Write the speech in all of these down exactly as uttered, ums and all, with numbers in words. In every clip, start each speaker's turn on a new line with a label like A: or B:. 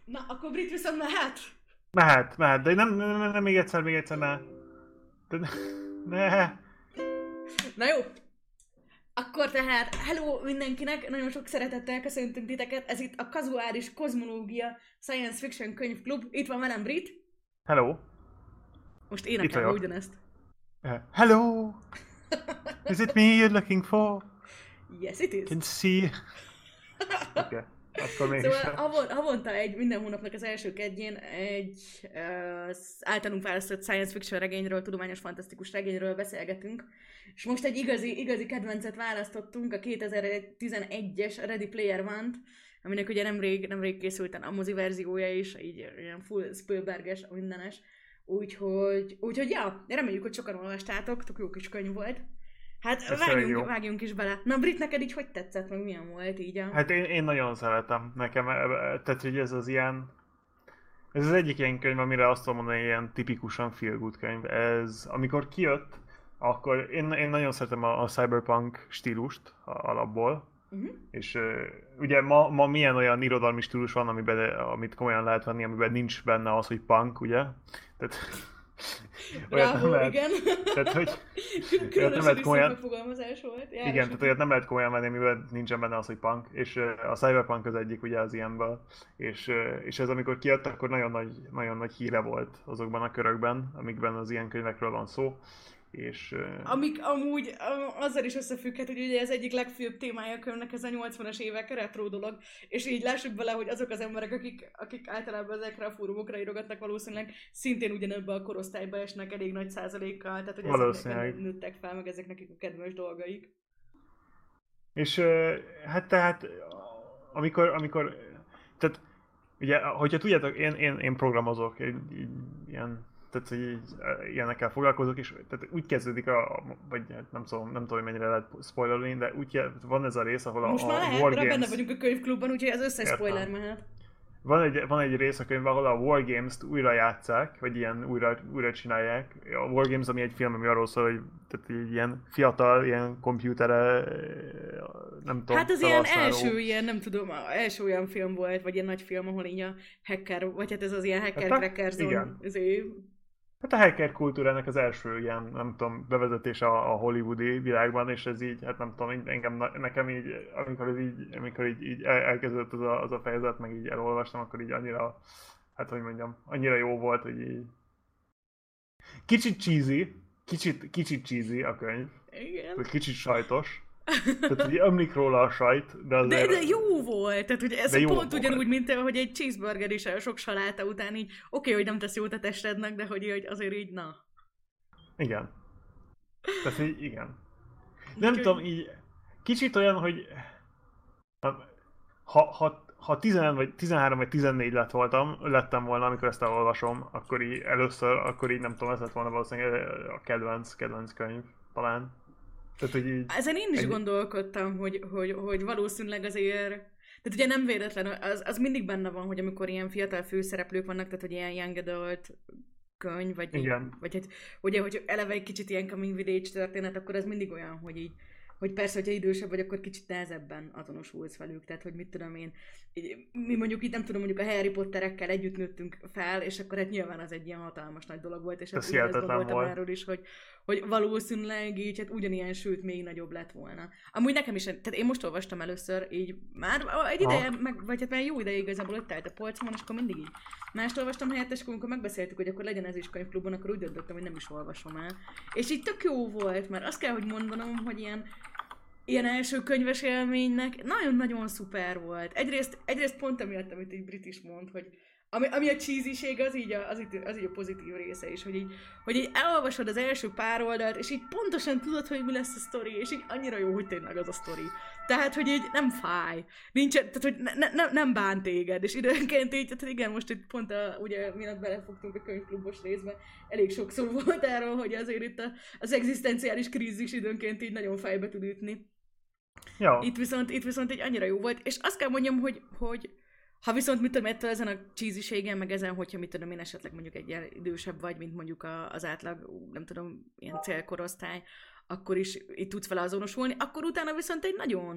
A: Na, akkor Brit viszont mehet.
B: Mehet, mehet, de nem, nem, nem, nem még egyszer, még egyszer, ne. De ne. ne.
A: Na jó. Akkor tehát, hello mindenkinek, nagyon sok szeretettel köszöntünk titeket. Ez itt a Kazuális Kozmológia Science Fiction Könyvklub. Itt van velem Brit.
B: Hello.
A: Most énekelve ugyanezt.
B: Uh, hello. Is it me you're looking for?
A: Yes, it is.
B: Can see. Oké. Okay. Akkor mégis.
A: Szóval havon, havonta egy, minden hónapnak az első kedjén egy uh, általunk választott science fiction regényről, tudományos fantasztikus regényről beszélgetünk. És most egy igazi, igazi kedvencet választottunk, a kétezer-tizenegyes Ready Player One-t, aminek ugye nemrég, nemrég készült a mozi verziója is, így ilyen full Spielberges, mindenes. Úgyhogy, úgyhogy ja, reméljük, hogy sokan olvastátok, tök jó kis könyv volt. Hát vágjunk, vágjunk is bele. Na Brit, neked így hogy tetszett, meg milyen volt így a...
B: Hát én, én nagyon szeretem. Nekem, tehát hogy ez az ilyen... Ez az egyik ilyen könyv, amire azt tudom mondani, ilyen tipikusan feel good könyv. Ez, amikor kijött, akkor én, én nagyon szeretem a, a cyberpunk stílust a, alapból. Uh-huh. És uh, ugye ma, ma milyen olyan irodalmi stílus van, amiben, amit komolyan lehet venni, amiben nincs benne az, hogy punk, ugye? Tehát...
A: Bravo, nem lehet, igen.
B: Tehát, hogy
A: különösen nem lehet komolyan... megfogalmazás volt.
B: Jár, igen, tehát olyat nem lehet komolyan venni, mivel nincsen benne az, hogy punk, és a cyberpunk az egyik ugye az ilyenből, és, és ez amikor kijött, akkor nagyon nagy, nagyon nagy híre volt azokban a körökben, amikben az ilyen könyvekről van szó. És,
A: amik amúgy azzal is összefügghet, hogy ugye az egyik legfőbb témája a könyvnek ez a nyolcvanas évek retro dolog, és így lássuk bele, hogy azok az emberek, akik, akik általában ezekre a fórumokra írogatnak, valószínűleg szintén ugyanebben a korosztályba esnek elég nagy százalékkal, tehát hogy ezek nőttek fel, meg ezek nekik a kedves dolgaik.
B: És hát tehát, amikor, amikor tehát ugye, hogyha tudjátok, én, én, én programozok, én, ilyen tehát, hogy így, ilyenekkel foglalkozok, és tehát úgy kezdődik a, vagy nem tudom, nem tudom, hogy mennyire lehet spoilerolni, de úgy van ez a rész, ahol
A: most
B: a,
A: a
B: a
A: War Games... benne vagyunk a könyvklubban, úgyhogy az összes Értem. spoiler mehet.
B: Van egy, van egy rész a könyvben, ahol a War Games-t újra játsszák, vagy ilyen újra, újra csinálják. A War Games, ami egy film, ami arról szól, hogy tehát egy ilyen fiatal, ilyen komputere, nem tudom,
A: hát az ilyen első, ilyen, nem tudom, első olyan film volt, vagy ilyen nagy film, ahol így a hacker, vagy hát ez az ilyen hacker cracker zone.
B: Hát a hacker kultúrának az első ilyen, nem tudom, bevezetése a, a hollywoodi világban, és ez így, hát nem tudom, engem, nekem így, amikor ez így, amikor így, így elkezdődött az a, az a fejezet, meg így elolvastam, akkor így annyira, hát hogy mondjam, annyira jó volt, hogy így... Kicsit cheesy, kicsit, kicsit cheesy a könyv.
A: Igen.
B: Kicsit sajtos. Tehát ugye ömlik róla a sajt, de azért...
A: De, de jó volt, tehát ugye ez pont volt. Ugyanúgy, mint hogy egy cheeseburger is sok saláta után így, oké, okay, hogy nem tesz jót a testednek, de hogy, hogy azért így, na.
B: Igen. Tehát így, igen. Nem tudom, így kicsit olyan, hogy ha, ha, ha tizen vagy tizenhárom vagy tizennégy lett voltam, lettem volna, amikor ezt elolvasom, akkor így először, akkor így nem tudom, ez lett volna valószínűleg a kedvenc, kedvenc könyv, talán. Tehát, hogy így,
A: ezen én is egy... gondolkodtam, hogy, hogy, hogy valószínűleg azért, tehát ugye nem véletlen, az, az mindig benne van, hogy amikor ilyen fiatal főszereplők vannak, tehát hogy ilyen young adult könyv, vagy, így, vagy hát, ugye, hogy eleve egy kicsit ilyen coming of age történet, akkor az mindig olyan, hogy így, hogy persze, hogyha idősebb vagy, akkor kicsit nehezebben azonosulsz velük, tehát hogy mit tudom én, mi mondjuk itt nem tudom, mondjuk a Harry Potterekkel együtt nőttünk fel, és akkor hát nyilván az egy ilyen hatalmas nagy dolog volt, és hát úgy azt gondoltam volt. erről is, hogy, hogy valószínűleg így hát ugyanilyen, sőt még nagyobb lett volna. Amúgy nekem is, tehát én most olvastam először, így már egy ideje, meg, vagy hát már jó ideje igazából ott állt a polcomon, és akkor mindig így mást olvastam helyett, és akkor amikor megbeszéltük, hogy akkor legyen ez is könyvklubban, akkor úgy döntöttem, hogy nem is olvasom el. És így tök jó volt, mert azt kell, hogy mondanom, hogy ilyen ilyen első könyves élménynek nagyon-nagyon szuper volt. Egyrészt, egyrészt pont emiatt, amit egy brit is mond, hogy ami, ami a cheesység, az így a, az, így, az így a pozitív része is, hogy így, hogy így elolvasod az első pár oldalt, és így pontosan tudod, hogy mi lesz a sztori, és így annyira jó, hogy tényleg az a sztori. Tehát, hogy így nem fáj, nincsen, tehát, hogy ne, ne, nem bánt téged, és időnként így, tehát igen, most itt pont a, ugye, miatt belefogtunk a könyvklubos részbe, elég sok szó volt arról, hogy azért itt a, az egzisztenciális krízis időnként így nagyon fejbe tud ütni.
B: Jó.
A: Itt viszont, itt viszont egy annyira jó volt, és azt kell mondjam, hogy, hogy ha viszont mit tudom, ettől ezen a cheesységen, meg ezen, hogyha mit tudom én esetleg mondjuk egy ilyen idősebb vagy, mint mondjuk az átlag, nem tudom, ilyen célkorosztály, akkor is itt tudsz vele azonosulni, akkor utána viszont egy nagyon,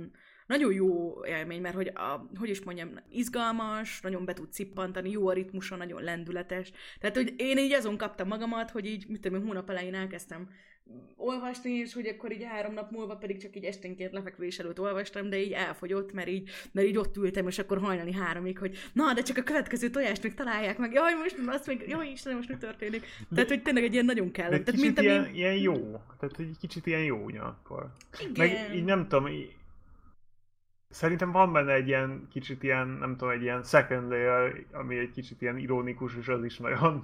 A: nagyon jó élmény, mert hogy, a, hogy is mondjam, izgalmas, nagyon be tud cippantani, jó a ritmusa, nagyon lendületes. Tehát, hogy én így azon kaptam magamat, hogy így, mit tudom, hónap elején elkezdtem olvasni, és hogy akkor így három nap múlva pedig csak így esténként lefekvés előtt olvastam, de így elfogyott, mert így, mert így ott ültem, és akkor hajnali háromig, hogy na, de csak a következő tojást még találják meg, jaj, most azt még, jaj, Istenem, most mi történik? De, tehát, hogy tényleg egy ilyen nagyon kellett.
B: Tehát, mint ilyen, ami... ilyen jó, tehát egy kicsit ilyen jó ugyanakkor.
A: Igen.
B: Meg így nem tudom, így... Szerintem van benne egy ilyen kicsit ilyen, nem tudom, egy ilyen second layer, ami egy kicsit ilyen ironikus, és az is nagyon...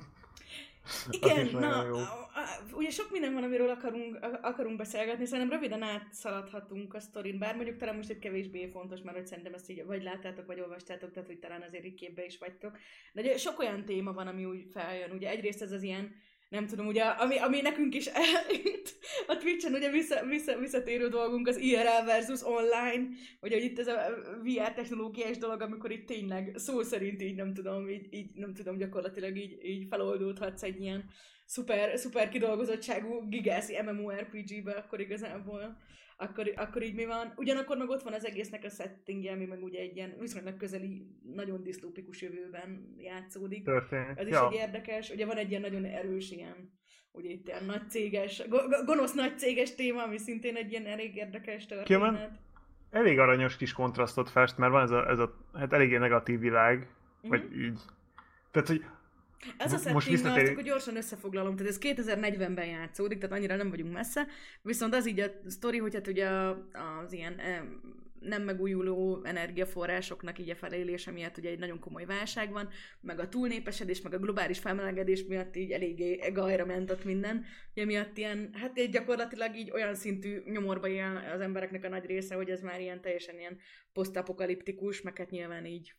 A: Igen, na, jó. Ugye sok minden van, amiről akarunk, akarunk beszélgetni, szerintem röviden átszaladhatunk a sztorin, bár mondjuk talán most egy kevésbé fontos, mert hogy szerintem ezt így vagy láttátok, vagy olvastátok, tehát hogy talán azért így képbe is vagytok. De ugye sok olyan téma van, ami úgy feljön, ugye egyrészt ez az ilyen, nem tudom, ugye, ami, ami nekünk is itt a Twitch-en ugye vissza, vissza, visszatérő dolgunk az I R L versus online, ugye hogy itt ez a V R technológiás dolog, amikor itt tényleg szó szerint így nem tudom, így, így nem tudom, gyakorlatilag így, így feloldódhatsz egy ilyen szuper, szuper kidolgozottságú gigászi MMORPG-be, akkor igazából, akkor, akkor így mi van. Ugyanakkor meg ott van az egésznek a settingje, ami meg ugye egy ilyen viszonylag közeli, nagyon disztópikus jövőben játszódik.
B: Történik.
A: Az is
B: ja.
A: egy érdekes, ugye van egy ilyen nagyon erős ilyen, ugye itt ilyen nagy céges, go- gonosz nagy céges téma, ami szintén egy ilyen elég érdekes történet.
B: Kiemen, elég aranyos kis kontrasztot fest, mert van ez a, ez a hát eléggé negatív világ, uh-huh. vagy így. Tehát, hogy
A: ez a setting, visszatér... azt akkor gyorsan összefoglalom, tehát ez kétezer-negyvenben játszódik, tehát annyira nem vagyunk messze, viszont az így a sztori, hogy hát ugye az ilyen nem megújuló energiaforrásoknak így a felélése miatt ugye egy nagyon komoly válság van, meg a túlnépesedés, meg a globális felmelegedés miatt így eléggé gajra ment ott minden, ugye miatt ilyen, hát egy gyakorlatilag így olyan szintű nyomorba él az embereknek a nagy része, hogy ez már ilyen teljesen ilyen posztapokaliptikus, meg hát nyilván így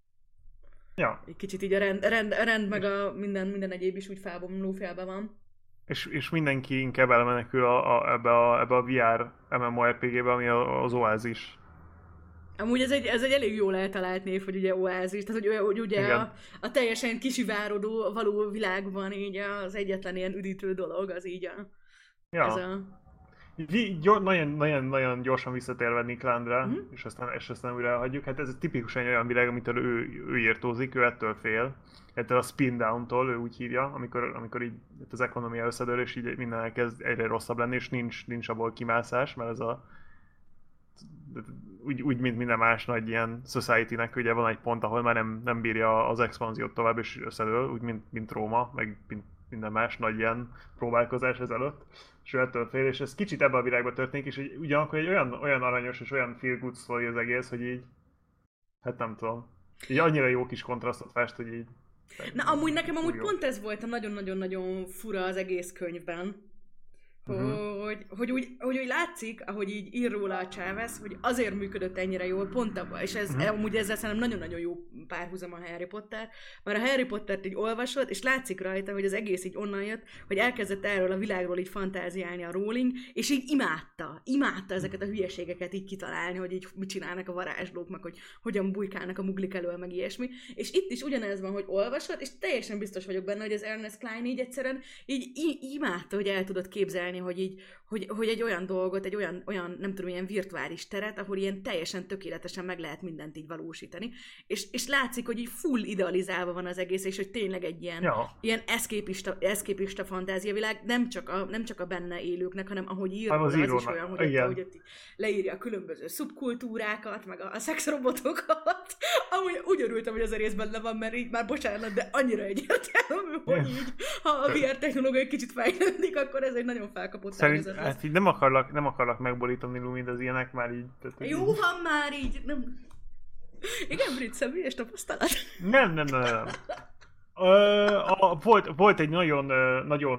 B: ja.
A: egy kicsit így a rend, rend, rend meg a minden, minden egyéb is úgy felbomló félbe van.
B: És, és mindenki inkább elmenekül a, a, ebbe, a, ebbe a vé er MMORPG-be, ami az Oasis.
A: Amúgy ez egy, ez egy elég jól eltalált név, hogy ugye Oasis, tehát hogy, hogy ugye a, a teljesen kisivárodó való világban így az egyetlen ilyen üdítő dolog, az így a...
B: Ja.
A: Ez a...
B: Nagyon-nagyon gyorsan visszatérve Nicklandra, mm-hmm. és, aztán, és aztán újra hagyjuk. Hát ez tipikusan olyan világ, amitől ő, ő írtózik, ő ettől fél. Ettől a spin down-tól, ő úgy hívja, amikor, amikor így az ekonomia összedől, és így minden elkezd egyre rosszabb lenni, és nincs, nincs abból kimászás, mert ez a úgy, úgy, mint minden más nagy ilyen society-nek, ugye van egy pont, ahol már nem, nem bírja az expanziót tovább, és összedől, úgy, mint, mint Róma, meg mint minden más nagy ilyen próbálkozás ezelőtt, és ő ettől fél, és ez kicsit ebben a világban történik, és egy, ugyanakkor egy olyan, olyan aranyos és olyan feel good story az egész, hogy így, hát nem tudom, így annyira jó kis kontrasztot fest, hogy így...
A: Na amúgy nekem amúgy jó. Pont ez volt a nagyon-nagyon-nagyon fura az egész könyvben, Uh-huh. Hogy, hogy, úgy, hogy úgy látszik, ahogy így ír róla a Chavez, hogy azért működött ennyire jól, pont abban, és ez, uh-huh. amúgy ezzel szerintem nagyon-nagyon jó párhuzam a Harry Potter, mert a Harry Pottert így olvasod, és látszik rajta, hogy az egész így onnan jött, hogy elkezdett erről a világról így fantáziálni a Rowling, és így imádta, imádta ezeket a hülyeségeket így kitalálni, hogy így mit csinálnak a varázslók, meg hogy hogyan bujkálnak a muglik elől, meg ilyesmi, és itt is ugyanez van, hogy olvasod, és teljesen biztos vagyok benne, hogy az Ernest Cline így egyszerűen így imádta, hogy el tudod képzelni, hogy így, hogy, hogy egy olyan dolgot, egy olyan, olyan, nem tudom, ilyen virtuális teret, ahol ilyen teljesen tökéletesen meg lehet mindent így valósítani, és, és látszik, hogy így full idealizálva van az egész, és hogy tényleg egy ilyen, ja. ilyen eszképista, eszképista fantáziavilág, nem csak, a, nem csak a benne élőknek, hanem ahogy ír, az, az is olyan, hogy, ott, hogy ott leírja a különböző szubkultúrákat, meg a, a szexrobotokat. Amúgy úgy örültem, hogy az a rész benne van, mert így már bocsánat, de annyira egyértelmű, hogy így, ha a vé er technológia egy kicsit fejlődik, akkor ez egy nagyon felkapott
B: Szerint, hát így nem akarlak, nem akarlak megbolítani Lumit, az ilyenek már így... Tehát,
A: jó így... van már így, nem... Igen, Brit, személyes tapasztalat?
B: Nem, nem, nem, nem. Ö, a, volt, volt egy nagyon, nagyon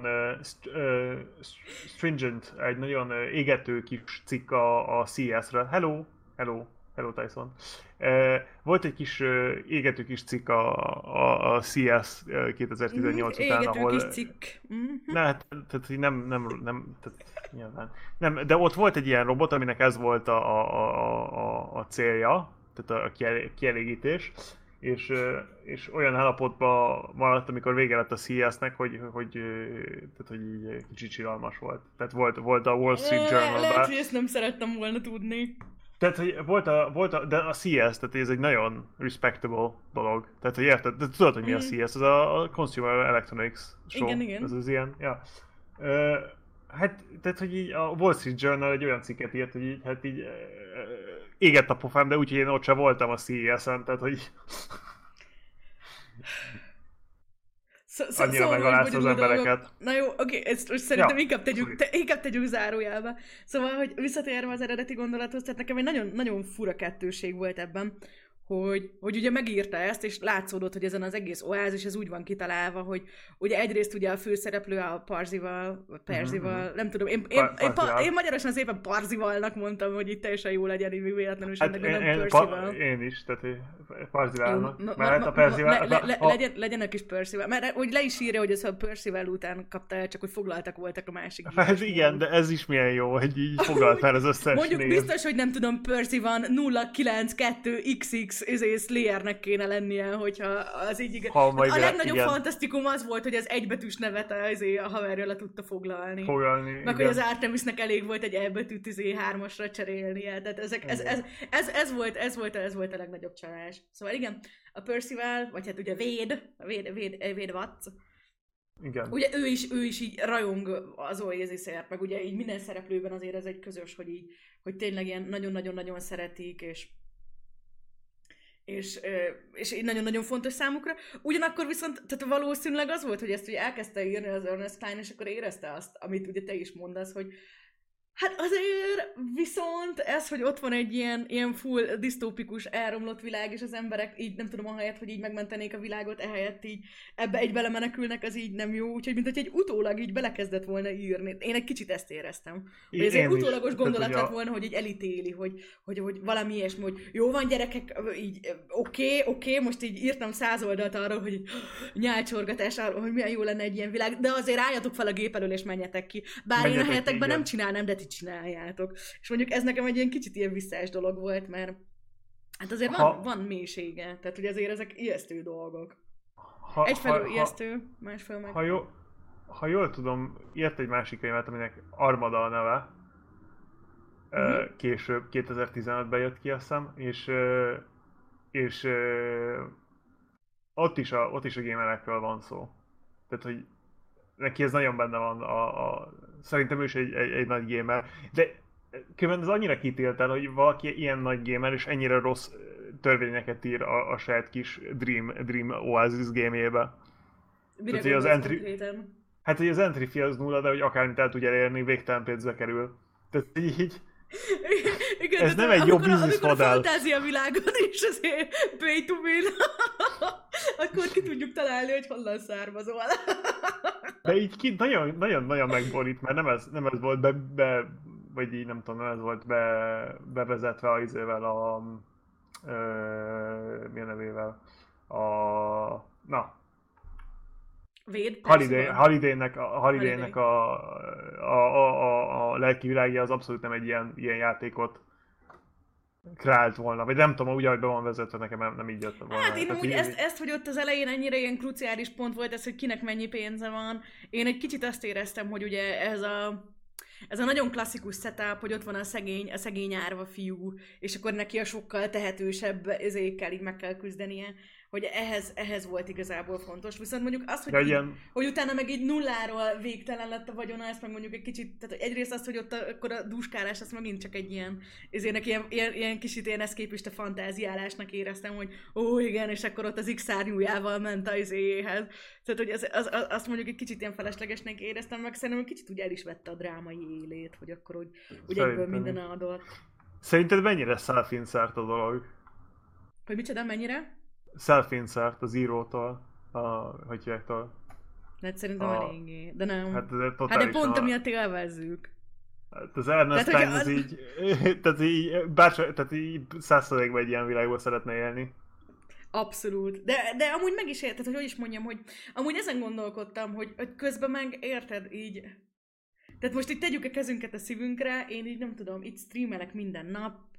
B: uh, stringent, egy nagyon égető kis cikk a, a cé es-re. Hello, hello, hello Tyson. Uh, volt egy kis uh, égető kis cikk a, a, a cé es kétezer-tizennyolc mm, után, ahol...
A: Égető kis cikk. Mm-hmm.
B: Ne, hát, tehát nem, nem, nem, tehát, nyilván. Nem, de ott volt egy ilyen robot, aminek ez volt a, a, a, a célja, tehát a kielégítés, és, és olyan állapotban maradt, amikor vége lett a cé es-nek, hogy, hogy, tehát, hogy így kicsit siralmas volt. Tehát volt, volt a Wall Street Journal-ban.
A: Lehet, hogy ezt nem szerettem volna tudni.
B: Tehát, hogy volt a, volt a, de a cé es, tehát ez egy nagyon respectable dolog. Tehát, hogy érted, de tudod, hogy mi a cé es, ez a, a Consumer Electronics Show.
A: Igen, igen.
B: Ez az ilyen, ja. Ö, hát, tehát, hogy így a Wall Street Journal egy olyan cikket írt, hogy így, hát így égett a pofám, de úgyhogy én ott sem voltam a cé es-en, tehát, hogy annyira megalázta az embereket.
A: Na jó, oké, ezt most szerintem ja, inkább, tegyük, te, inkább tegyük zárójelbe. Szóval, hogy visszatérve az eredeti gondolathoz, tehát nekem egy nagyon, nagyon fura kettőség volt ebben, hogy, hogy ugye megírta ezt, és látszódott, hogy ezen az egész oázis, ez úgy van kitalálva, hogy ugye egyrészt ugye a főszereplő a Parzival, Perzival, mm-hmm. nem tudom, én, én, én, pa, én magyarosan szépen Parzivalnak mondtam, hogy itt teljesen jó legyen, így véletlenül sem, hát de nem Perzival.
B: Pa, én is, tehát Parzivalnak, mert a Perzival...
A: Le, le, legyen, legyenek is Perzival, mert úgy le is írja, hogy ez a Perzival után kapta el, csak hogy foglaltak voltak a másik.
B: Hát igen, de ez is milyen jó, hogy így foglalt fel az összes
A: Mondjuk
B: név.
A: biztos, hogy nem tudom, Perzival nulla kilenc kettő iksz iksz ezért Slayernek kéne lennie, hogyha az így igaz. A legnagyobb igen. fantasztikum az volt, hogy az egybetűs nevet a, a haverja le tudta foglalni.
B: Foglalni,
A: meg igen. hogy az Artemisnek elég volt egy elbetűt izé hármasra cserélnie. Tehát ezek, ez, ez, ez, ez, volt, ez, volt, ez volt a legnagyobb csalás. Szóval igen, a Percival, vagy hát ugye Wade, Wade, Wade, Wade Watts,
B: igen.
A: Ugye ő is, ő is így rajong az Oasis-ért, meg ugye így minden szereplőben azért ez egy közös, hogy így, hogy tényleg ilyen nagyon-nagyon-nagyon szeretik, és És, és így nagyon-nagyon fontos számukra. Ugyanakkor viszont, tehát valószínűleg az volt, hogy ezt ugye elkezdte írni az Ernest Cline, és akkor érezte azt, amit ugye te is mondasz, hogy hát azért viszont ez, hogy ott van egy ilyen, ilyen full disztópikus, elromlott világ, és az emberek így nem tudom, ahelyett, hogy így megmentenék a világot, ehelyett így ebbe egy belemenekülnek, az így nem jó. Úgyhogy mint hogy egy utólag így belekezdett volna írni. Én egy kicsit ezt éreztem. Hogy ez egy utólagos gondolat lett volna, hogy így elítéli, hogy, hogy, hogy valami ilyesmi, hogy jó van gyerekek, így oké, okay, oké, okay, most így írtam száz oldalt arról, hogy nyálcsorgatás arról, hogy milyen jó lenne egy ilyen világ, de azért álljatok fel a gép elől és menjetek ki. Bár menjetek, én a helyetekben nem csinálnám, de ti csináljátok. És mondjuk ez nekem egy ilyen kicsit ilyen visszás dolog volt, mert hát azért ha, van, van mélysége, tehát hogy azért ezek ijesztő dolgok. Ha, Egyfelől ha, ijesztő, másfelől meg...
B: Ha, jó, ha jól tudom, írt egy másik könyvet, aminek Armada a neve, uh-huh. később, kétezer-tizenötben jött ki, azt hiszem, és, és ott is a, ott is a gamerekről van szó. Tehát, hogy neki ez nagyon benne van, a, a, szerintem ő is egy, egy, egy nagy gamer, de különben ez annyira kitélt el, hogy valaki ilyen nagy gamer és ennyire rossz törvényeket ír a, a saját kis Dream, Dream Oasis game-jébe.
A: Mire Tehát, az entry, konkrétan?
B: Hát, hogy az entry fee az nulla, de hogy akármit el tudja elérni, végtelen pénzbe kerül. Tehát így...
A: Igen,
B: ez nem egy jó bizniszmodell.
A: Amikor a fantázia világon is azért pay to win, akkor ki tudjuk találni, hogy honnan származol.
B: De így ki nagyon, nagyon, nagyon megborít, mert nem ez, nem ez volt be, be, vagy így nem tudom, nem ez volt be, bevezetve az izével a... Ö, milyen nevével? A... Na...
A: Véd,
B: Holiday, Holiday-nek, a, Holiday-nek a, a, a, a, a lelki világja az abszolút nem egy ilyen, ilyen játékot kreált volna, vagy nem tudom, úgy, ahogy be van vezetve, nekem nem, nem így jött volna.
A: Hát én úgy ezt, ezt, hogy ott az elején ennyire ilyen kruciális pont volt ez, hogy kinek mennyi pénze van. Én egy kicsit azt éreztem, hogy ugye ez a, ez a nagyon klasszikus setup, hogy ott van a szegény, a szegény árva fiú, és akkor neki a sokkal tehetősebb ezékkel így meg kell küzdenie, hogy ehhez, ehhez volt igazából fontos. Viszont mondjuk az, hogy, így, hogy utána meg így nulláról végtelen lett a vagyona, ezt meg mondjuk egy kicsit, tehát egyrészt az, hogy ott a, akkor a dúskálás, azt megint csak egy ilyen, ezért ilyen, ilyen, ilyen kicsit ilyen eszképista fantáziálásnak éreztem, hogy ó igen, és akkor ott az X-szárnyújával ment az izéhez. Tehát, hogy az, az, az, azt mondjuk egy kicsit ilyen feleslegesnek éreztem, meg szerintem kicsit úgy el is vette a drámai élét, hogy akkor úgy, úgy egyből minden adott.
B: Szerinted mennyire self-insert a dolog?
A: Hogy micsoda, mennyire?
B: Self-insert az írótól, a, hogy hívjáktól?
A: Hát szerintem a... eléggé, de nem.
B: Hát,
A: hát de pont amiatt élvezzük.
B: Hát az Ernest Cline az, az így, tehát így, bárcsak, tehát így száz százalékban egy ilyen világban szeretne élni.
A: Abszolút. De, de amúgy meg is érted, hogy hogy is mondjam, hogy amúgy ezen gondolkodtam, hogy, hogy közben meg érted így. Tehát most így tegyük a kezünket a szívünkre, én így nem tudom, itt streamelek minden nap,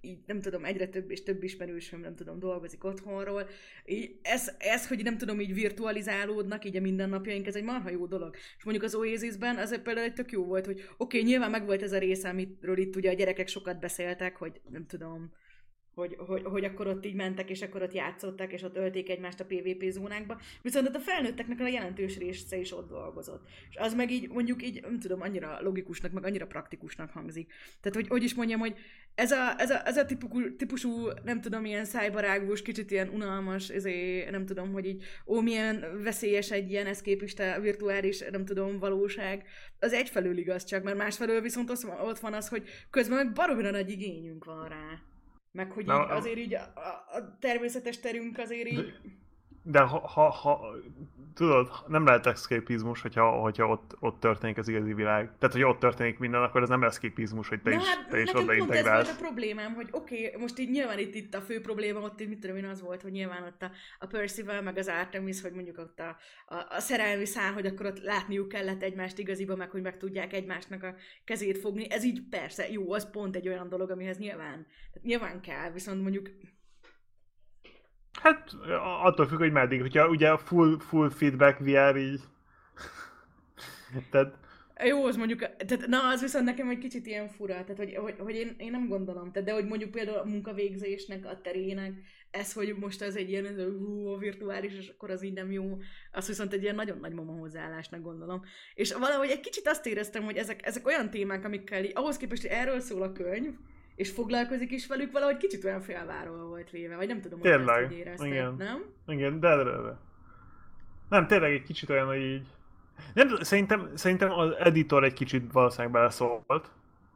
A: így nem tudom, egyre több és több ismerősöm, nem tudom, dolgozik otthonról. Így ez, ez, hogy nem tudom, így virtualizálódnak így a mindennapjaink, ez egy marha jó dolog. És mondjuk az Oasisben az például egy tök jó volt, hogy oké, okay, nyilván megvolt ez a része, amiről itt ugye a gyerekek sokat beszéltek, hogy nem tudom, Hogy, hogy, hogy akkor ott így mentek, és akkor ott játszottak, és ott ölték egymást a pé vé pé zónákba. Viszont ott a felnőtteknek a jelentős része is ott dolgozott. És az meg így, mondjuk így, nem tudom, annyira logikusnak, meg annyira praktikusnak hangzik. Tehát, hogy, hogy is mondjam, hogy ez a, ez a, ez a típusú, típusú, nem tudom, ilyen szájbarágós, kicsit ilyen unalmas, ezért nem tudom, hogy így, ó, milyen veszélyes egy ilyen eszképista, virtuális, nem tudom, valóság. Az egyfelől igaz csak, mert másfelől viszont ott van az, hogy közben meg baromira nagy igényünk van rá. Meg hogy így, azért így a, a természetes terünk azért így...
B: De, de ha, ha, ha, tudod, nem lehet eszképizmus, hogyha, hogyha ott, ott történik az igazi világ. Tehát, hogy ott történik minden, akkor ez nem eszképizmus, hogy te
A: Na,
B: is,
A: hát,
B: te is
A: oda
B: integrálsz.
A: ez volt a problémám, hogy oké, okay, most így nyilván itt, itt a fő probléma, ott így mit tudom én az volt, hogy nyilván ott a, a Percival, meg az Artemis, hogy mondjuk ott a, a, a szerelmi szál, hogy akkor ott látniuk kellett egymást igaziba, meg hogy meg tudják egymásnak a kezét fogni. Ez így persze, jó, az pont egy olyan dolog, amihez nyilván, tehát nyilván kell, viszont mondjuk
B: hát attól függ, hogy meddig. Hogyha ugye full, full feedback vé er így... tehát...
A: Jó, az mondjuk, tehát, na az viszont nekem egy kicsit ilyen fura, tehát hogy, hogy, hogy én, én nem gondolom, tehát, de hogy mondjuk például a munkavégzésnek, a terének, ez, hogy most ez egy ilyen, ez a, hú, a virtuális, és akkor az így nem jó, az viszont egy ilyen nagyon nagy mama hozzáállásnak gondolom. És valahogy egy kicsit azt éreztem, hogy ezek, ezek olyan témák, amikkel így, ahhoz képest, hogy erről szól a könyv, és foglalkozik is velük, valahogy kicsit olyan félváról volt véve, vagy nem tudom, hogy
B: tényleg,
A: ezt így érezted,
B: igen.
A: nem?
B: Igen, de, de, de. Nem, tényleg egy kicsit olyan, hogy így... Nem, szerintem, szerintem az editor egy kicsit valószínűleg beleszólt.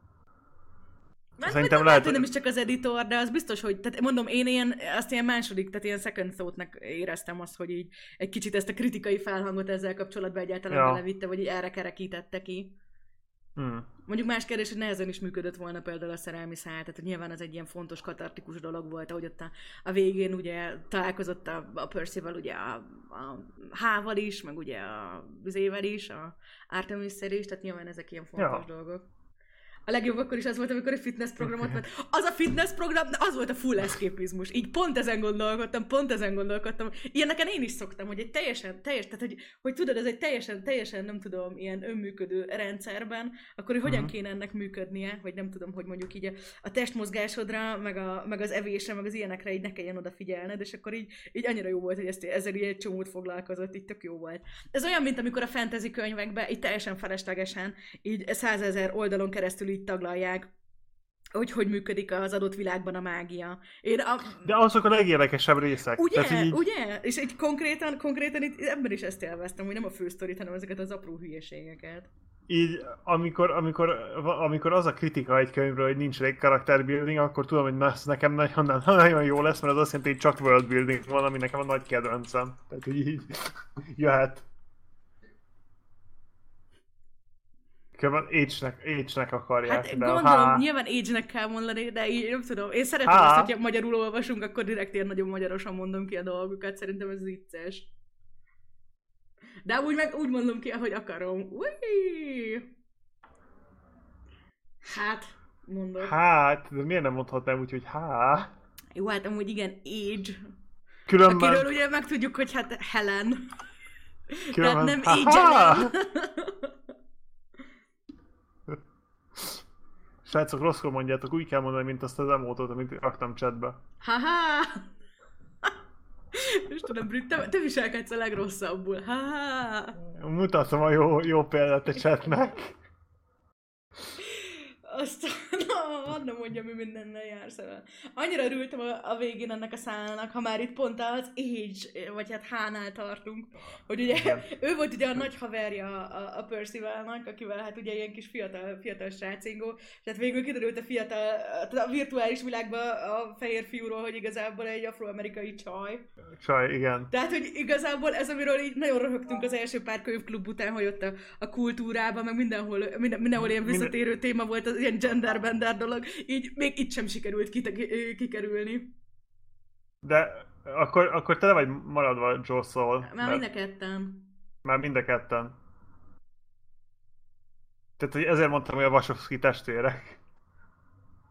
A: Mert szerintem lehet, hogy nem is csak az editor, de az biztos, hogy, tehát mondom, én ilyen, azt ilyen második, tehát ilyen second thought-nak éreztem azt, hogy így egy kicsit ezt a kritikai felhangot ezzel kapcsolatban egyáltalán ja. belevitte, vagy így erre kerekítette ki. Hmm. Mondjuk más kérdés, hogy nehezen is működött volna például a szerelmi szál, tehát nyilván az egy ilyen fontos, katartikus dolog volt, ahogy ott a, a végén ugye találkozott a, a Percival ugye a, a H-val is, meg ugye a Z-vel is, a Artemis-szel is, tehát nyilván ezek ilyen fontos ja. dolgok. A legjobb akkor is az volt, amikor egy fitness programot vett. Az a fitness program, az volt a full eszképizmus. Így pont ezen gondolkodtam, pont ezen gondolkodtam. Ilyeneken én is szoktam, hogy egy teljesen, teljes, tehát hogy, hogy tudod, ez egy teljesen, teljesen nem tudom, ilyen önműködő rendszerben, akkor hogy hogyan kéne ennek működnie, hogy nem tudom, hogy mondjuk így a, a testmozgásodra, meg, a, meg az evésre, meg az ilyenekre így ne kelljen odafigyelned, és akkor így, így annyira jó volt, hogy ezt, ezzel így egy csomót foglalkozott, így tök jó volt. Ez olyan, mint amikor a fantasy könyvekben így teljesen feleslegesen, így százezer oldalon keresztül így taglalják, hogy hogy működik az adott világban a mágia. Én a...
B: De azok a legérdekesebb részek.
A: Ugye?
B: Tehát így...
A: Ugye? És egy konkrétan, konkrétan itt ebben is ezt élveztem, hogy nem a fősztorit, hanem ezeket az apró hülyeségeket.
B: Így, amikor, amikor, amikor az a kritika egy könyvről, hogy nincs elég karakterbuilding, akkor tudom, hogy na, nekem nagyon, nagyon jó lesz, mert az azt jelenti, hogy csak worldbuilding van, ami nekem a nagy kedvencem. Tehát így jöhet. Age-nek, age-nek akarják.
A: Hát de gondolom, há. nyilván age-nek kell mondani, de így nem tudom. Én szeretem há. azt, hogyha magyarul olvasunk, akkor direkt ilyen nagyon magyarosan mondom ki a dolgokat. Szerintem ez vicces. De úgy meg úgy mondom ki, ahogy akarom. Ui! Hát, mondom.
B: Hát, de miért nem mondhatnám úgy, hogy há?
A: Jó, hát amúgy igen, age.
B: Különben...
A: Akiről ugye megtudjuk, hogy hát Helen.
B: Különben...
A: Tehát nem age-elen.
B: Srácok, rosszul mondjátok, úgy kell mondani, mint azt az emótot, amit raktam chatbe.
A: Haha! És tudom, Brit, te, te viselkedsz a legrosszabbul. Haha!
B: Mutatom a jó, jó példát a chatnek.
A: Aztán, na, hadd nem mondjam, mi mindennel jársz el. Annyira örültem a, a végén ennek a szálnak, ha már itt pont az Age, vagy hát H-nál tartunk, hogy ugye igen. ő volt ugye a nagy haverja a, a Percivalnak, akivel hát ugye ilyen kis fiatal, fiatal srácingó, és hát végül kiderült a fiatal, a virtuális világban a fehér fiúról, hogy igazából egy afroamerikai csaj.
B: Csaj, igen.
A: Tehát, hogy igazából ez, amiről így nagyon röhögtünk az első pár könyvklub után, hogy ott a, a kultúrában, meg mindenhol, minden, mindenhol ilyen visszatérő minden... téma volt az ilyen genderbender dolog, így még itt sem sikerült kite- kikerülni.
B: De akkor, akkor te vagy maradva Joe-szól.
A: Már mert... mind a ketten.
B: Már mind a ketten. Tehát hogy ezért mondtam, hogy a Wachowski testvérek.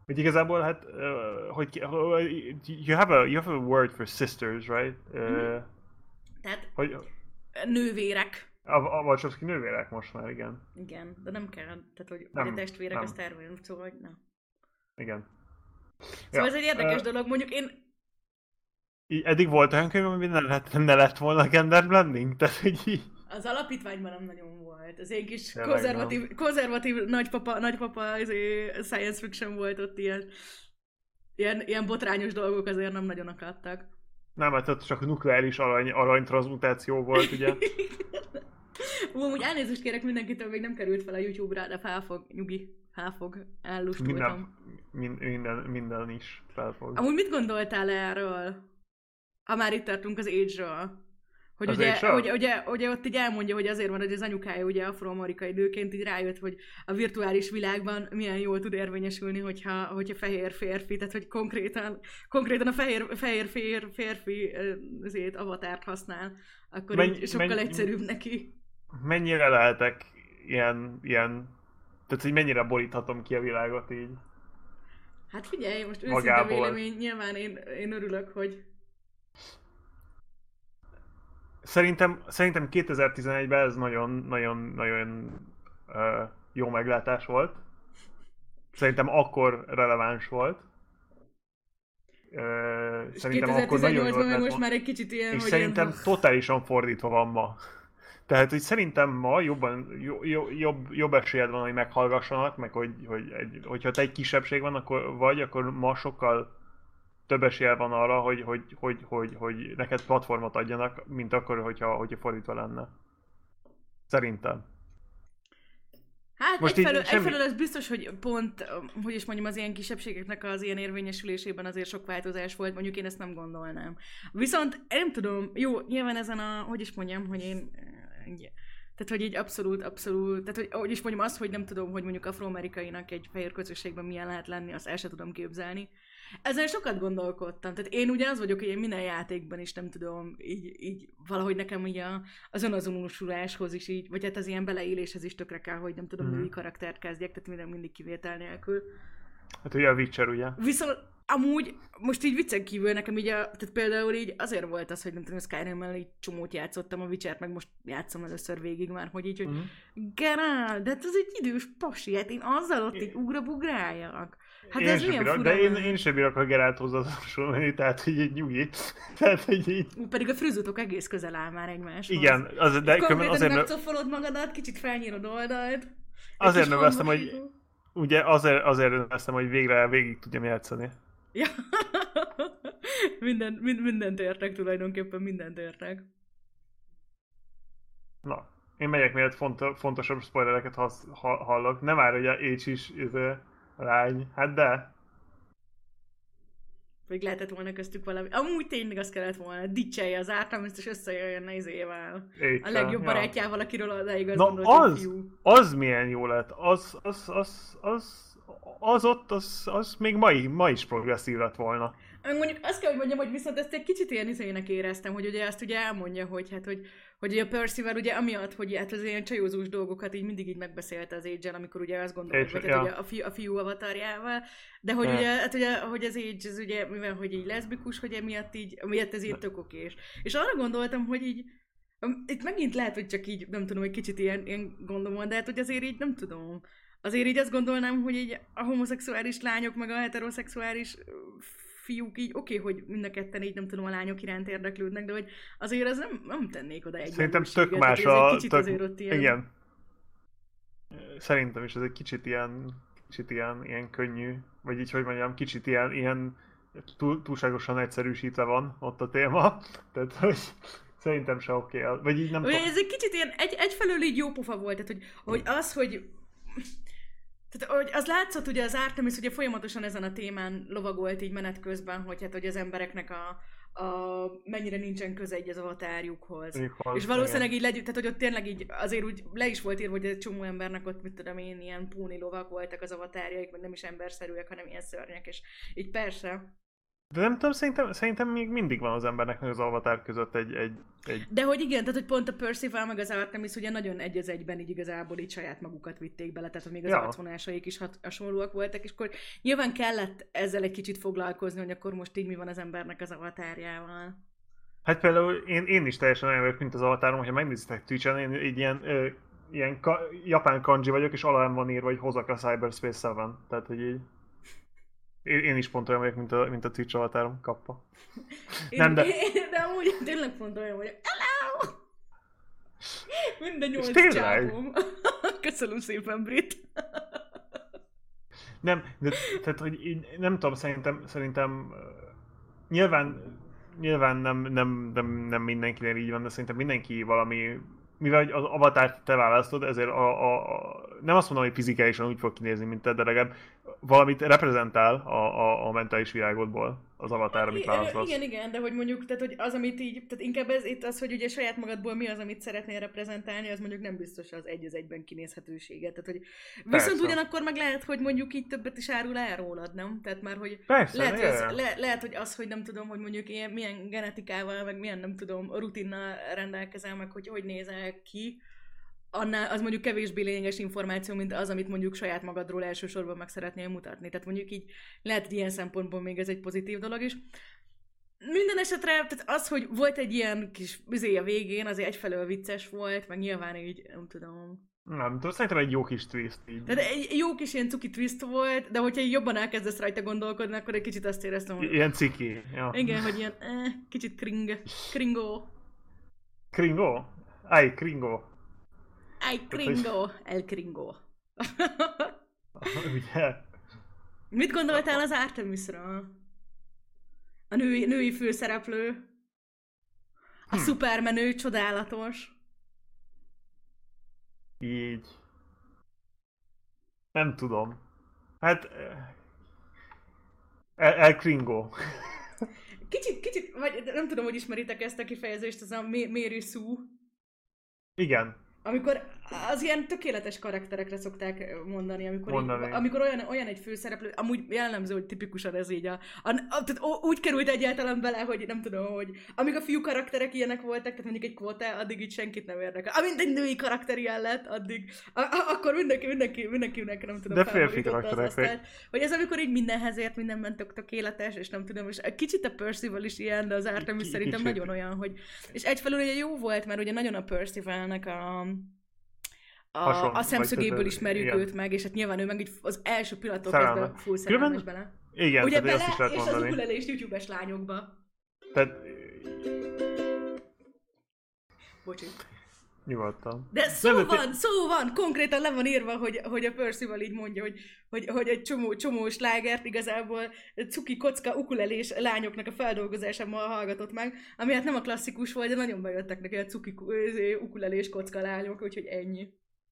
B: Hogy igazából, hát, uh, hogy you have a you have a word for sisters, right? Uh, mm-hmm.
A: Tehát
B: hogy,
A: nővérek.
B: A, a Wachowski nővérek most már, igen.
A: Igen, de nem kell, tehát hogy,
B: nem,
A: hogy a testvérek
B: nem.
A: a Star Wars, szóval hogy nem.
B: Igen.
A: Szóval ja, ez egy érdekes uh, dolog, mondjuk én...
B: Így, eddig volt olyan könyv, ami ne lett, ne lett volna gender blending? Tehát, hogy így...
A: Az alapítványban nem nagyon volt. Az én kis konzervatív, konzervatív nagypapa, nagypapa azért science fiction volt ott ilyen, ilyen, ilyen botrányos dolgok azért nem nagyon akadtak.
B: Nem, mert ott csak nukleáris arany, aranytranszmutáció volt, ugye?
A: Úgy elnézést kérek mindenkitől, még nem került fel a YouTube-ra, de felfog, nyugi, felfog, ellustultam.
B: Minden, minden, minden is felfog.
A: Amúgy mit gondoltál erről? Ha már itt tartunk az Age-ről. Hogy ugye, ugye, ugye, ugye ott így elmondja, hogy azért van, hogy az anyukája ugye afroamerikai nőként így rájött, hogy a virtuális világban milyen jól tud érvényesülni, hogyha, hogyha fehér férfi, tehát hogy konkrétan, konkrétan a fehér, fehér fér, férfi azért avatárt használ, akkor menny, így sokkal menny, egyszerűbb neki.
B: Mennyire lehetek ilyen, ilyen, tehát hogy mennyire boríthatom ki a világot így?
A: Hát figyelj, most őszinte vélemény, nyilván én, én örülök, hogy
B: Szerintem, szerintem kétezer-tizenegyben ez nagyon-nagyon-nagyon uh, jó meglátás volt. Szerintem akkor releváns volt. Uh, szerintem akkor nagyon jó
A: meg most már egy kicsit ilyen,
B: és szerintem ilyen... totálisan fordítva van ma. Tehát, hogy szerintem ma jobban, jobb, jobb, jobb esélyed van, hogy meghallgassanak, meg hogy, hogy egy, hogyha te egy kisebbség van, akkor vagy, akkor ma sokkal több esélye van arra, hogy, hogy, hogy, hogy, hogy neked platformot adjanak, mint akkor, hogyha, hogyha fordítva lenne. Szerintem.
A: Hát most egyfelől, semmi... egyfelől ez biztos, hogy pont, hogy is mondjam, az ilyen kisebbségeknek az ilyen érvényesülésében azért sok változás volt, mondjuk én ezt nem gondolnám. Viszont én nem tudom, jó, nyilván ezen a, hogy is mondjam, hogy én... Tehát, hogy így abszolút, abszolút, tehát, hogy, hogy is mondjam, azt, hogy nem tudom, hogy mondjuk afroamerikainak egy fehér közösségben milyen lehet lenni, azt el sem tudom képzelni. Ezzel sokat gondolkodtam. Tehát én ugye az vagyok, hogy én minden játékban is nem tudom, így, így valahogy nekem így a, az önazonosuláshoz is így, vagy hát az ilyen beleéléshez is tökre kell, hogy nem tudom, mm. női karaktert kezdjek, tehát minden mindig kivétel nélkül.
B: Hát ugye a Witcher, ugye?
A: Viszont amúgy, most így viccen kívül nekem így, a, tehát például így azért volt az, hogy nem tudom, Skyrim-mel így csomót játszottam, a Witchert meg most játszom először végig már, hogy így, hogy mm. Geralt, de hát az egy idős pasi, hát én azzal ott így ugrabugráljak. Hát
B: én
A: ez milyen
B: bírok,
A: fura.
B: De én, én sem bírok a Geralthoz hasonlani, tehát hogy így nyugi. Tehát, hogy így...
A: Pedig a frűzutok egész közel áll már egymáshoz.
B: Igen, az, de
A: konkrétan azért megcofolod magadat, kicsit felnyírod oldalt.
B: Azért növeztem, hogy ugye azért, azért növeztem, hogy végre végig tudjam játszani.
A: Ja. Minden, mind, mindent értek tulajdonképpen, mindent értek.
B: Na, én megyek, miért font, fontosabb spoilereket hasz, ha, hallok. Nem már ugye H is izé, lány, hát de.
A: Még lehetett volna köztük valami. Amúgy tényleg azt kellett volna, dicselje az Artemis, és összejöjjön izével. A legjobb ja. barátjával, akiről odáig azt gondolt,
B: hogy fiú. Az milyen jó lett. Az, az, az, az, az ott, az, az még mai, ma is progresszív lett volna.
A: Mondjuk azt kell, hogy mondjam, hogy viszont ezt egy kicsit ilyen izének éreztem, hogy ugye azt ugye elmondja, hogy hát, hogy, hogy ugye a Percyvel ugye amiatt, hogy hát az ilyen csajózós dolgokat így mindig így megbeszélte az Age-el, amikor ugye azt gondolja, hogy ja. hát, a, fiú, a fiú avatarjával, de hogy ja. ugye, hát ugye, hogy az Age, az ugye, mivel hogy így leszbikus, hogy emiatt így, emiatt ez így tök okés. És arra gondoltam, hogy így, itt megint lehet, hogy csak így, nem tudom, egy kicsit ilyen, ilyen gondom van, de hát hogy azért így nem tudom. Azért így azt gondolnám, hogy így a homoszexuális lányok, meg a heteroszexuális fiúk így, oké, okay, hogy mind a ketten így nem tudom, a lányok iránt érdeklődnek, de hogy azért az nem, nem tennék oda egy
B: Szerintem tök más a...
A: Kicsit tök, azért ott ilyen...
B: Igen. Szerintem is ez egy kicsit ilyen, kicsit ilyen, ilyen könnyű, vagy így, hogy mondjam, kicsit ilyen, ilyen túl, túlságosan egyszerűsítve van ott a téma. Tehát, hogy szerintem se oké. Okay. Vagy így nem
A: tudom. Ez egy kicsit ilyen, egy, egyfelől így jó pofa volt, tehát, hogy, hogy az, hogy tehát, hogy az látszott, ugye az Artemis ugye folyamatosan ezen a témán lovagolt így menet közben, hogy hát, hogy az embereknek a, a mennyire nincsen köze egy az avatárjukhoz. És valószínűleg így legyük, tehát hogy ott tényleg így azért úgy le is volt írva, hogy egy csomó embernek ott, mit tudom én, ilyen póni lovak voltak az avatárjaik, vagy nem is emberszerűek, hanem ilyen szörnyek, és így persze.
B: De nem tudom, szerintem, szerintem még mindig van az embernek meg az Avatar között egy, egy, egy...
A: De hogy igen, tehát hogy pont a Percival meg az Artemis ugye nagyon egy az egyben így igazából így saját magukat vitték bele, tehát hogy még az ja. arcvonásaik is hat- hasonlóak voltak, és akkor nyilván kellett ezzel egy kicsit foglalkozni, hogy akkor most így mi van az embernek az avatárjával.
B: Hát például én, én is teljesen olyan vagyok, mint az Avatárom, hogyha megnézitek Twitch-en, én egy ilyen, ö, ilyen ka- japán kanji vagyok, és alá van írva, hogy Hosaka Cyberspace hetet. Tehát, hogy így... Én, én is pont olyan vagyok, mint a, mint a Twitch Avatárom, kappa.
A: Én, Nem, de... Én, de amúgy tényleg pont olyan vagyok. Hello! Minden nyolc csápom. Köszönöm szépen, Brit.
B: Nem, de tehát, hogy így, nem tudom, szerintem, szerintem nyilván, nyilván nem, nem, nem, nem mindenkinél így van, de szerintem mindenki valami, mivel az avatárt te választod, ezért a, a, a, nem azt mondom, hogy fizikálisan úgy fog kinézni, mint te, de legalább valamit reprezentál a, a, a mentális világodból az avatár, amit választasz.
A: Igen, igen, de hogy mondjuk, tehát hogy az, amit így, tehát inkább ez itt az, hogy ugye saját magadból mi az, amit szeretnél reprezentálni, az mondjuk nem biztos az egy az egyben kinézhetőséget. Tehát, hogy viszont Persze. ugyanakkor meg lehet, hogy mondjuk így többet is árul el rólad, nem? Tehát már, hogy
B: Persze,
A: lehet, hogy az, le, lehet, hogy az, hogy nem tudom, hogy mondjuk ilyen, milyen genetikával, meg milyen nem tudom, rutinnal rendelkezel, meg hogy hogy nézel ki, annál az mondjuk kevésbé lényeges információ, mint az, amit mondjuk saját magadról elsősorban meg szeretnél mutatni. Tehát mondjuk így lehet, hogy ilyen szempontból még ez egy pozitív dolog is. Minden esetre tehát az, hogy volt egy ilyen kis bizé a végén, azért egyfelől vicces volt, meg nyilván így, nem tudom.
B: Nem tudom, szerintem egy jó kis twist így.
A: Tehát egy jó kis ilyen cuki twist volt, de hogyha jobban elkezdesz rajta gondolkodni, akkor egy kicsit azt éreztem, hogy...
B: Ilyen ciki, ja.
A: Igen, hogy ilyen, eh, kicsit kring, kringó.
B: Kringó? Aj, kringó.
A: Ay, kringo, el kringo.
B: Ugye?
A: Mit gondoltál az Artemisről? A női, női főszereplő. A hm. szupermenő, csodálatos.
B: Így. Nem tudom. Hát... El, el kringo.
A: Kicsit, kicsit, vagy nem tudom, hogy ismeritek ezt a kifejezést, az a Mary Sue.
B: Igen.
A: Amikor az ilyen tökéletes karakterekre szokták mondani, amikor,
B: mondani.
A: Így, amikor olyan, olyan egy főszereplő, amúgy jellemző, hogy tipikusan ez így a, a, a tehát úgy került egyáltalán bele, hogy nem tudom, hogy amíg a fiú karakterek ilyenek voltak, tehát mondjuk egy kvóta, addig így senkit nem érdekel. Amint egy női karakter ilyen lett, addig, a, a, akkor mindenki, mindenki, mindenkinek nem tudom,
B: de férfi karakterek.
A: Hogy ez amikor így mindenhez ért, mindenben tök tökéletes, és nem tudom, és kicsit a Percival is ilyen, de az Artemis K- szerintem kicsit. Nagyon olyan, hogy... És egyfelől ugye jó volt, mert ugye nagyon a Percivalnek a A, Hason, a szemszögéből ismerjük igen. őt meg, és hát nyilván ő meg így az első pillanattól kezdve full szerelmes bele.
B: Igen,
A: ugye
B: bele,
A: is és
B: mondani.
A: Az ukulelés YouTube-es lányokba.
B: Tehát...
A: Bocsi.
B: Nyugodtan.
A: De szó Nem, van, szó van! Konkrétan le van írva, hogy, hogy a Percival így mondja, hogy, hogy, hogy egy csomó, csomó slágert igazából cuki kocka ukulelés lányoknak a feldolgozásában hallgatott meg, ami hát nem a klasszikus volt, de nagyon bejöttek neki a cuki ukulelés kocka lányok, úgyhogy ennyi.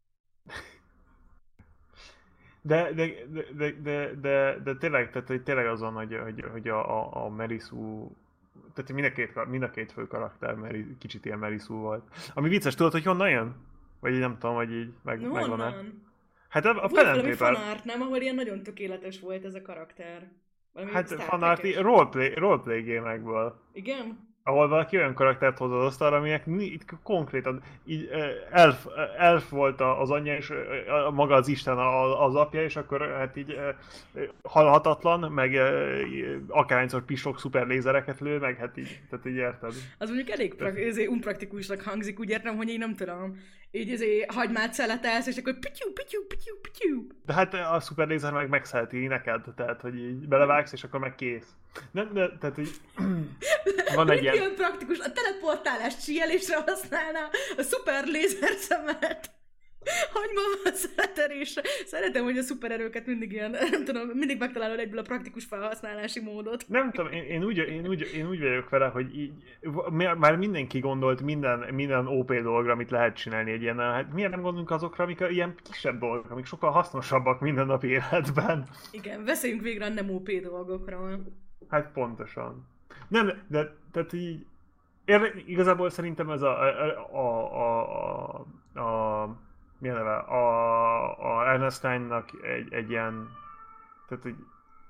B: De, de, de, de, de, de, de tényleg, tehát, hogy tényleg azon, hogy, hogy, hogy a, a, a Mary Sue, tehát mind a két, mind a két fő karakter Mary, kicsit ilyen Mary Sue volt. Ami vicces, tudod, hogy honnan jön? Vagy így nem tudom, hogy így meg,
A: no,
B: megvan-e.
A: Honnan?
B: Hát a, a
A: volt valami
B: Paper...
A: fanart, nem? Ahol ilyen nagyon tökéletes volt ez a karakter. Valami
B: hát fanart roleplay, roleplay gémekből.
A: Igen?
B: Ahol valaki olyan karaktert hoz az asztalra, aminek itt konkrétan így elf, elf volt az anyja, és maga az Isten az apja, és akkor hát így halhatatlan, meg akárhányszor pislog szuper lézereket lő, meg hát így, tehát így érted.
A: Az mondjuk elég pra- unpraktikusnak hangzik, úgy értem, hogy én nem tudom, így azért hagymát szeletelsz, és akkor pityú, pityú, pityú, pityú.
B: De hát a szuper lézer meg megszeleti neked, tehát hogy így belevágsz, és akkor meg kész. Nem, de, tehát így van egy ilyen...
A: Milyen praktikus, a teleportálás síelésre használná a szuper lézer szemet. Hagyma szeletelésre. Szeretem, hogy a szupererőket mindig ilyen, nem tudom, mindig megtalálod egyből a praktikus felhasználási módot.
B: Nem tudom, én, én, úgy, én, úgy, én úgy vagyok vele, hogy így, már mindenki gondolt minden, minden ó pé dologra, amit lehet csinálni egy ilyen, hát miért nem gondolunk azokra, amik ilyen kisebb dolgok, amik sokkal hasznosabbak mindennapi életben.
A: Igen, beszéljünk végre a nem ó pé dolgokról.
B: Hát pontosan. Nem, de tehát így, ér, igazából szerintem ez a, a, a, a, a, a milyen neve, a, a Ernest Cline-nak egy, egy ilyen, tehát így,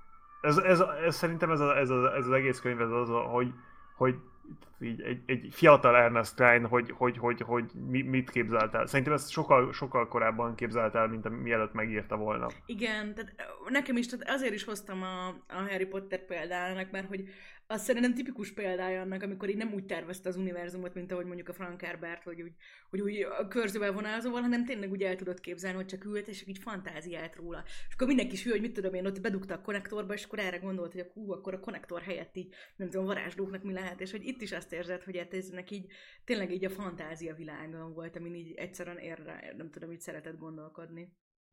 B: ez, ez, ez, szerintem ez, a, ez, a, ez az egész könyv, ez az, hogy, hogy így egy, egy fiatal Ernest Cline, hogy, hogy, hogy, hogy mit képzelt el. Szerintem ezt sokkal, sokkal korábban képzelt el, mint mielőtt megírta volna.
A: Igen, tehát nekem is, tehát azért is hoztam a, a Harry Potter példának, mert hogy az szerintem tipikus példája annak, amikor így nem úgy tervezte az univerzumot, mint ahogy mondjuk a Frank Herbert, hogy úgy, hogy úgy a körzővel vonalazóval, hanem tényleg úgy el tudod képzelni, hogy csak ült, és így fantáziált róla. És akkor mindenki is hű, hogy mit tudom én, ott bedugta a konnektorba, és akkor erre gondolt, hogy hú, akkor a konnektor helyett így, nem tudom, varázslóknak mi lehet, és hogy itt is azt érzed, hogy hát eznek így tényleg így a fantázia világon volt, amin így egyszerűen érre, nem tudom, így szeretett gondolkodni.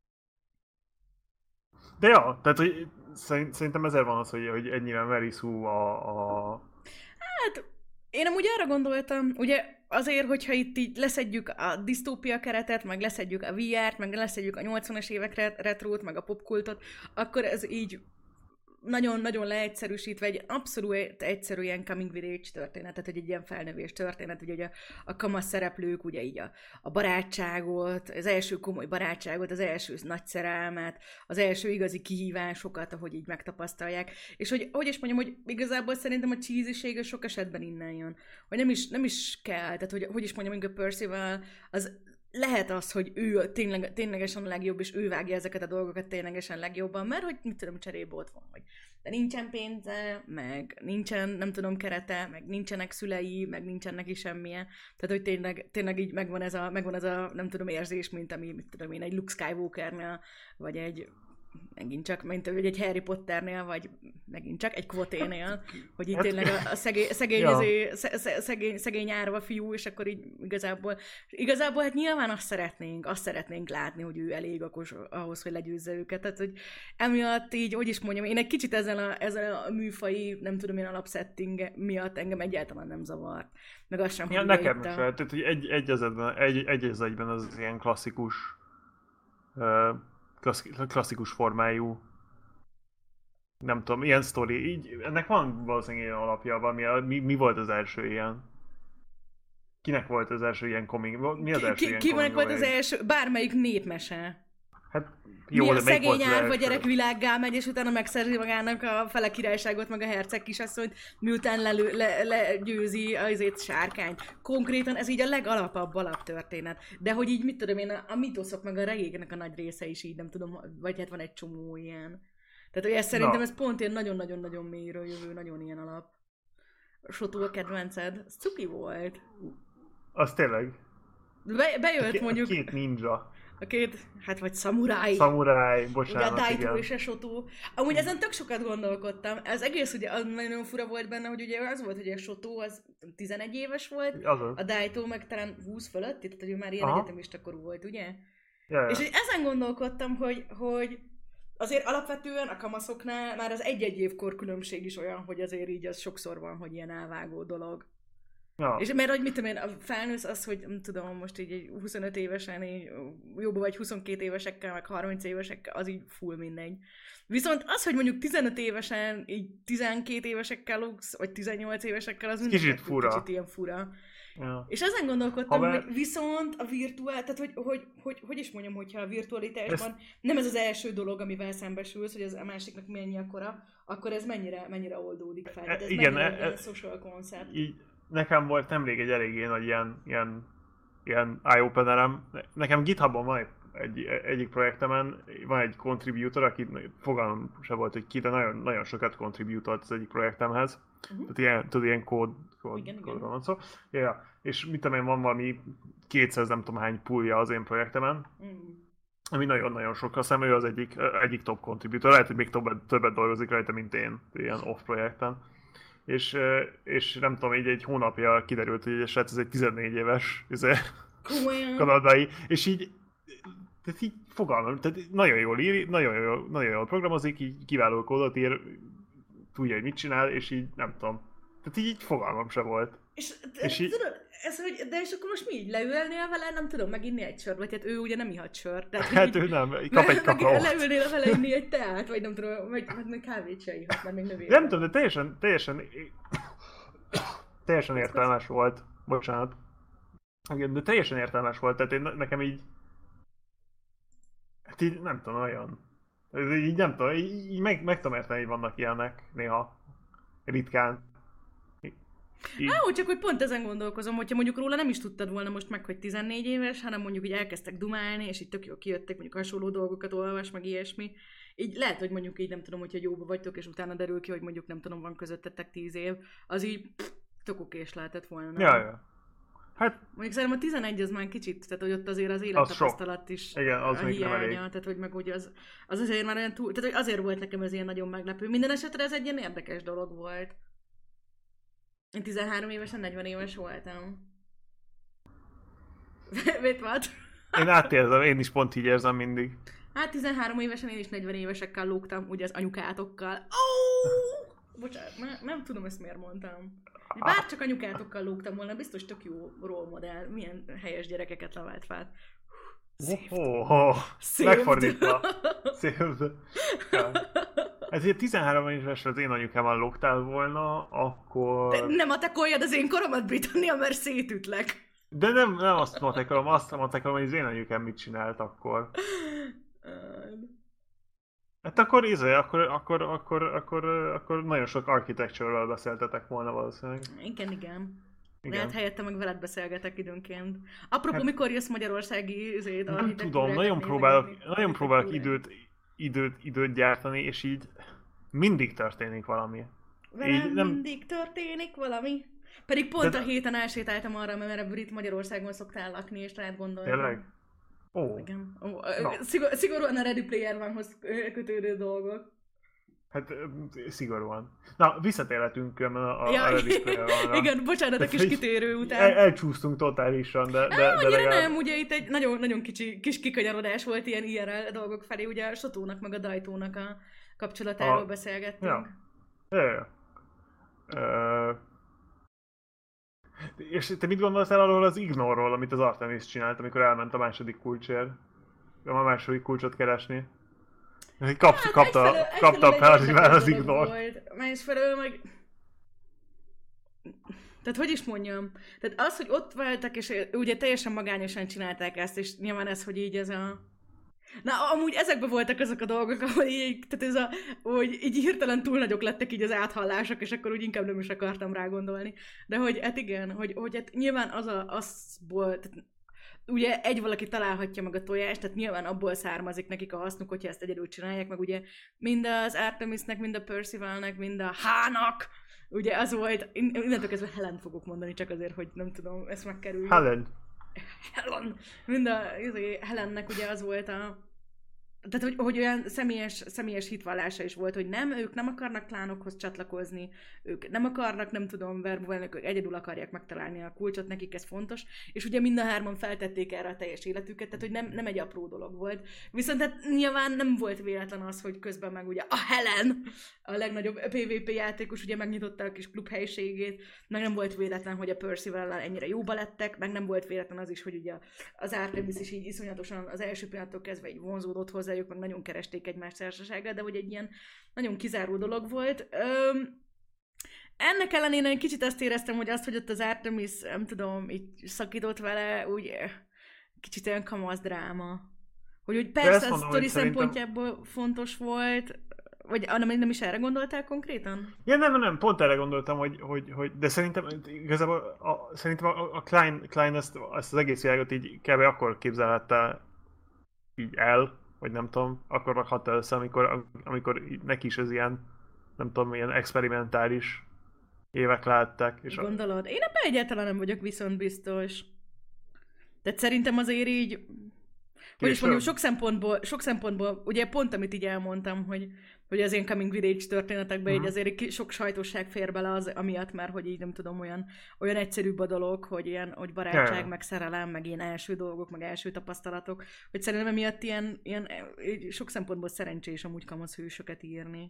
B: De ja, tehát hogy szerintem ezért van az, hogy, hogy ennyire Merisu a, a...
A: Hát, én amúgy arra gondoltam, ugye azért, hogyha itt így leszedjük a disztópia keretet, meg leszedjük a vé er-t, meg leszedjük a nyolcvanas évek retrót, meg a popkultot, akkor ez így nagyon-nagyon leegyszerűsítve egy abszolút egyszerű ilyen coming of age történet, tehát egy ilyen felnövés történet, ugye a, a kamasz szereplők, ugye így a, a barátságot, az első komoly barátságot, az első nagy szerelmet, az első igazi kihívásokat, ahogy így megtapasztalják, és hogy, hogy is mondjam, hogy igazából szerintem a cheesy-ség sok esetben innen jön, hogy nem is, nem is kell, tehát hogy, hogy is mondjam, hogy a Percival az lehet az, hogy ő tényleg, ténylegesen a legjobb, és ő vágja ezeket a dolgokat ténylegesen legjobban, mert hogy mit tudom, cserébe ott van, hogy de nincsen pénze, meg nincsen, nem tudom, kerete, meg nincsenek szülei, meg nincsen neki semmije. Tehát, hogy tényleg, tényleg így megvan ez, a, megvan ez a, nem tudom, érzés, mint ami, mit tudom én, egy Luke Skywalkernél, vagy egy megint csak, mint egy Harry Potternél, vagy megint csak egy Quoténél, hogy itt tényleg a, a szegény, szegény, ja. azért, szegény, szegény árva fiú, és akkor így igazából, igazából hát nyilván azt szeretnénk, azt szeretnénk látni, hogy ő elég okos ahhoz, hogy legyőzze őket. Tehát, hogy emiatt így, hogy is mondjam, én egy kicsit ezzel a, ezzel a műfai, nem tudom én, alapsetting miatt engem egyáltalán nem zavart. Meg azt sem,
B: ja, nekem is, a... tehát hogy egy, egy, az egyben, egy, egy az egyben az ilyen klasszikus uh, klasszikus formájú, nem tudom, ilyen sztori, így, ennek van valószínűleg ilyen alapja, valami, mi, mi volt az első ilyen? Kinek volt az első ilyen coming? Mi az első
A: ki,
B: ilyen
A: ki
B: coming?
A: Kinek volt az első, bármelyik népmese.
B: Hát jó,
A: mi
B: de
A: a szegény árva
B: gyerek
A: világgá megy, és utána megszerzi magának a fele királyságot, meg a herceg kisasszonyt, miután lelő, le, legyőzi azért sárkányt. Konkrétan ez így a legalapabb alaptörténet. De hogy így mit tudom én, a, a mitoszok meg a regényeknek a nagy része is így, nem tudom, vagy hát van egy csomó ilyen. Tehát hogy ez szerintem ez pont ilyen nagyon-nagyon-nagyon mélyről jövő, nagyon ilyen alap. Sotó a kedvenced, ez cuki volt.
B: Az tényleg.
A: Be, bejött
B: a
A: mondjuk...
B: A két ninja.
A: A két, hát vagy szamuráj.
B: Szamuráj, bocsánat,
A: ugye a Daito és a Sotó. Amúgy ezen tök sokat gondolkodtam. Ez egész ugye az nagyon fura volt benne, hogy ugye az volt, hogy a Sotó az tizenegy éves volt,
B: azaz.
A: A Daito meg talán húsz fölött, tehát hogy ő már ilyen egyetemista korú volt, ugye?
B: Ja, ja.
A: És hogy ezen gondolkodtam, hogy, hogy azért alapvetően a kamaszoknál már az egy-egy évkor különbség is olyan, hogy azért így az sokszor van, hogy ilyen elvágó dolog. Ja. És mert hogy mit tudom én, a felnősz az, hogy nem tudom, most így egy huszonöt évesen, így jóba vagy huszonkét évesekkel, meg harminc évesekkel, az így full mindegy. Viszont az, hogy mondjuk tizenöt évesen, így tizenkét évesekkel luksz, vagy tizennyolc évesekkel, az mindig
B: kicsit fura.
A: Kicsit ilyen fura.
B: Ja.
A: És ezen gondolkodtam,
B: be...
A: hogy viszont a virtuál, tehát hogy, hogy, hogy, hogy is mondjam, hogyha a virtualitásban ez... nem ez az első dolog, amivel szembesülsz, hogy az a másiknak mennyi a kora, akkor ez mennyire, mennyire oldódik fel. Ez
B: igen,
A: mennyire
B: e,
A: egy social concept.
B: Így, nekem volt nemrég egy eléggé nagy ilyen, ilyen, ilyen eye-openerem. Nekem GitHubon van egy, egy, egyik projektemen, van egy contributor, aki fogalmam se volt, hogy ki, de nagyon, nagyon sokat contributolt az egyik projektemhez. Uh-huh. Tehát ilyen, tudod, ilyen kód, kód, igen, kódról van szó. Ja, és mit tudom én, van valami kétszáz nem tudom hány pullja az én projektemen. Uh-huh. Ami nagyon-nagyon sok, azt hiszem ő az egyik, egyik top contributor, lehet, hogy még többet, többet dolgozik rajta, mint én, ilyen off projekten. És, és nem tudom, így egy hónapja kiderült, hogy egy srác, ez egy tizennégy éves kanadai, és így, tehát így fogalmam, tehát nagyon jól ír, nagyon jól, nagyon jól programozik, így kiváló kódot ír, tudja, hogy mit csinál, és így nem tudom. Tehát így, így fogalmam se volt.
A: És, és így... tudod, ez, hogy, de és akkor most mi így leülnél vele, nem tudom, meginni egy sört, vagy hát ő ugye nem ihat sört. Tehát,
B: hát
A: így,
B: ő nem, kap egy kakaót.
A: Leülnél vele inni egy teát, vagy nem tudom, vagy hát még kávét se ihat, mert még növény.
B: Nem tudom, de teljesen, teljesen, teljesen értelmes volt, bocsánat. De teljesen értelmes volt, tehát én, nekem így, hát így nem tudom, olyan, Így nem tudom, így, így meg, meg tudom érteni, hogy vannak ilyenek néha. Ritkán.
A: Így. Á, csak hogy pont ezen gondolkozom, hogyha mondjuk róla nem is tudtad volna most meg, hogy tizennégy éves, hanem mondjuk így elkezdtek dumálni, és így tök jól kijöttek, mondjuk hasonló dolgokat olvas, meg ilyesmi. Így lehet, hogy mondjuk így nem tudom, hogyha jóba vagytok, és utána derül ki, hogy mondjuk nem tudom, van közöttetek tíz év, az így pff, tök okés lehetett volna. Nem?
B: Ja, ja. Hát...
A: Mondjuk szerintem a tizenegy az már kicsit, tehát hogy ott azért az élettapasztalat is
B: igen, az
A: a hiánya, tehát hogy meg hogy az, az azért már olyan túl, tehát hogy azért volt nekem ez ilyen nagyon meglepő. Minden esetre ez egy ilyen érdekes dolog volt. Én tizenhárom évesen negyven éves voltam. Mit van?
B: Én átérzem, én is pont így érzem mindig.
A: Hát tizenhárom évesen én is negyven évesekkel lógtam, ugye az anyukátokkal. Oh! Bocsánat, nem, nem tudom ezt miért mondtam. Bár csak anyukátokkal lógtam volna, biztos tök jó role modell. Milyen helyes gyerekeket levelt fel.
B: Oh, oh, megfordítva. Saved. Ja. Ezért tizenhárom évesre az én anyukámmal lógtál volna, akkor...
A: De nem matekoljad az én koromat, Britannia, mert szétütlek.
B: De nem, nem azt matekolom, azt matekolom, hogy az én anyukám mit csinált akkor. Hát akkor izé, akkor, akkor, akkor, akkor, akkor nagyon sok architecture-ről beszéltetek volna valószínűleg.
A: Igen, igen. Igen. Lehet helyette meg veled beszélgetek időnként. Apropó, hát, mikor jössz magyarországi izéd,
B: nem tudom, nagyon próbálok, nagyon próbálok időt, időt, időt gyártani, és így mindig történik valami.
A: Velem nem... mindig történik valami. Pedig pont de... a héten elsétáltam arra, mert Brit Magyarországon szoktál lakni, és lehet gondolni.
B: Tényleg? Ó.
A: Oh. Igen. Oh. Szigor- szigorúan a Ready Player One-hoz kötődő dolgok.
B: Hát szigorúan. Na, visszatérhetünk a, a,
A: ja,
B: a Ready Player One-ra.
A: Igen, bocsánat a kis kitérő után.
B: El, elcsúsztunk totálisan, de, de,
A: Á,
B: de legalább...
A: nem, ugye itt egy nagyon, nagyon kicsi kis kikanyarodás volt ilyen i er el dolgok felé, ugye a Sotónak meg a Dajtónak a kapcsolatáról a... beszélgettünk.
B: Ja. Ja, ja. Uh... És te mit gondolsz el arról az Ignore-ról, amit az Artemis csinált, amikor elment a második kulcsért? A második kulcsot keresni. Kap, hát kapta, egyfelől, kapta egyfelől fel az Ignore-t.
A: Másfelől meg... Tehát hogy is mondjam? Tehát az, hogy ott voltak, és ugye teljesen magányosan csinálták ezt, és nyilván ez, hogy így ez a... Na, amúgy ezekben voltak azok a dolgok, ahol így, tehát ez a, hogy így hirtelen túl nagyok lettek így az áthallások, és akkor úgy inkább nem is akartam rá gondolni. De hogy hát igen, hogy, hogy hát nyilván az a, azból, tehát ugye egy valaki találhatja meg a tojást, tehát nyilván abból származik nekik a hasznuk, hogyha ezt egyedül csinálják, meg ugye mind az Artemisnek, mind a Percivalnek, mind a Hának, ugye az volt, innentől kezdve Helen fogok mondani, csak azért, hogy nem tudom, ezt megkerüljük.
B: Helen.
A: Helen. Mind a Helennek ugye az volt a... Tehát, hogy, hogy olyan személyes, személyes hitvallása is volt, hogy nem, ők nem akarnak klánokhoz csatlakozni, ők nem akarnak, nem tudom, verbulálni, ők egyedül akarják megtalálni a kulcsot, nekik ez fontos, és ugye mind a hárman feltették erre a teljes életüket, tehát, hogy nem, nem egy apró dolog volt. Viszont hát nyilván nem volt véletlen az, hogy közben meg ugye a Helen, a legnagyobb pé vé pé játékos, ugye megnyitotta a kis klub helyiségét, meg nem volt véletlen, hogy a Percival-lal ennyire jóba lettek, meg nem volt véletlen az is, hogy ugye az Artemis is így iszonyatosan az első pillanattól kezdve így vonzódott hozzá, ők meg nagyon keresték egymás társaságát, de hogy egy ilyen nagyon kizáró dolog volt. Öm, ennek ellenére egy kicsit azt éreztem, hogy azt, hogy ott az Artemis, nem tudom, így szakított vele, úgy kicsit olyan kamasz dráma. Hogy úgy persze a sztori szempontjából szerintem... fontos volt, vagy nem, nem is erre gondoltál konkrétan?
B: Ja, nem, nem, pont erre gondoltam, hogy, hogy, hogy de szerintem igazából a, szerintem a, a Klein, Klein ezt, ezt az egész világot így kb. Akkor képzelhette így el, vagy nem tudom, akkor rakhatta össze, amikor, amikor neki is ez ilyen, nem tudom, ilyen experimentális évek lehettek. És
A: gondolod? Én ebben egyáltalán nem vagyok viszont biztos. De szerintem azért így, hogy is mondjam, sok szempontból, sok szempontból, ugye pont amit így elmondtam, hogy, hogy az ilyen coming of age történetekben uh-huh. így azért sok sajtosság fér bele az, amiatt, mert hogy így nem tudom, olyan, olyan egyszerűbb a dolog, hogy ilyen, hogy barátság, yeah. meg szerelem, meg ilyen első dolgok, meg első tapasztalatok, hogy szerintem emiatt ilyen, ilyen sok szempontból szerencsés amúgy kamasz hősöket írni.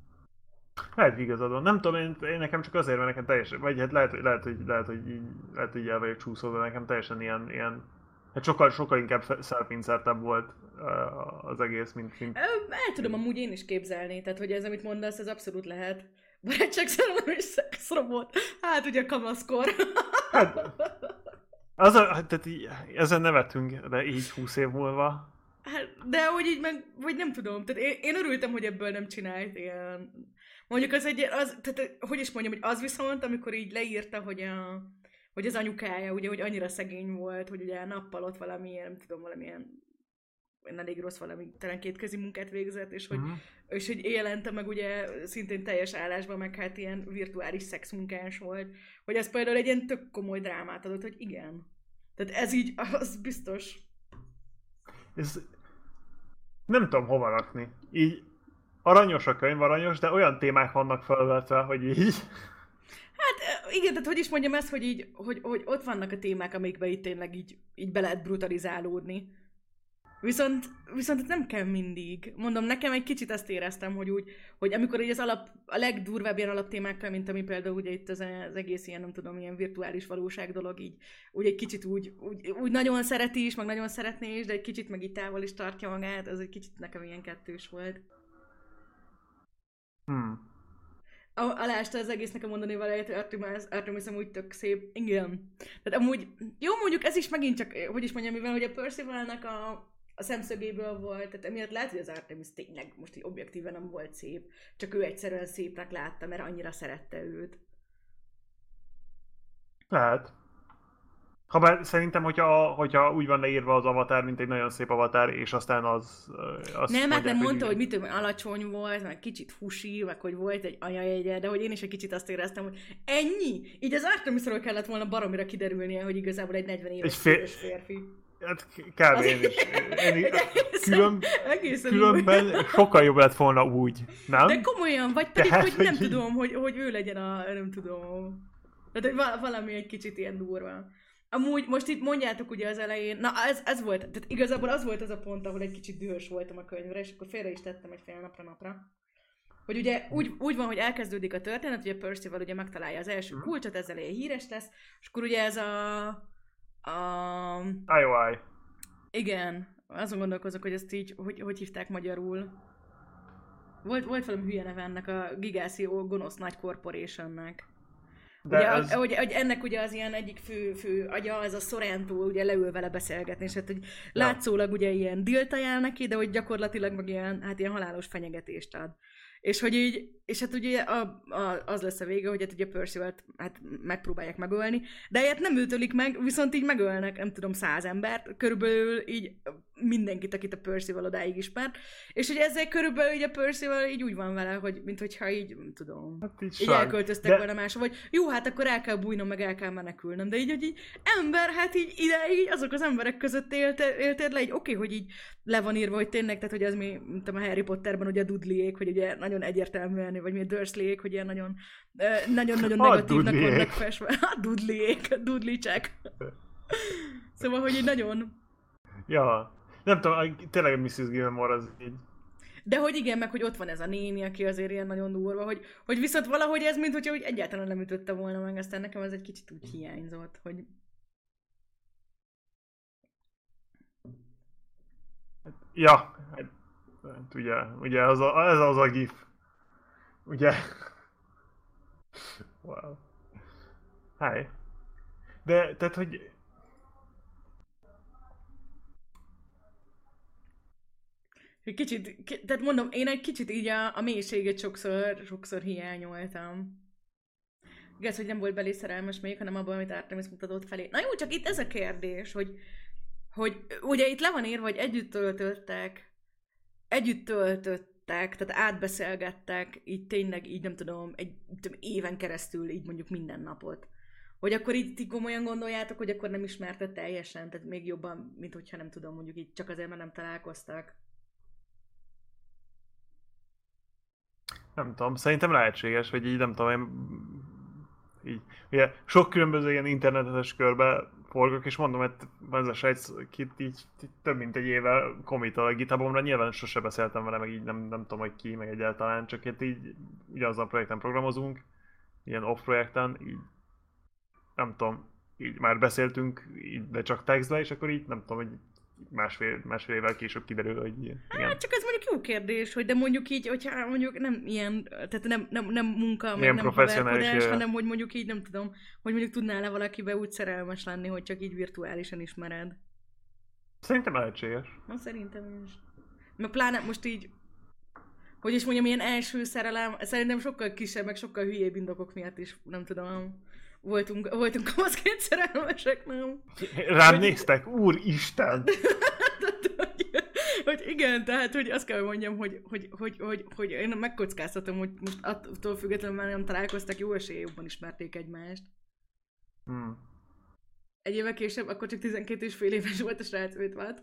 B: Lehet igazad van. Nem tudom, én, én nekem csak azért, mert nekem teljesen, vagy hát lehet, lehet, hogy, lehet, hogy így, lehet, hogy el vagyok csúszódva, nekem teljesen ilyen, ilyen hát sokkal, sokkal inkább szerpincertebb volt uh, az egész, mint... mint...
A: El tudom amúgy én is képzelni, tehát hogy ez, amit mondasz, ez abszolút lehet. Barátság, szerelem és szexrobot. Hát ugye kamaszkor.
B: Hát, az a, tehát így, ezen nevetünk, de így húsz év múlva.
A: Hát de hogy így meg, vagy nem tudom, tehát én, én örültem, hogy ebből nem csinált ilyen. Mondjuk az egy, az, tehát hogy is mondjam, hogy az viszont, amikor így leírta, hogy, a, hogy az anyukája, ugye, hogy annyira szegény volt, hogy ugye nappal ott valamilyen, nem tudom, valamilyen elég rossz valami, talán kétkezi munkát végzett, és hogy, uh-huh. és hogy élente meg ugye szintén teljes állásban, meg hát ilyen virtuális szexmunkás volt, hogy ez például egy ilyen tök komoly drámát adott, hogy igen. Tehát ez így, az biztos.
B: Ez nem tudom hova rakni. Így aranyos a könyv, aranyos, de olyan témák vannak felvetve, hogy így...
A: Hát igen, tehát hogy is mondjam ezt, hogy így, hogy, hogy ott vannak a témák, amikben itt tényleg így, így be lehet brutalizálódni. Viszont, viszont nem kell mindig. Mondom, nekem egy kicsit azt éreztem, hogy úgy, hogy amikor így az alap, a legdurvább ilyen alaptémákkal, mint ami például ugye itt az, az egész ilyen, nem tudom, ilyen virtuális valóság dolog, így úgy egy kicsit úgy, úgy, úgy nagyon szereti is, meg nagyon szeretné is, de egy kicsit meg így távol is tartja magát, az egy kicsit nekem ilyen kettős volt.
B: Hmm.
A: Alásta az egésznek a mondani valamit, hogy Artemis, Artemis amúgy tök szép. Igen. Tehát amúgy, jó mondjuk ez is megint csak, hogy is mondjam, mivel hogy a Percivalnak a, a szemszögéből volt, tehát emiatt lehet, hogy az Artemis tényleg most így objektíven nem volt szép, csak ő egyszerűen szépnek látta, mert annyira szerette őt.
B: Lehet. Habár szerintem, hogyha, hogyha úgy van leírva az Avatar, mint egy nagyon szép Avatar, és aztán az...
A: az nem, hát nem mondta, hogy mit tudom, alacsony volt, meg kicsit fusi, meg hogy volt egy anyajegye, de hogy én is egy kicsit azt éreztem, hogy ennyi! Így az Artemisról kellett volna baromira kiderülnie, hogy igazából egy negyven éves fér... férfi.
B: Hát kb. Én is. Én is. Külön, különben sokkal jobb lett volna úgy, nem?
A: De komolyan, vagy pedig, Tehát, hogy nem hogy tudom, hogy, hogy ő legyen a... nem tudom... Tehát valami egy kicsit ilyen durva. Amúgy most itt mondjátok ugye az elején, na ez, ez volt, tehát igazából az volt az a pont, ahol egy kicsit dühös voltam a könyvre, és akkor félre is tettem egy fél napra napra. Hogy ugye úgy, úgy van, hogy elkezdődik a történet, ugye Percival ugye megtalálja az első kulcsot, ezzel ilyen híres lesz, és akkor ugye ez a... a...
B: I O I.
A: Igen, azon gondolkozok, hogy ezt így, hogy, hogy hívták magyarul. Volt, volt valami hülye neve ennek a Gigászió gonosz nagy corporationnek. Ugye, ez... hogy, hogy ennek ugye az ilyen egyik fő, fő agya, ez a Sorrento, ugye leül vele beszélgetni, és hát hogy ja. látszólag ugye ilyen dílt ajánl neki, de hogy gyakorlatilag meg ilyen, hát ilyen halálos fenyegetést ad. És hogy így, és hát ugye a, a, az lesz a vége, hogy hát ugye Percivalt hát megpróbálják megölni, de ilyet nem őtölik meg, viszont így megölnek, nem tudom, száz embert, körülbelül így mindenkit, akit a Percival odáig ismert, és hogy ezzel körülbelül így a Percival így úgy van vele, hogy minthogyha így, nem tudom, hát így, így elköltöztek de... volna másra, vagy jó, hát akkor el kell bújnom, meg el kell menekülnöm, de így, hogy így ember, hát így ideig azok az emberek között éltél, éltél le, így oké, okay, hogy így le van írva, hogy tényleg, tehát hogy az mi, mint a Harry Potterben, ugye a Dudleyék, hogy ugye nagyon egyértelműen, vagy mi a Dursleyék, hogy ilyen nagyon, nagyon-nagyon negatívnak vannak festve. A Dudleyék, a Dudley-csek. Szóval, hogy így nagyon...
B: Ja, nem tudom, tényleg a missziz Gilmore az így...
A: De hogy igen, meg hogy ott van ez a néni, aki azért ilyen nagyon durva, hogy, hogy viszont valahogy ez, mint hogyha úgy egyáltalán nem ütötte volna meg, aztán nekem ez egy kicsit úgy hiányzott, hogy...
B: Ja, hát, ugye, ugye az a, ez az a gif. Ugye? Wow. Hi. De, tehát, hogy...
A: Kicsit, k- tehát mondom, én egy kicsit így a, a mélységet sokszor, sokszor hiányoltam. Igaz, hogy nem volt belé szerelmes még, hanem abban, amit Artemis mutatott felé. Na jó, csak itt ez a kérdés, hogy, hogy ugye itt le van írva, hogy együtt töltöttek, együtt töltöttek, tehát átbeszélgettek, így tényleg, így nem tudom, egy tudom, éven keresztül így mondjuk minden napot. Hogy akkor így ti komolyan gondoljátok, hogy akkor nem ismerte teljesen, tehát még jobban, mint hogyha nem tudom, mondjuk így csak azért, mert nem találkoztak.
B: Nem tudom, szerintem lehetséges, hogy így nem tudom, én így, ugye sok különböző ilyen internetes körbe forgok, és mondom, hogy van ez a srác, akit így több mint egy éve committal a GitHubomra, nyilván sose beszéltem vele, meg így nem, nem tudom, hogy ki, meg egyáltalán, csak itt így ugyanazon a projekten programozunk, ilyen off projekten, így nem tudom, így már beszéltünk, így, de csak textbe, és akkor így nem tudom, hogy másfél, másfél évvel később kiderül, hogy igen.
A: Hát csak ez mondjuk jó kérdés, hogy de mondjuk így, hogyha mondjuk nem ilyen, tehát nem, nem, nem munka, meg nem haverkodás, hanem hogy mondjuk így nem tudom, hogy mondjuk tudnál-e valakibe úgy szerelmes lenni, hogy csak így virtuálisan ismered.
B: Szerintem lehetséges.
A: Na, szerintem is. Meg pláne most így, hogy is mondjam, ilyen első szerelem, szerintem sokkal kisebb, meg sokkal hülyébb indokok miatt is, nem tudom, voltunk, voltunk kamaszként szerelmesek, nem?
B: Rám hogy... néztek, úristen!
A: hogy, hogy igen, tehát, hogy azt kell, hogy mondjam, hogy, hogy, hogy, hogy, hogy én megkockáztatom, hogy most attól függetlenül már nem találkoztak, jó esélye jobban ismerték egymást.
B: Hmm.
A: Egy évvel később, akkor csak tizenkét és fél éves volt a srác, őt vált.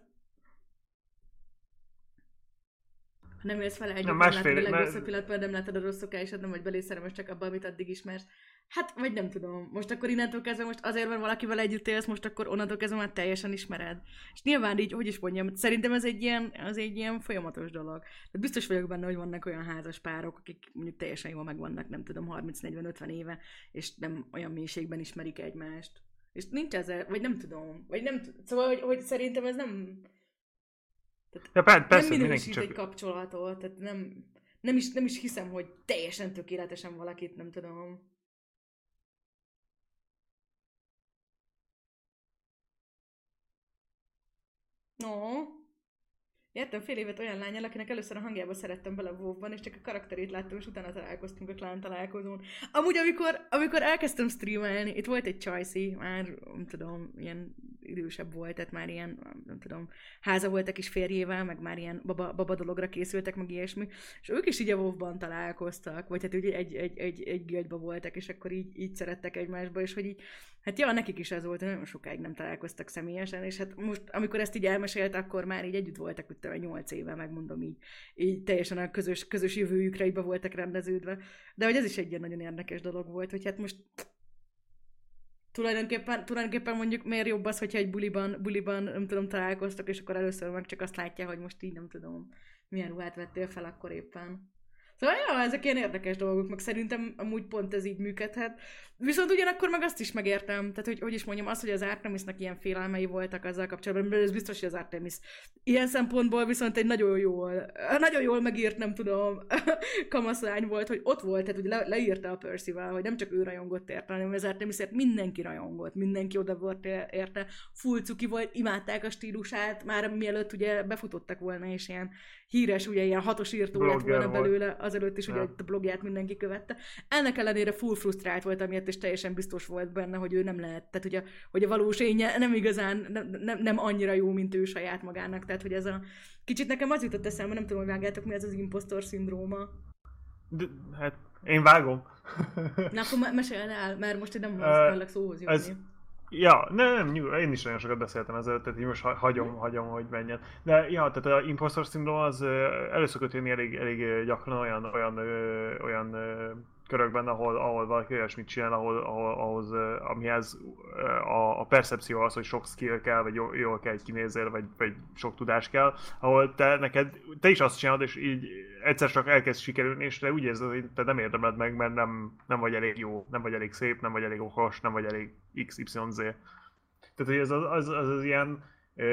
A: Nem jössz vele együtt, nem látod a legrosszabb pillanatban, nem látod a rossz szokásod, nem vagy belészerelmes csak abban, amit addig ismersz. Hát, vagy nem tudom. Most akkor innentől kezdve, most azért van valakivel együtt élsz, most akkor onnantól kezdve már teljesen ismered. És nyilván így, hogy is mondjam, szerintem ez egy ilyen, az egy ilyen folyamatos dolog. Tehát biztos vagyok benne, hogy vannak olyan házas párok, akik mondjuk teljesen jól megvannak, nem tudom, harminc negyven ötven éve, és nem olyan mélységben ismerik egymást. És nincs ezzel, vagy nem tudom, vagy nem tudom. Szóval, hogy, hogy szerintem ez nem...
B: Ja, persze,
A: nem minősít egy kapcsolatot, tehát nem, nem, is, nem is hiszem, hogy teljesen tökéletesen valakit, nem tudom. No. Jártam fél évet olyan lányal, akinek először a hangjába szerettem bele a WoW-ban, és csak a karakterét láttam, és utána találkoztunk a klán találkozón. Amúgy, amikor, amikor elkezdtem streamelni, itt volt egy csajszi, már, nem tudom, ilyen idősebb volt, tehát már ilyen, nem tudom, háza voltak is férjével, meg már ilyen baba, baba dologra készültek, meg ilyesmi, és ők is így a WoW-ban találkoztak, vagy hát ugye egy, egy, egy, egy guildba voltak, és akkor így, így szerettek egymásba, és hogy így, hát ja, nekik is ez volt, hogy nagyon sokáig nem találkoztak személyesen, és hát most, amikor ezt így elmesélt, akkor már így együtt voltak, hogy nyolc éve, megmondom így, így teljesen a közös, közös jövőjükre be voltak rendeződve. De hogy ez is egy ilyen nagyon érdekes dolog volt, hogy hát most tulajdonképpen, tulajdonképpen mondjuk miért jobb az, hogyha egy buliban, buliban nem tudom, találkoztak, és akkor először meg csak azt látja, hogy most így nem tudom, milyen ruhát vettél fel akkor éppen. Szóval ja, ezek ilyen érdekes dolgok, meg szerintem amúgy pont ez így működhet. Viszont ugyanakkor meg azt is megértem, tehát hogy, hogy is mondjam, az, hogy az Artemisnak ilyen félelmei voltak azzal kapcsolatban, mert ez biztos, hogy az Artemis ilyen szempontból viszont egy nagyon jól, nagyon jól megírt, nem tudom, kamaszlány volt, hogy ott volt, tehát hogy le, leírta a Percyval, hogy nem csak ő rajongott érte, hanem az Artemisért mindenki rajongott, mindenki oda volt érte, full cuki volt, imádták a stílusát, már mielőtt ugye befutottak volna, és ilyen híres, ugye ilyen hatos írtó lett volna belőle, azelőtt is, ja. Ugye a blogját mindenki követte. Ennek ellenére full frusztrált volt amiatt, és teljesen biztos volt benne, hogy ő nem lehet, tehát hogy a, hogy a valós énje nem igazán, nem, nem, nem annyira jó, mint ő saját magának, tehát hogy ez a... Kicsit nekem az jutott eszembe, nem tudom, hogy vágjátok, mi ez az impostor szindróma.
B: De, hát én vágom.
A: Na akkor meséld el, mert most én nem hallak szóhoz jutni. Ez...
B: Ja, nem, nem, én is nagyon sokat beszéltem ezzel, tehát így most hagyom, mm. hagyom, hogy menjen. De ja, tehát a impostor szindróma az elő szokott jönni elég, elég gyakran olyan, olyan, olyan körökben, ahol, ahol valaki olyasmit csinál, ahol, ahol, ahhoz, amihez a, a percepció az, hogy sok skill kell, vagy jól, jól kell kinézzél, vagy, vagy sok tudás kell, ahol te neked, te is azt csinálod, és így egyszer csak elkezd sikerülni, és te úgy érzed, hogy te nem érdemled meg, mert nem, nem vagy elég jó, nem vagy elég szép, nem vagy elég okos, nem vagy elég iksz ipszilon zé. Tehát, hogy ez az, az, az, az ilyen,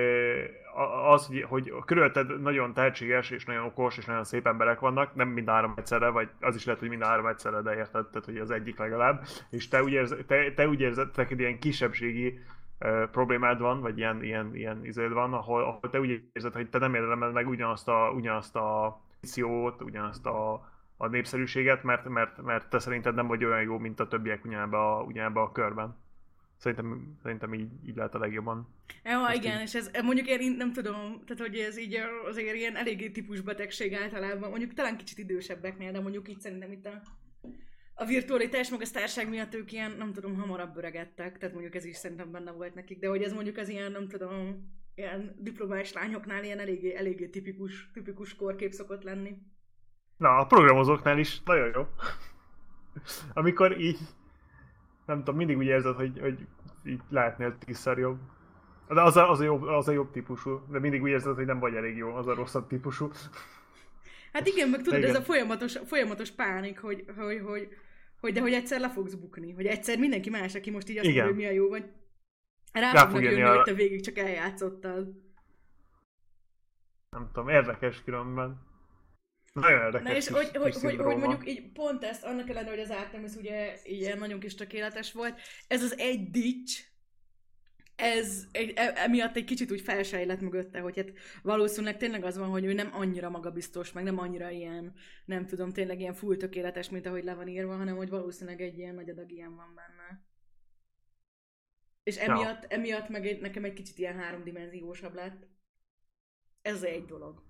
B: az, hogy, hogy körülötted nagyon tehetséges, és nagyon okos, és nagyon szép emberek vannak, nem mind három egyszerre, vagy az is lehet, hogy mind három egyszerre, de érted, tehát, hogy az egyik legalább, és te úgy érzed, te, te úgy érzed, neked ilyen kisebbségi uh, problémád van, vagy ilyen, ilyen, ilyen izéd van, ahol, ahol te úgy érzed, hogy te nem érdemed meg ugyanazt a, ugyanazt a pozíciót, ugyanazt a, a népszerűséget, mert, mert, mert te szerinted nem vagy olyan jó, mint a többiek ugyanebben a, ugyanebben a körben. Szerintem, szerintem így, így lehet a legjobban.
A: Ja, igen, így. És ez mondjuk én nem tudom, tehát hogy ez így azért ilyen eléggé típus betegség általában, mondjuk talán kicsit idősebbeknél, de mondjuk így szerintem itt a, a virtualitás meg a sztárság miatt ők ilyen, nem tudom, hamarabb öregedtek, tehát mondjuk ez is szerintem benne volt nekik, de hogy ez mondjuk az ilyen, nem tudom, ilyen diplomás lányoknál ilyen eléggé, eléggé tipikus, tipikus korkép szokott lenni.
B: Na, a programozóknál is nagyon jó. Amikor így nem tudom, mindig úgy érzed, hogy, hogy így lehetnél tízszer jobb. De az a, az, a jobb, az a jobb típusú, de mindig úgy érzed, hogy nem vagy elég jó, az a rosszabb típusú.
A: Hát igen, meg tudod, igen. Ez a folyamatos, folyamatos pánik, hogy, hogy, hogy, hogy, de hogy egyszer le fogsz bukni, hogy egyszer mindenki más, aki most így azt mondja, hogy mi a jó, vagy rá, rá fognak jönni, a... hogy te végig csak eljátszottad.
B: Nem tudom, érdekes különben. Nagyon érdekes.
A: Na és kis, hogy, kis hogy, hogy mondjuk így pont ezt, annak ellenére, hogy az Artemis ugye ilyen nagyon kis tökéletes volt, ez az egy ditch, ez e, emiatt egy kicsit úgy felsejlett mögötte, hogy hát valószínűleg tényleg az van, hogy ő nem annyira magabiztos, meg nem annyira ilyen, nem tudom, tényleg ilyen full tökéletes, mint ahogy le van írva, hanem hogy valószínűleg egy ilyen nagy adag ilyen van benne. És emiatt, ja. emiatt meg egy, nekem egy kicsit ilyen háromdimenziósabb lett. Ez egy dolog.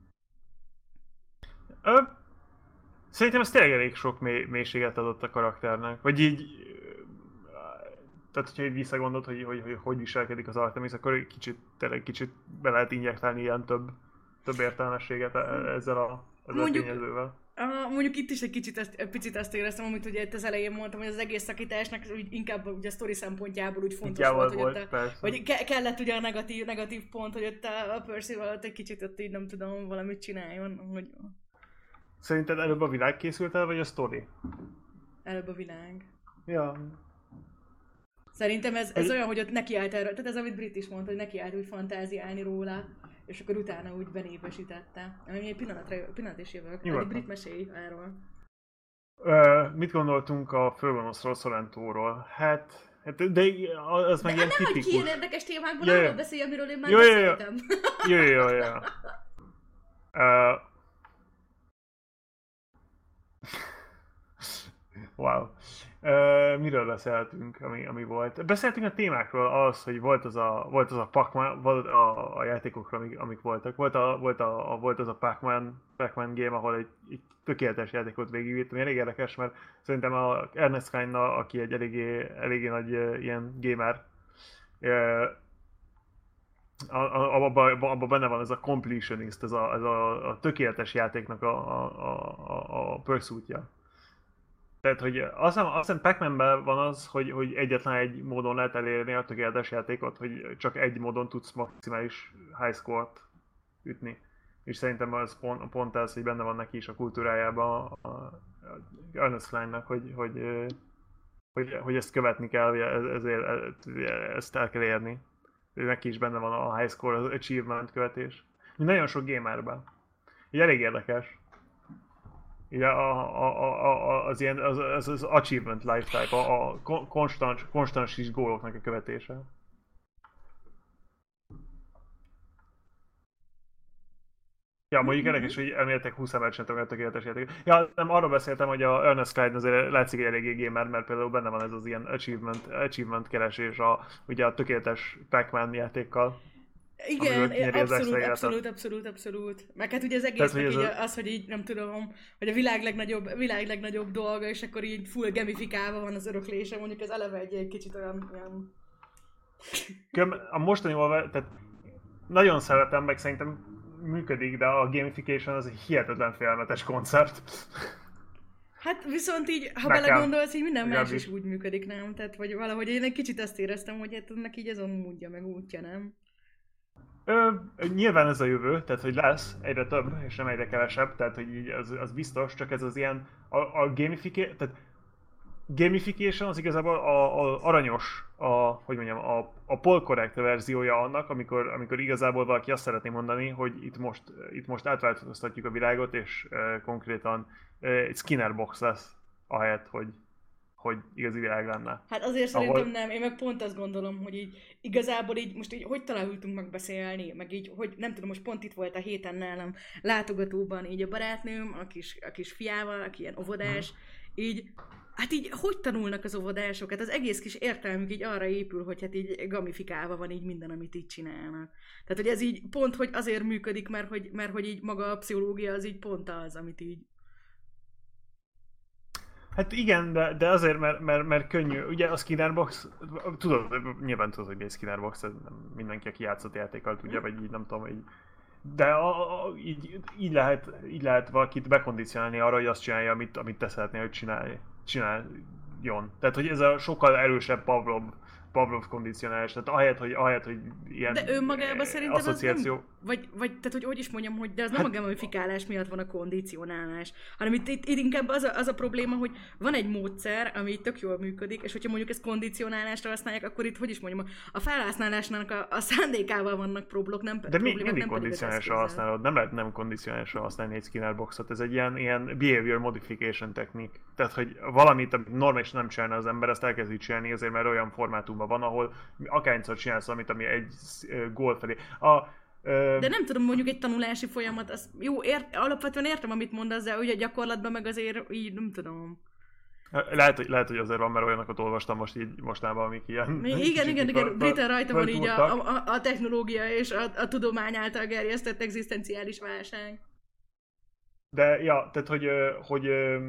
B: Ö, szerintem ez tényleg elég sok mély, mélységet adott a karakternek. Vagy így... Tehát, hogyha így visszagondolod, hogy hogy, hogy hogy viselkedik az Artemis, akkor kicsit, tényleg kicsit be lehet injektálni ilyen több, több értelmességet ezzel a, ezzel mondjuk, a tényezővel.
A: A, mondjuk itt is egy kicsit ezt, picit azt éreztem, amit ugye itt az elején mondtam, hogy az egész szakításnak inkább ugye a sztori szempontjából úgy fontos volt, volt, hogy, ott a, hogy ke- kellett ugye a negatív, negatív pont, hogy ott a, a Percival ott egy kicsit ott így nem tudom valamit csináljon. Hogy...
B: Szerinted előbb a világ készült el, vagy a sztori?
A: Előbb a világ.
B: Ja.
A: Szerintem ez, ez olyan, hogy ott nekiállt erről, tehát ez amit Brit is mondta, hogy nekiállt úgy fantáziálni róla, és akkor utána úgy benépesítette. Ami egy pillanatra, pillanat is jövök, addig Brit mesélj erről.
B: Ö, mit gondoltunk a főgonoszról, Sorrentóról? Hát, hát, de az meg de ilyen
A: tipikus. De nem, hogy ki ilyen érdekes témákból ja, arról beszélj, amiről én már ja, beszéltem.
B: Jó, jó, jó. Wow. Uh, miről beszéltünk, ami, ami volt? Beszéltünk a témákról, az, hogy volt az a, volt az a Pac-Man, volt a, a játékokról, amik, amik voltak. Volt, a, volt, a, a, volt az a Pac-Man, Pac-Man game, ahol egy, egy tökéletes játékot végigvittem. Elég érdekes, mert szerintem a Ernest Cline, aki egy eléggé, eléggé nagy uh, ilyen gamer, uh, abban abba benne van ez a completionist, ez a, ez a, a tökéletes játéknak a, a, a, a pursuitja. Tehát, hogy azt hiszem, azt hiszem Pac-Man-ben van az, hogy, hogy egyetlen egy módon lehet elérni a tökéletes játékot, hogy csak egy módon tudsz maximális high score-t ütni. És szerintem az pont, pont ez, hogy benne van neki is a kultúrájában a, a Ernest Cline-nak, hogy, hogy, hogy, hogy ezt követni kell, ezért ezt el kell érni. Neki is benne van a high score, az achievement követés. Nagyon sok gamerben. Így elég érdekes. Ugye a, a, a, a, az ilyen az, az, az achievement lifetype, a, a konstans, konstans is góloknak a követése. Ja, mondjuk mm-hmm. érdekes, hogy elméletek húsz embert sem tudok a tökéletes játék. Ja, nem, arról beszéltem, hogy a Ernest Cline azért látszik egy eléggé gamer, mert például benne van ez az ilyen achievement, achievement keresés a, ugye a tökéletes Pac-Man játékkal.
A: Igen, abszolút, abszolút, abszolút, abszolút. Meg hát ugye az egész így a... az, hogy így nem tudom, hogy a világ legnagyobb, világ legnagyobb dolga, és akkor így full gamifikálva van az öröklése, mondjuk ez eleve egy, egy kicsit olyan... olyan...
B: A mostani olva, tehát nagyon szeretem, meg szerintem működik, de a gamification az egy hihetetlen félelmetes koncept.
A: Hát viszont így, ha Nekem. belegondolsz, így minden más is úgy működik, nem? Tehát vagy valahogy én egy kicsit azt éreztem, hogy hát ennek így ez a módja, meg útja, nem?
B: Ö, nyilván ez a jövő, tehát hogy lesz egyre több, és nem egyre kevesebb, tehát hogy így az, az biztos, csak ez az ilyen, a, a gamification, tehát gamification az igazából a, a aranyos, a, hogy mondjam, a, a polkorrekt verziója annak, amikor, amikor igazából valaki azt szeretné mondani, hogy itt most, itt most átváltoztatjuk a világot, és uh, konkrétan uh, egy Skinner box lesz, ahelyett, hogy hogy igazi világ lenne.
A: Hát azért szerintem ahol... nem, én meg pont azt gondolom, hogy így igazából így most így hogy találultunk megbeszélni, meg így, hogy nem tudom, most pont itt volt a héten nálam látogatóban így a barátnőm, a kis, a kis fiával, aki ilyen óvodás, hmm. így, hát így hogy tanulnak az óvodások? Hát az egész kis értelmük így arra épül, hogy hát így gamifikálva van így minden, amit így csinálnak. Tehát, hogy ez így pont, hogy azért működik, mert hogy, mert hogy így maga a pszichológia az így pont az, amit így
B: Hát igen, de, de azért, mert, mert, mert könnyű. Ugye a Skinner box, tudod, nyilván tudod, hogy egy Skinner box, ez nem mindenki, aki játszott játékkal tudja, vagy így nem tudom, így. De a, a, így, így, lehet, így lehet valakit bekondicionálni arra, hogy azt csinálja, amit, amit te szeretnél, hogy csinálj, csináljon. Tehát, hogy ez a sokkal erősebb Pavlov, Pavlov kondicionálás. Tehát ahelyett, hogy, ahelyett, hogy ilyen
A: de önmagában szerintem
B: asszociáció...
A: az nem, vagy, vagy tehát hogy, hogy is mondjam, hogy de az hát, nem a gamifikálás miatt van a kondicionálás, hanem itt, itt, itt inkább az a, az a probléma, hogy van egy módszer, ami tök jól működik, és hogyha mondjuk ezt kondicionálásra használják, akkor itt, hogy is mondjam, a felhasználásnak a, a szándékával vannak problémok, nem
B: de mi, mindig kondicionálásra használod, nem lehet nem kondicionálásra használni egy skinner boxot, ez egy ilyen, ilyen behavior modification technik. Tehát, hogy valamit, amit normálisan nem csinálna az ember, azt elkezdi csinálni, azért mert olyan formátumban van, ahol akárhányszor csinálsz valamit, ami egy gól felé. A,
A: De nem tudom, mondjuk egy tanulási folyamat, az jó, ért, alapvetően értem, amit mondasz, de ugye gyakorlatban meg azért így nem tudom.
B: Lehet, hogy, lehet, hogy azért van, mert olyanokat olvastam most így mostában, amik ilyen...
A: Igen, igen, igen, Britten rajta van így a, a, a technológia és a, a tudomány által gerjesztett egzisztenciális válság.
B: De, ja, tehát, hogy, hogy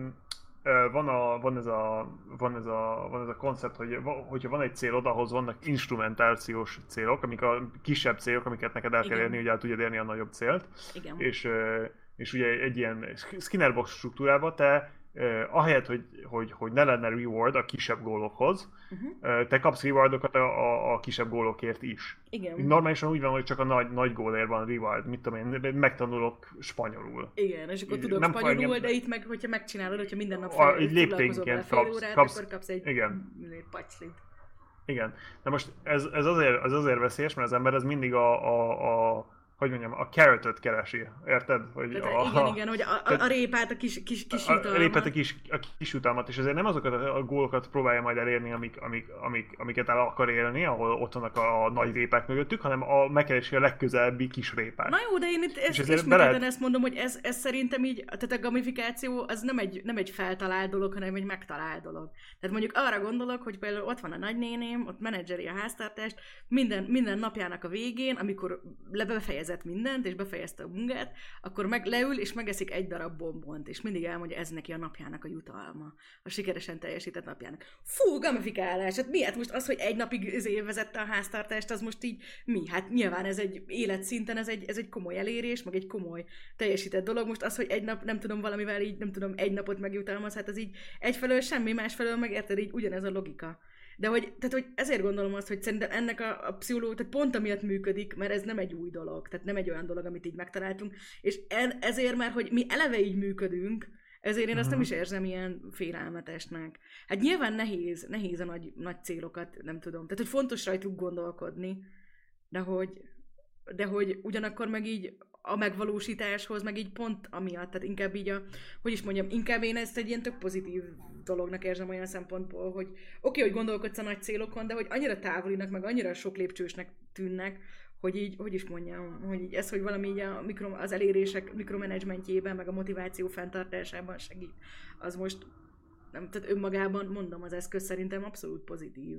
B: van, a, van, ez a, van, ez a, van ez a koncept, hogy hogyha van egy célod, ahhoz vannak instrumentációs célok, amik a kisebb célok, amiket neked el kell érni, hogy el tudjad érni a nagyobb célt.
A: Igen.
B: És, és ugye egy ilyen Skinner box struktúrában te Uh, ahelyett, hogy, hogy, hogy ne lenne reward a kisebb gólokhoz, uh-huh. uh, te kapsz rewardokat a, a, a kisebb gólokért is.
A: Igen.
B: Normálisan úgy van, hogy csak a nagy, nagy gólért van reward, mit tudom én, megtanulok spanyolul.
A: Igen, és akkor tudok nem spanyolul, engem... de itt meg, hogyha megcsinálod, hogyha minden nap
B: fel, foglalkozol vele fél
A: kapsz, órát, kapsz, akkor kapsz egy
B: igen.
A: pacslint.
B: Igen. De most ez, ez, azért, ez azért veszélyes, mert az ember ez mindig a, a, a hogy mondjam, a carrotot keresi, érted? Hogy
A: tehát,
B: a,
A: igen, igen, hogy a, a, a répát, a kis, kis, kis
B: a,
A: jutalmat.
B: A répát, a kis, a kis jutalmat, és ezért nem azokat a gólokat próbálja majd elérni, amik, amik, amik, amiket el akar élni, ahol ott vannak a nagy répák mögöttük, hanem a megkeresi a legközelebbi kis répát.
A: Na jó, de én itt ezt, ismételten lehet... ezt mondom, hogy ez, ez szerintem így, tehát a gamifikáció az nem egy, nem egy feltalált dolog, hanem egy megtalált dolog. Tehát mondjuk arra gondolok, hogy például ott van a nagynéném, ott menedzseri a háztartást, minden, minden napjának a végén, amikor befejezett mindent, és befejezte a munkát, akkor meg leül és megeszik egy darab bombont, és mindig elmondja, ez neki a napjának a jutalma. A sikeresen teljesített napjának. Fú, gamifikálás! Hát mi? Hát most az, hogy egy napig vezette a háztartást, az most így mi? Hát nyilván ez egy életszinten, ez egy, ez egy komoly elérés, meg egy komoly teljesített dolog. Most az, hogy egy nap, nem tudom, valamivel így, nem tudom, egy napot megjutalmaz, hát az így egyfelől semmi, másfelől meg érted, így ugyanez a logika. De hogy, tehát, hogy ezért gondolom azt, hogy szerintem ennek a, a pszichológia, tehát pont amiatt működik, mert ez nem egy új dolog, tehát nem egy olyan dolog, amit így megtaláltunk, és en, ezért már, hogy mi eleve így működünk, ezért én azt nem is érzem ilyen félelmetesnek. Hát nyilván nehéz, nehéz a nagy, nagy célokat, nem tudom, tehát hogy fontos rajtuk gondolkodni, de hogy, de hogy ugyanakkor meg így a megvalósításhoz, meg így pont amiatt, tehát inkább így a, hogy is mondjam, inkább én ezt egy ilyen tök pozitív dolognak érzem olyan szempontból, hogy oké, okay, hogy gondolkodsz a nagy célokon, de hogy annyira távolinak, meg annyira sok lépcsősnek tűnnek, hogy így, hogy is mondjam, hogy így ez, hogy valami így a mikro, az elérések mikromanagementjében, meg a motiváció fenntartásában segít, az most, nem, tehát önmagában mondom, az eszköz szerintem abszolút pozitív.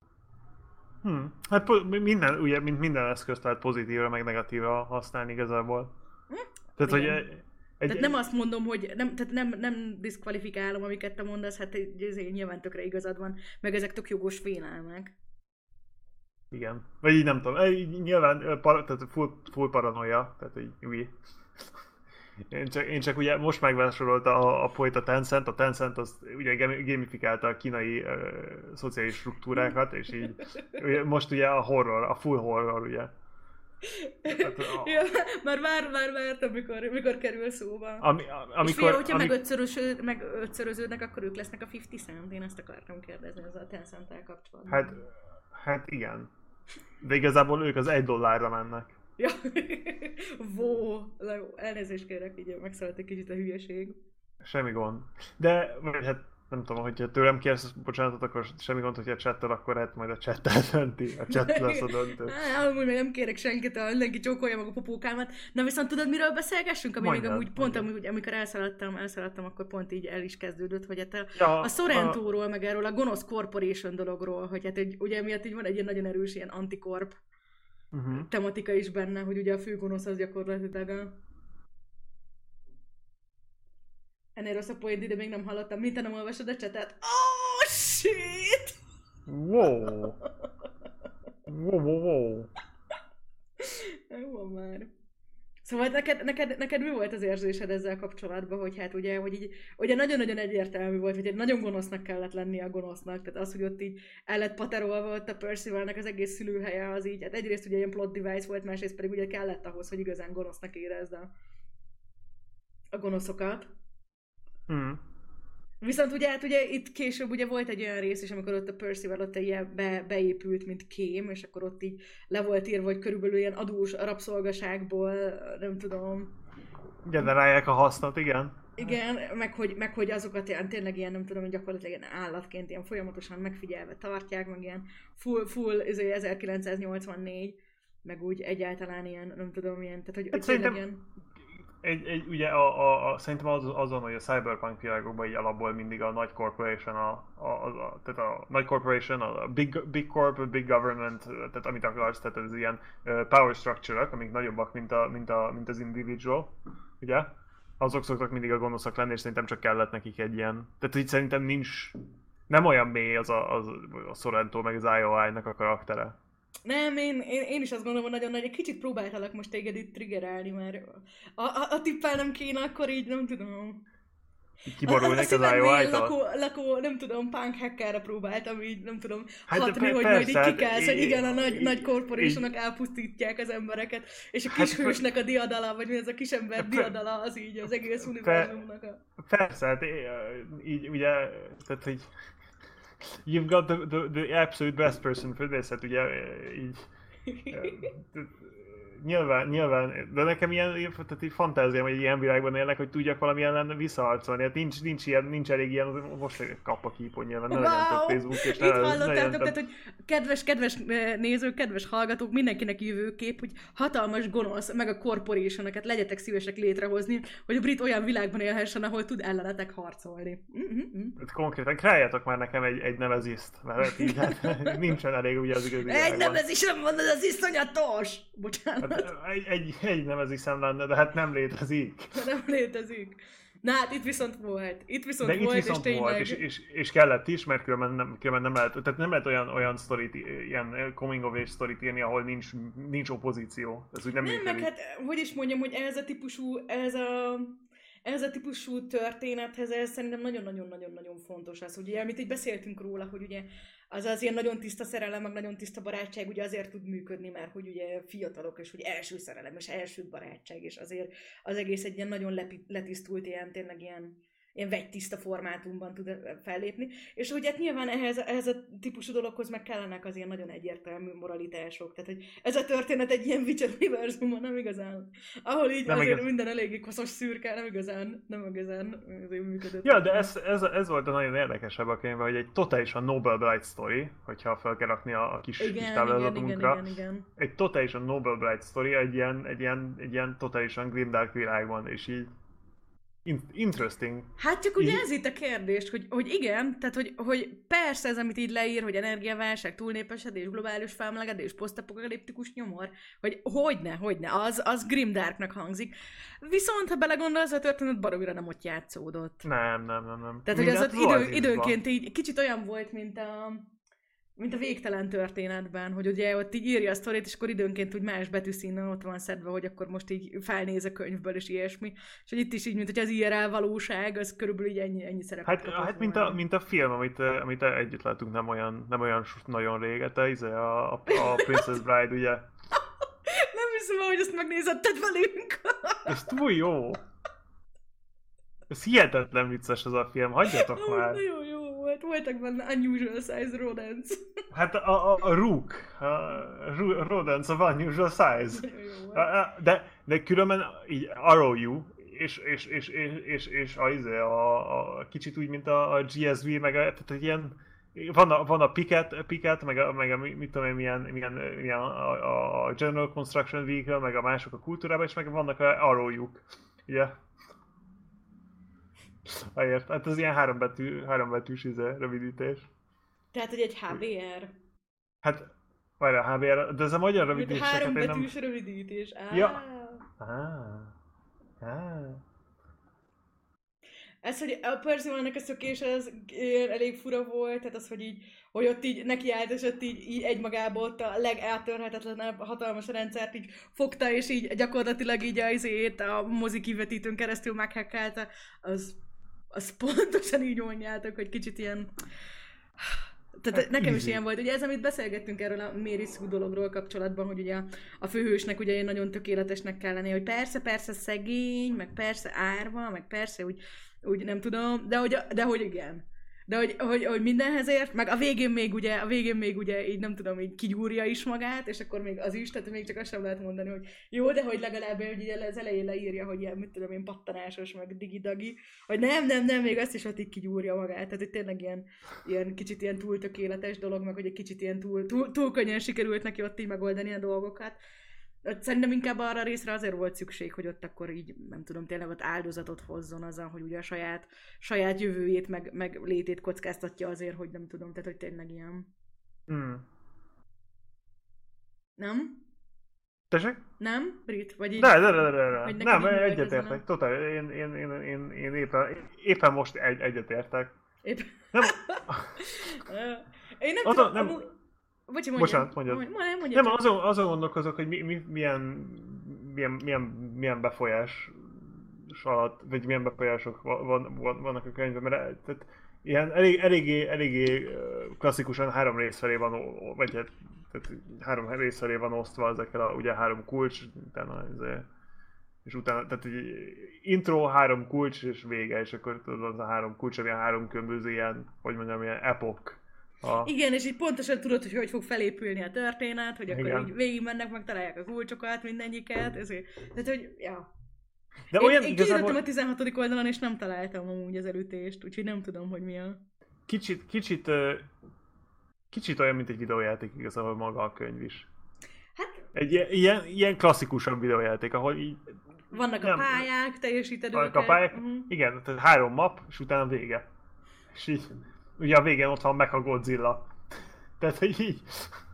B: Hmm. Hát po- minden, ugye, mint minden eszközt lehet pozitívra, meg negatívra használni igazából.
A: Hm?
B: Tehát,
A: igen.
B: hogy egy,
A: tehát nem azt mondom, hogy nem, tehát nem, nem diszkvalifikálom, amiket te mondasz, hát ezért nyilván tökre igazad van, meg ezek tök jogos félelmek.
B: Igen. Vagy így nem tudom, így nyilván par, tehát full, full paranoia, tehát így új. Én csak, én csak ugye most megvásololta a, a point a Tencent, a Tencent az ugye gamifikálta a kínai uh, szociális struktúrákat, és így ugye, most ugye a horror, a full horror ugye.
A: Hát, a... ja, már vár, már vártam, mikor, mikor kerül szóba.
B: Ami, amikor,
A: és fél, hogyha amik... meg, ötszörösöd, meg ötszöröződnek, akkor ők lesznek a fifty cent, én ezt akartam kérdezni ezzel a Tencent-tel kapcsolatban.
B: Hát, hát igen. De igazából ők az egy dollárra mennek.
A: Ja, vó, elnézést kérek, így megszállt egy kicsit a hülyeség.
B: Semmi gond. De, hát nem tudom, hogyha tőlem kérsz bocsánatot, akkor semmi gond, hogyha chattel, akkor hát majd a chattel dönti. A chat lesz a döntő.
A: Amúgy még nem kérek senkit, mindenki csókolja meg a popókámat. Na viszont tudod, miről beszélgessünk? Ami mondjad, még amúgy pont, amúgy, amikor elszaladtam, elszaladtam, akkor pont így el is kezdődött, hogy hát a, ja, a Sorrentóról, a... meg erről a gonosz corporation dologról, hogy hát egy, ugye miatt így van egy ilyen nagyon erős ilyen antikorp uh-huh. tematika is benne, hogy ugye a fő gonosz az gyakorlatilag a... Ennél rossz a poént, de még nem hallottam. Mint te nem olvasod a csetet? Oh, shit!
B: Wow! Wow, wow, wow!
A: Jó van már. Szóval neked, neked, neked mi volt az érzésed ezzel kapcsolatban, hogy hát ugye, hogy így, ugye nagyon-nagyon egyértelmű volt, hogy egy nagyon gonosznak kellett lennie a gonosznak, tehát az, hogy ott így el lett paterolva ott a Percivalnek az egész szülőhelye, az így, hát egyrészt ugye ilyen plot device volt, másrészt pedig ugye kellett ahhoz, hogy igazán gonosznak érezd a, a gonoszokat.
B: Mm.
A: Viszont ugye, hát ugye itt később ugye volt egy olyan rész is, amikor ott a Percival ott ilyen be, beépült, mint kém, és akkor ott így le volt írva, hogy körülbelül ilyen adós rabszolgaságból, nem tudom.
B: Generálják a hasznot, igen.
A: Igen, meg hogy, meg hogy azokat ilyen, tényleg ilyen, nem tudom, gyakorlatilag ilyen állatként ilyen folyamatosan megfigyelve tartják, meg ilyen full, full ezerkilencszáznyolcvannégy, meg úgy egyáltalán ilyen, nem tudom, ilyen, tehát hogy, hogy tényleg ilyen...
B: Egy, egy, ugye a, a, a, szerintem az, azon, hogy a cyberpunk világokban így alapból mindig a nagy corporation, a, a, a, a, tehát a nagy corporation, a big, big corp, a big government, tehát amit akarsz, tehát ez ilyen uh, power structure-ök, amik nagyobbak, mint, a, mint, a, mint az individual, ugye? Azok szoktak mindig a gonoszak lenni, és szerintem csak kellett nekik egy ilyen, tehát így szerintem nincs, nem olyan mély az a, az, a Sorrento meg az i o i-nak a karaktere.
A: Nem, én, én, én is azt gondolom, hogy nagyon nagy. Egy kicsit próbáltalak most téged itt triggerelni, mert a, a, a tippelnem kéne, akkor így nem tudom.
B: Kiborulnék az i o i-tól?
A: Lakó, lakó, nem tudom, punk hackerre próbáltam így, nem tudom,
B: hát
A: hatni,
B: pe-
A: hogy
B: persze,
A: majd így kikelsz, hogy igen, a nagy,
B: így,
A: nagy corporationok elpusztítják az embereket, és a kis hát, hősnek a diadala, vagy mi ez a kisember diadala, az így az egész univerzumnak a...
B: Persze, hát így ugye, tehát így... You've got the, the, the absolute best person for this, hát ugye így... Nyilván, nyilván, de nekem ilyen, tehát így fantáziám, hogy ilyen világban élnek, hogy tudjak valami ellen visszaharcolni. Hát nincs, nincs, ilyen, nincs elég ilyen, most kap a kípon nyilván, ne legyen több Facebook, és
A: ne Itt hallottátok, tehát, hogy kedves, kedves nézők, kedves hallgatók, mindenkinek jövőkép, hogy hatalmas gonosz, meg a corporationokat legyetek szívesek létrehozni, hogy a brit olyan világban élhessen, ahol tud ellenetek harcolni. Mm-hmm.
B: Hát konkrétan kreáljatok már nekem egy, egy neveziszt, mert így hát nincsen elég ugye az igazi
A: Egy nevezis, nem mondod, az iszonyatos! Bocsánat.
B: Hát egy, egy, egy neveziszem lenne, de hát nem létezik.
A: Nem létezik. Na hát itt viszont volt. Itt viszont
B: de
A: volt,
B: itt viszont
A: és tényleg...
B: volt, és, és, és kellett is, mert különben nem, különben nem lehet, tehát nem lehet olyan, olyan sztorit, ilyen coming of age sztorit írni, ahol nincs, nincs opozíció. Ez úgy nem
A: Nem,
B: működik.
A: meg hát, hogy is mondjam, hogy ez a típusú, ez a... Ez a típusú történethez ez szerintem nagyon-nagyon-nagyon-nagyon fontos az, hogy ugye, amit így beszéltünk róla, hogy ugye az az ilyen nagyon tiszta szerelem, meg nagyon tiszta barátság ugye azért tud működni, mert hogy ugye fiatalok, és hogy első szerelem, és első barátság, és azért az egész egy ilyen nagyon lepi, letisztult, ilyen tényleg ilyen, ilyen vegytiszta formátumban tud fellépni. És hogy hát nyilván ehhez, ehhez a típusú dologhoz meg kellenek az ilyen nagyon egyértelmű moralitások. Tehát, hogy ez a történet egy ilyen Witcher univerzumban nem igazán. Ahol így nem azért igaz. Minden eléggé koszos szürke, nem igazán, nem igazán azért működött.
B: Ja, de ez, ez, ez volt a nagyon érdekesebb a könyvben, hogy egy totálisan Nobel Bright story, hogyha fel kell rakni a kis,
A: igen,
B: kis táblázatunkra.
A: Igen, igen, igen.
B: Egy totálisan Nobel Bright story, egy ilyen, egy ilyen, egy ilyen totálisan grimdark világban, és így interesting.
A: Hát csak ugye ez itt a kérdés, hogy, hogy igen, tehát hogy, hogy persze ez, amit így leír, hogy energiaválság, túlnépesedés, globális felmelegedés, posztapokaliptikus nyomor, hogy hogyne, hogyne, az, az grimdarknak hangzik. Viszont, ha belegondolsz, a történet baromira nem ott játszódott.
B: Nem, nem, nem, nem.
A: Tehát, hogy az ott idő, időnként így kicsit olyan volt, mint a... mint a végtelen történetben, hogy ugye ott így írja a sztorit, és akkor időnként úgy más betűszínen ott van szedve, hogy akkor most így felnéz a könyvből, és ilyesmi. És hogy itt is így, mint hogy az i er el valóság, az körülbelül így ennyi, ennyi szerepet
B: Hát, hát mint, a, mint a film, amit, amit együtt láttunk nem olyan, nem olyan nagyon réget, ez a, a, a Princess Bride, ugye?
A: Nem hiszem, hogy ezt megnézetted velünk.
B: Ez túl jó. Ez hihetetlen vicces az a film, hagyjatok
A: oh,
B: már.
A: Jó, jó volt, voltak benne unusual size rodents.
B: Hát a, a, a Rook, a rodents of unusual size. A, a, de, de különben így arrow you, és, és, és, és, és, és a, a, a, kicsit úgy, mint a, a gé es vé, meg a, tehát egy ilyen, van a, van a Picket, Picket, meg a, meg a mit tudom én, milyen, milyen, milyen a, a General Construction Vehicle, meg a mások a kultúrában, és meg vannak a arrow-juk, ugye? Ért, hát ez ilyen hárombetű, hárombetűs izé, rövidítés.
A: Tehát, hogy egy há bé er?
B: Hát, várjál, há bé er, de ez a magyar rövidítés.
A: Hárombetűs nem... rövidítés, áh.
B: Ja. Áh. Áh.
A: Ez, hogy a Percivalnek a szökés az elég fura volt, tehát az, hogy így, hogy ott így nekiállt, és ott így, így egymagából ott a legátörhetetlenebb hatalmas rendszert így fogta, és így gyakorlatilag így azért a mozi kivetítőn keresztül meghekkelte, az, az pontosan így mondjátok, hogy kicsit ilyen... Tehát hát nekem easy. Is ilyen volt, ugye ez, amit beszélgettünk erről a Mary Sue dologról kapcsolatban, hogy ugye a főhősnek ugye ilyen nagyon tökéletesnek kell lennie, hogy persze, persze szegény, meg persze árva, meg persze úgy, úgy nem tudom, de hogy, de hogy igen. De hogy, hogy, hogy mindenhez ért, meg a végén még ugye, a végén még ugye így nem tudom, így kigyúrja is magát, és akkor még az is, tehát még csak azt sem lehet mondani, hogy jó, de hogy legalább hogy ugye az elején leírja, hogy ilyen, mit tudom én, pattanásos, meg digi-dagi, hogy nem, nem, nem, még azt is ott így kigyúrja magát, tehát hogy tényleg ilyen, ilyen kicsit ilyen túl tökéletes dolog, meg hogy egy kicsit ilyen túl, túl, túl könnyen sikerült neki ott így megoldani a dolgokat. Szerintem inkább arra a részre azért volt szükség, hogy ott akkor így, nem tudom, tényleg ott áldozatot hozzon azzal, hogy ugye a saját, saját jövőjét, meg, meg létét kockáztatja azért, hogy nem tudom, tehát hogy tényleg ilyen.
B: Hmm.
A: Nem?
B: Tessék?
A: Nem? Brit? Vagy így?
B: De, de, de, de, de. Nem, egyetértek. Totál, én, én, én, én, én éppen, éppen most egy, egyetértek.
A: Éppen.
B: Nem.
A: Én nem
B: Azon,
A: tudom,
B: nem...
A: amúgy... Bocsi, mondjam.
B: Bocsánat, mondjad.
A: Mondjad, mondjad, mondjad.
B: Nem, azon, azon gondolkozok, hogy mi, mi, milyen, milyen, milyen, milyen befolyás alatt, vagy milyen befolyások van, van, vannak a könyvben, mert tehát ilyen elég, eléggé, eléggé klasszikusan három rész felé van, vagy hát, tehát három rész felé van osztva ezekkel a ugye három kulcs, utána ez, és utána, tehát egy intro, három kulcs és vége, és akkor tudod, az a három kulcs, ami a három különböző ilyen, hogy mondjam, ilyen epoch. A...
A: Igen, és így pontosan tudod, hogy hogy fog felépülni a történet, hogy akkor igen. Így végigmennek, meg találják a kulcsokat, mindegyiket, ezért, tehát hogy, ja. De én, olyan én igazából... kiírtam a tizenhatodik oldalon, és nem találtam amúgy az elütést, úgyhogy nem tudom, hogy mi a...
B: Kicsit, kicsit, kicsit olyan, mint egy videójáték igazából maga a könyv is. Hát... Egy ilyen, ilyen klasszikusabb videójáték, ahol így...
A: Vannak nem, a pályák, teljesíted őket.
B: A pályák, uh-huh. Igen, tehát három map, és utána vége. És így... Ugye a végén ott van Mecha Godzilla. Tehát, hogy így...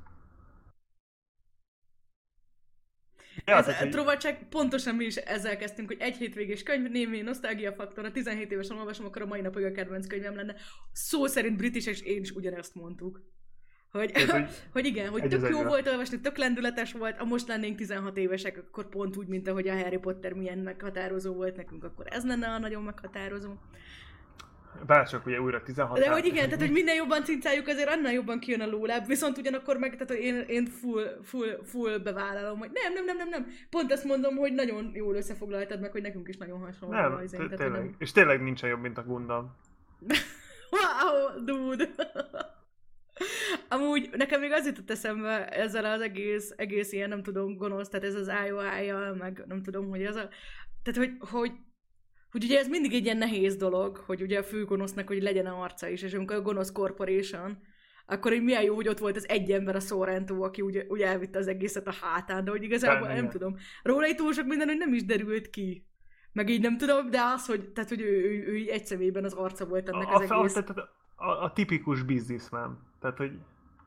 A: Ja, ez tehát, a Trovacsák, pontosan mi is ezzel kezdtünk, hogy egy hétvégés könyv, némi nosztalgiafaktor, a tizenhét évesen olvasom, akkor a mai napig a kedvenc könyvem lenne. Szó szerint British, és én is ugyanezt mondtuk. Hogy, tehát, hogy, hogy igen, hogy tök jó volt olvasni, tök lendületes volt, ha most lennénk tizenhat évesek, akkor pont úgy, mint ahogy a Harry Potter milyen meghatározó volt nekünk, akkor ez lenne a nagyon meghatározó.
B: Bárcsak ugye újra tizenhat.
A: De hogy igen, tehát hogy minden jobban cincáljuk, azért annál jobban kijön a lóláb, viszont ugyanakkor meg, tehát hogy én, én full, full, full bevállalom, hogy nem, nem, nem, nem, nem. Pont azt mondom, hogy nagyon jól összefoglaltad meg, hogy nekünk is nagyon hasonló.
B: Nem, az én, tényleg. Nem... És tényleg nincsen jobb, mint a Gundam.
A: Wow, dude! Amúgy nekem még az jutott eszembe ezzel az egész, egész ilyen, nem tudom, gonosz, tehát ez az I O I-jal, meg nem tudom, hogy ez a... Tehát, hogy, hogy hogy ugye ez mindig egy ilyen nehéz dolog, hogy ugye a főgonosznak, hogy legyen a arca is, és amikor a gonosz corporation, akkor így milyen jó, hogy ott volt az egy ember, a Sorrento, aki ugye, ugye elvitte az egészet a hátán, de hogy igazából nem, nem tudom. Róla így túl sok minden, hogy nem is derült ki. Meg így nem tudom, de az, hogy, tehát, hogy ő, ő, ő így egy személyben az arca volt ennek a, az egész.
B: A, a, a, a tipikus businessman. Tehát, hogy...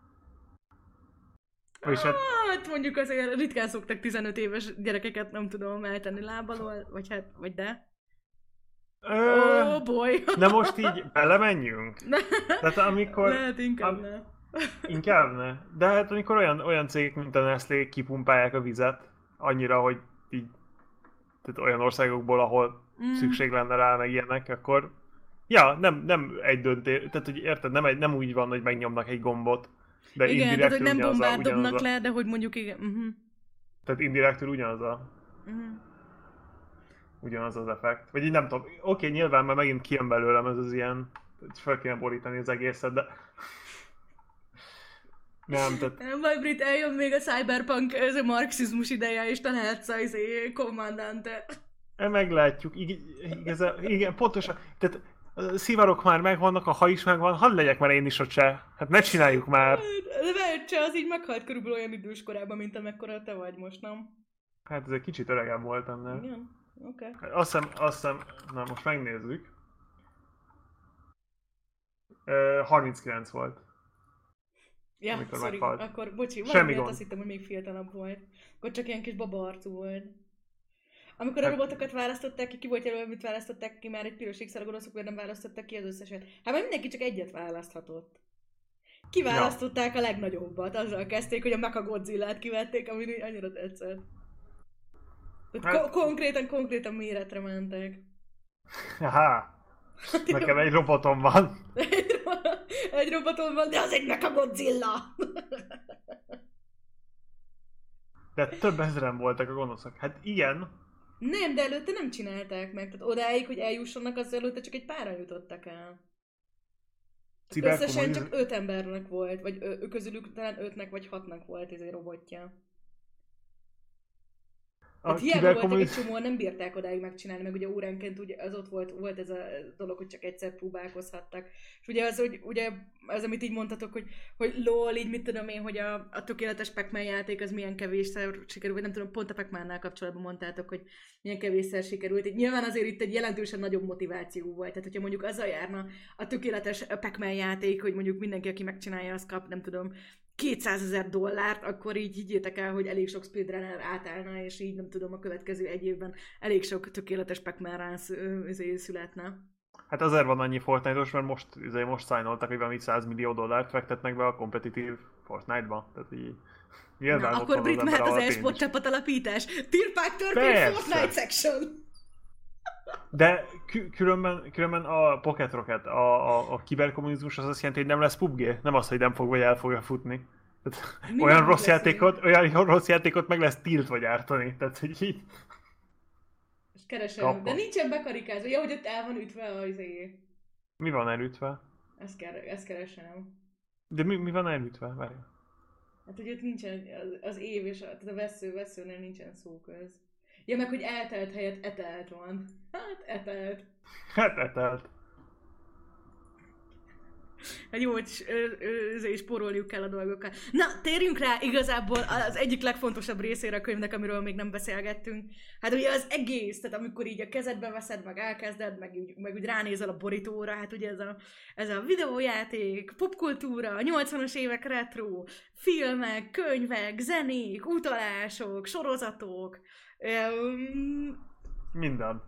A: Hát... hát mondjuk azért ritkán szoktak tizenöt éves gyerekeket, nem tudom, eltenni lábalól, vagy hát, vagy de.
B: Ö,
A: oh boy!
B: De most így belemenjünk? Tehát amikor...
A: Lehet, inkább am, ne.
B: Inkább ne. De hát amikor olyan, olyan cégek, mint a Nestlé kipumpálják a vizet, annyira, hogy így... Tehát olyan országokból, ahol mm. szükség lenne rá, meg ilyenek, akkor... Ja, nem, nem egy döntés, tehát hogy érted, nem, egy, nem úgy van, hogy megnyomnak egy gombot, de
A: igen,
B: indirektül
A: tehát, hogy nem
B: ugyanaz
A: bombát
B: a,
A: dobnak
B: ugyanaz a...
A: le, de hogy mondjuk igen. Uh-huh.
B: Tehát indirektül ugyanaz a... Uh-huh. Ugyanaz az effekt. Vagy így nem tudom, oké, nyilván már megint kijön belőlem ez az ilyen... Fel kéne borítani az egészet, de... Nem, tehát...
A: Nem baj, Brit, eljön még a cyberpunk, ez a marxizmus ideje, és te lehetsz az izé, kommandante.
B: Meglátjuk, igaz, igen, pontosan. Tehát a szivarok már megvannak, a ha is megvan, hadd legyek már én is a cseh. Hát ne csináljuk már.
A: De mert cseh az így meghalt körülbelül olyan idős korában, mint amekkora te vagy most, nem?
B: Hát ez egy kicsit öregebb voltam, nem?
A: Igen, oké. Okay.
B: Azt hiszem, azt hiszem, na most megnézzük. Uh, harminckilenc volt.
A: Ja, sorry, meghalt. Akkor bocsi,
B: valamiért
A: azt hittem, hogy még fiatalabb volt. Akkor csak ilyen kis babaarcú volt. Amikor a robotokat választották ki, ki volt jelölve, mit választották ki, már egy piros X-el, a gonoszok nem választották ki az összeset. Hát már mindenki csak egyet választhatott. Kiválasztották ja. a legnagyobbat, azzal kezdték, hogy a Mechagodzillát kivették, ami annyira tetszett. Hát... Ko- konkrétan, konkrétan méretre mentek.
B: Aha. Nekem egy robotom van.
A: egy, ro- egy robotom van, de az egy Mechagodzilla!
B: De több ezeren voltak a gonoszak. Hát igen.
A: Nem, de előtte nem csinálták meg. Tehát odáig, hogy eljussanak, az előtte csak egy páran jutottak el. Összesen csak öt embernek volt, vagy ö- közülük talán ötnek vagy hatnak volt ez egy robotja. Hát hiába voltak egy csomóan, nem bírták odáig megcsinálni, meg ugye óránként ugye az ott volt, volt ez a dolog, hogy csak egyszer próbálkozhattak. És ugye az, hogy ugye az, amit így mondtatok, hogy, hogy lol, így mit tudom én, hogy a, a tökéletes Pac-Man játék az milyen kevésszer sikerült, vagy nem tudom, pont a Pac-Mannál kapcsolatban mondtátok, hogy milyen kevésszer sikerült. Így nyilván azért itt egy jelentősen nagyobb motiváció volt. Tehát, hogyha mondjuk azzal járna a tökéletes Pac-Man játék, hogy mondjuk mindenki, aki megcsinálja, az kap, nem tudom, kétszázezer dollárt, akkor így higgyétek el, hogy elég sok speedrunner átállna, és így nem tudom, a következő egy évben elég sok tökéletes Pac-Man ránsz születne.
B: Hát azért van annyi Fortnite-os, mert most, most szájnoltak, hogy valami száz millió dollárt fektetnek be a kompetitív Fortnite-ba. Tehát így...
A: Na, akkor Brit mehet az e-sport csapat alapítás. Tirpák történt Fortnite section!
B: De kü- különben, különben a Pocket Rocket, a, a, a kiberkommunizmus az azt jelenti, hogy nem lesz pé u bé gé, nem az, hogy nem fog vagy el fogja futni. Tehát olyan rossz játékot, olyan rossz játékot meg lesz tiltva gyártani. Tehát, hogy így...
A: És keresem, Kappa. De nincsen bekarikázva. Ja, hogy ott el van ütve az é.
B: Mi van elütve?
A: Ezt, ker- ezt keresem.
B: De mi, mi van elütve? Várj.
A: Hát, hogy ott nincsen az, az év és a, tehát a vesző, veszőnél nincsen szóköz. Ja, meg hogy eltelt helyett etelt van. Hát etelt.
B: Hát etelt.
A: Hát jó, hogy spórolniuk kell a dolgokkal. Na, térjünk rá igazából az egyik legfontosabb részére a könyvnek, amiről még nem beszélgettünk. Hát ugye az egész, tehát amikor így a kezedbe veszed, meg elkezded, meg úgy, meg úgy ránézel a borítóra, hát ugye ez a, ez a videójáték, popkultúra, nyolcvanas évek retro, filmek, könyvek, zenék, utalások, sorozatok. Um...
B: Minden.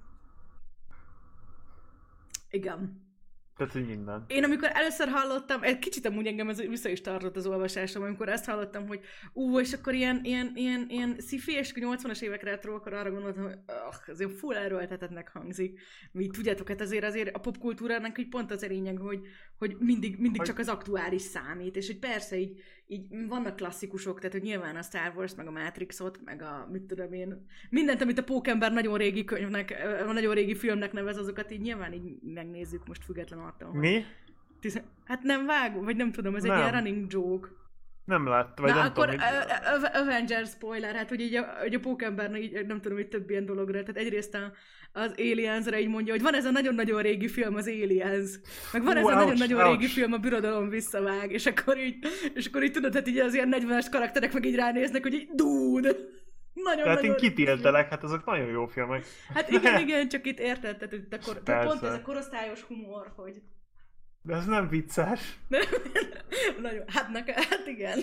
A: Igen.
B: Tehát, hogy minden.
A: Én amikor először hallottam, egy kicsit amúgy engem ez vissza is tartott az olvasásom, amikor ezt hallottam, hogy ú, és akkor ilyen, ilyen, ilyen, ilyen sci-fi, és nyolcvanas évek retro, akkor arra gondoltam, hogy ah, ez ilyen full erőltetetnek hangzik. Mi tudjátok, hát azért, azért a popkultúrának így pont az a lényeg, hogy, hogy mindig, mindig hogy... csak az aktuális számít, és hogy persze így, így vannak klasszikusok, tehát hogy nyilván a Star Wars, meg a Matrixot, meg a mit tudom én, mindent, amit a Pókember nagyon régi könyvnek, nagyon régi filmnek nevez, azokat így nyilván így megnézzük most függetlenül attól.
B: Mi?
A: Tizen... Hát nem vágom, vagy nem tudom, ez nem. Egy ilyen running joke.
B: Nem lát, vagy
A: Na,
B: nem
A: akkor
B: tudom.
A: Hogy... Avengers spoiler, hát hogy így a, hogy a Pókember, így nem tudom, hogy több ilyen dologra. Tehát egyrészt a, az Aliensre így mondja, hogy van ez a nagyon-nagyon régi film, az Aliens. Meg van ez wow, a nagyon-nagyon ouch. régi film, a Birodalom visszavág. És akkor így, és akkor így tudod, hát így az ilyen negyvenes karakterek meg így ránéznek, hogy így dude! Nagyon,
B: tehát én kitéltelek, hát azok nagyon jó filmek.
A: Hát igen, igen, csak itt érted, tehát itt akkor, pont ez a korosztályos humor, hogy...
B: De ez nem vicces.
A: Nagyon, hát nekem, hát igen.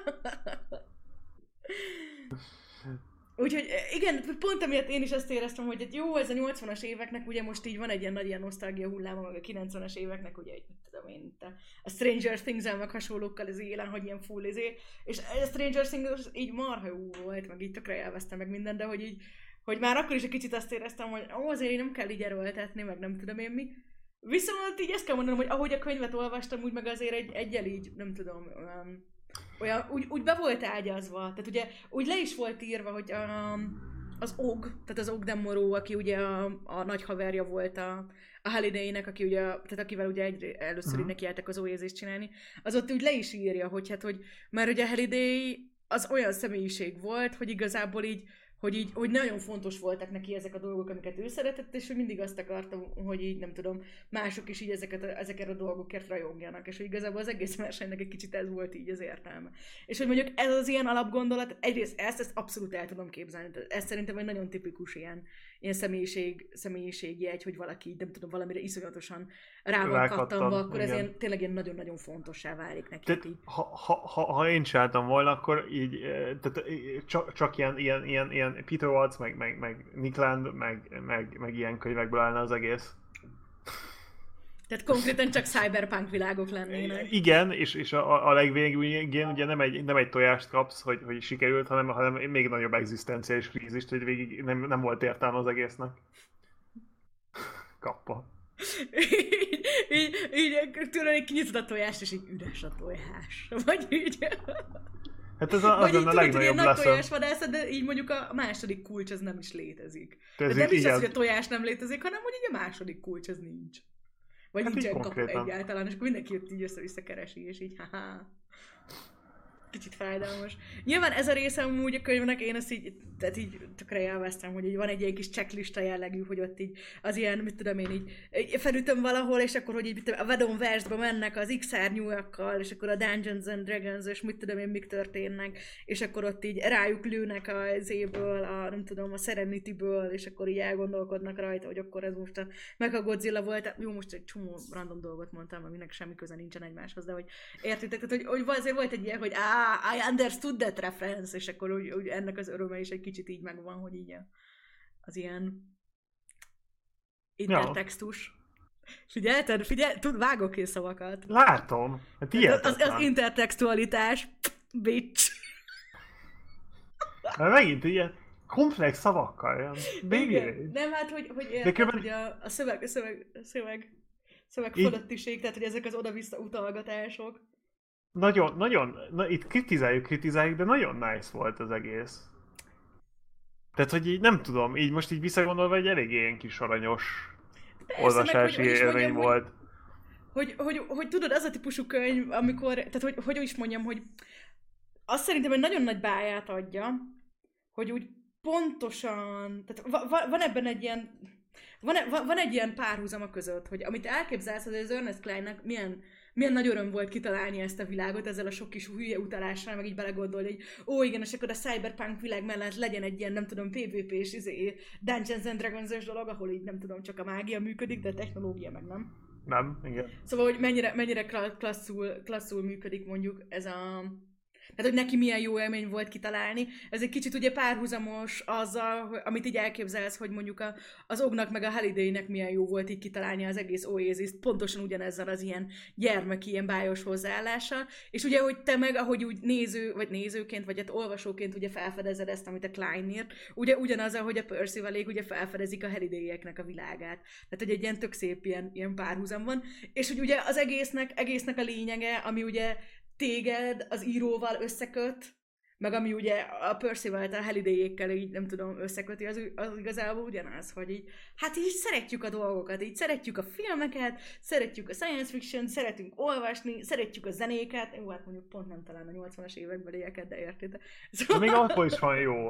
A: Úgyhogy igen, pont emiatt én is azt éreztem, hogy jó, ez a nyolcvanas éveknek, ugye most így van egy ilyen nagy ilyen nosztalgia hulláma, meg a kilencvenes éveknek, ugye egy, tudom én, a Stranger Things-el meg hasonlókkal az élen, hogy ilyen full izé, és a Stranger Things így marha jó volt, meg így tökre elvesztem meg minden, de hogy így, hogy már akkor is egy kicsit azt éreztem, hogy ó, azért nem kell így erőltetni, meg nem tudom én mi. Viszont így ezt kell mondanom, hogy ahogy a könyvet olvastam, úgy meg azért egy, egyel így, nem tudom, olyan, olyan úgy, úgy be volt ágyazva. Tehát ugye úgy le is volt írva, hogy a, az Og, tehát az Og Demoró, aki ugye a, a nagy haverja volt a, a Halliday-nek, aki ugye, tehát akivel ugye egy, először uh-huh. nekiálltak az Oasis csinálni, az ott úgy le is írja, hogy hát, hogy már ugye Halliday az olyan személyiség volt, hogy igazából így hogy így, hogy nagyon fontos voltak neki ezek a dolgok, amiket ő szeretett, és hogy mindig azt akartam, hogy így nem tudom, mások is így ezeket a, ezeket a dolgokért rajongjanak, és hogy igazából az egész versenynek egy kicsit ez volt így az értelme. És hogy mondjuk ez az ilyen alapgondolat, egyrészt ezt, ezt abszolút el tudom képzelni, ez szerintem egy nagyon tipikus ilyen, ilyen személyiség, személyiségjegy, hogy valaki, nem tudom, valamire iszonyatosan rá van kattanva, akkor ez ilyen, tényleg ilyen nagyon-nagyon fontossá válik neki.
B: Tehát, ha, ha, ha, ha én csináltam volna, akkor így, tehát csak, csak ilyen, ilyen, ilyen, ilyen ilyen Peter Watts, meg, meg, meg Nick Land, meg, meg, meg ilyen könyvekből állna az egész.
A: Tehát konkrétan csak cyberpunk világok lennének.
B: Igen, és, és a, a legvégén ugye nem egy, nem egy tojást kapsz, hogy, hogy sikerült, hanem, hanem még nagyobb egzisztenciális krízist, hogy végig nem, nem volt értelme az egésznek. Kappa.
A: így, így, így tőle így kinyitod a tojást, és így üres a tojás. Vagy így...
B: Hát ez a, az lenne a legnagyobb
A: lesson. Nagy
B: tojásvadászat,
A: de így mondjuk a második kulcs az nem is létezik.
B: De
A: nem is az, hogy a tojás nem létezik, hanem hogy így a második kulcs az nincs. Vagy hát nincsen kap egyáltalán, és akkor mindenki jött így össze-vissza keresi, és így haha. Kicsit fájdalmas. Nyilván ez a része amúgy a könyvnek, én ezt így, tehát így tökre élveztem, hogy így van egy ilyen kis checklista jellegű, hogy ott így az ilyen, mit tudom én így, felütöm valahol, és akkor hogy így tudom, a Vedon Westbe mennek az X-árnyúakkal, és akkor a Dungeons and Dragons, és mit tudom én, mik történnek, és akkor ott így rájuk lőnek az éből, a, nem tudom, a Serenity-ből, és akkor így elgondolkodnak rajta, hogy akkor ez most a Mechagodzilla volt. Jó, most egy csomó random dolgot mondtam, aminek semmi köze nincsen egymáshoz, de hogy értitek, tehát hogy, hogy azért volt egy ilyen, hogy á, I understood that reference, és akkor úgy, úgy ennek az öröme is egy kicsit így megvan, hogy így az ilyen intertextus. Ja. Figyelted? Figyel, tud, vágok én szavakat.
B: Látom. Hát
A: az, az intertextualitás, bitch.
B: Mert megint ilyen komplex szavakkal.
A: Igen. Nem, hát, hogy, hogy érted, különben... hogy a, a szöveg, a szöveg, a szöveg, szöveg így... fölöttiség, tehát, hogy ezek az oda-vissza utalgatások.
B: Nagyon, nagyon, na, itt kritizáljuk, kritizáljuk, de nagyon nice volt az egész. Tehát, hogy így nem tudom, így most így visszagondolva egy elég ilyen kis aranyos persze, olvasási meg, hogy, élmény mondjam, volt.
A: Hogy, hogy, hogy, hogy tudod, az a típusú könyv, amikor, tehát hogy, hogy is mondjam, hogy azt szerintem egy nagyon nagy báját adja, hogy úgy pontosan, tehát va, va, van ebben egy ilyen, van, van, van egy ilyen párhuzama között, hogy amit elképzelsz, hogy az Ernest Clinenak milyen milyen nagy öröm volt kitalálni ezt a világot ezzel a sok kis hülye utalással, meg így belegondolni, hogy ó igen, és akkor a cyberpunk világ mellett legyen egy ilyen, nem tudom, pé vé pés, izé, Dungeons and Dragons-ös dolog, ahol így nem tudom, csak a mágia működik, de a technológia meg nem.
B: Nem, igen.
A: Szóval, hogy mennyire, mennyire klasszul, klasszul működik mondjuk ez a... Tehát, hogy neki milyen jó élmény volt kitalálni. Ez egy kicsit ugye párhuzamos azzal, amit így elképzelsz, hogy mondjuk a, az Ognak meg a Hallidaynek milyen jó volt így kitalálni az egész Oasis-t, pontosan ugyanezzel az ilyen gyermeki, ilyen bájos hozzáállással. És ugye, hogy te meg, ahogy úgy néző, vagy nézőként, vagy hát olvasóként ugye felfedezed ezt, amit a Klein írt, ugye ugyanaz, ahogy a Percivalék ugye felfedezik a Hallidayeknek a világát. Tehát, hogy egy ilyen tök szép ilyen, ilyen párhuzam van. És hogy ugye az egésznek, egésznek a lényege, ami ugye téged az íróval összeköt, meg ami ugye a Percival-t a Halliday-ékkel így nem tudom összeköti, az, az igazából ugyanaz, hogy így, hát így szeretjük a dolgokat, így szeretjük a filmeket, szeretjük a science fiction, szeretünk olvasni, szeretjük a zenéket, jó, hát mondjuk pont nem talán a nyolcvanas évekbelieket, de érted.
B: Szóval... még akkor is van jó.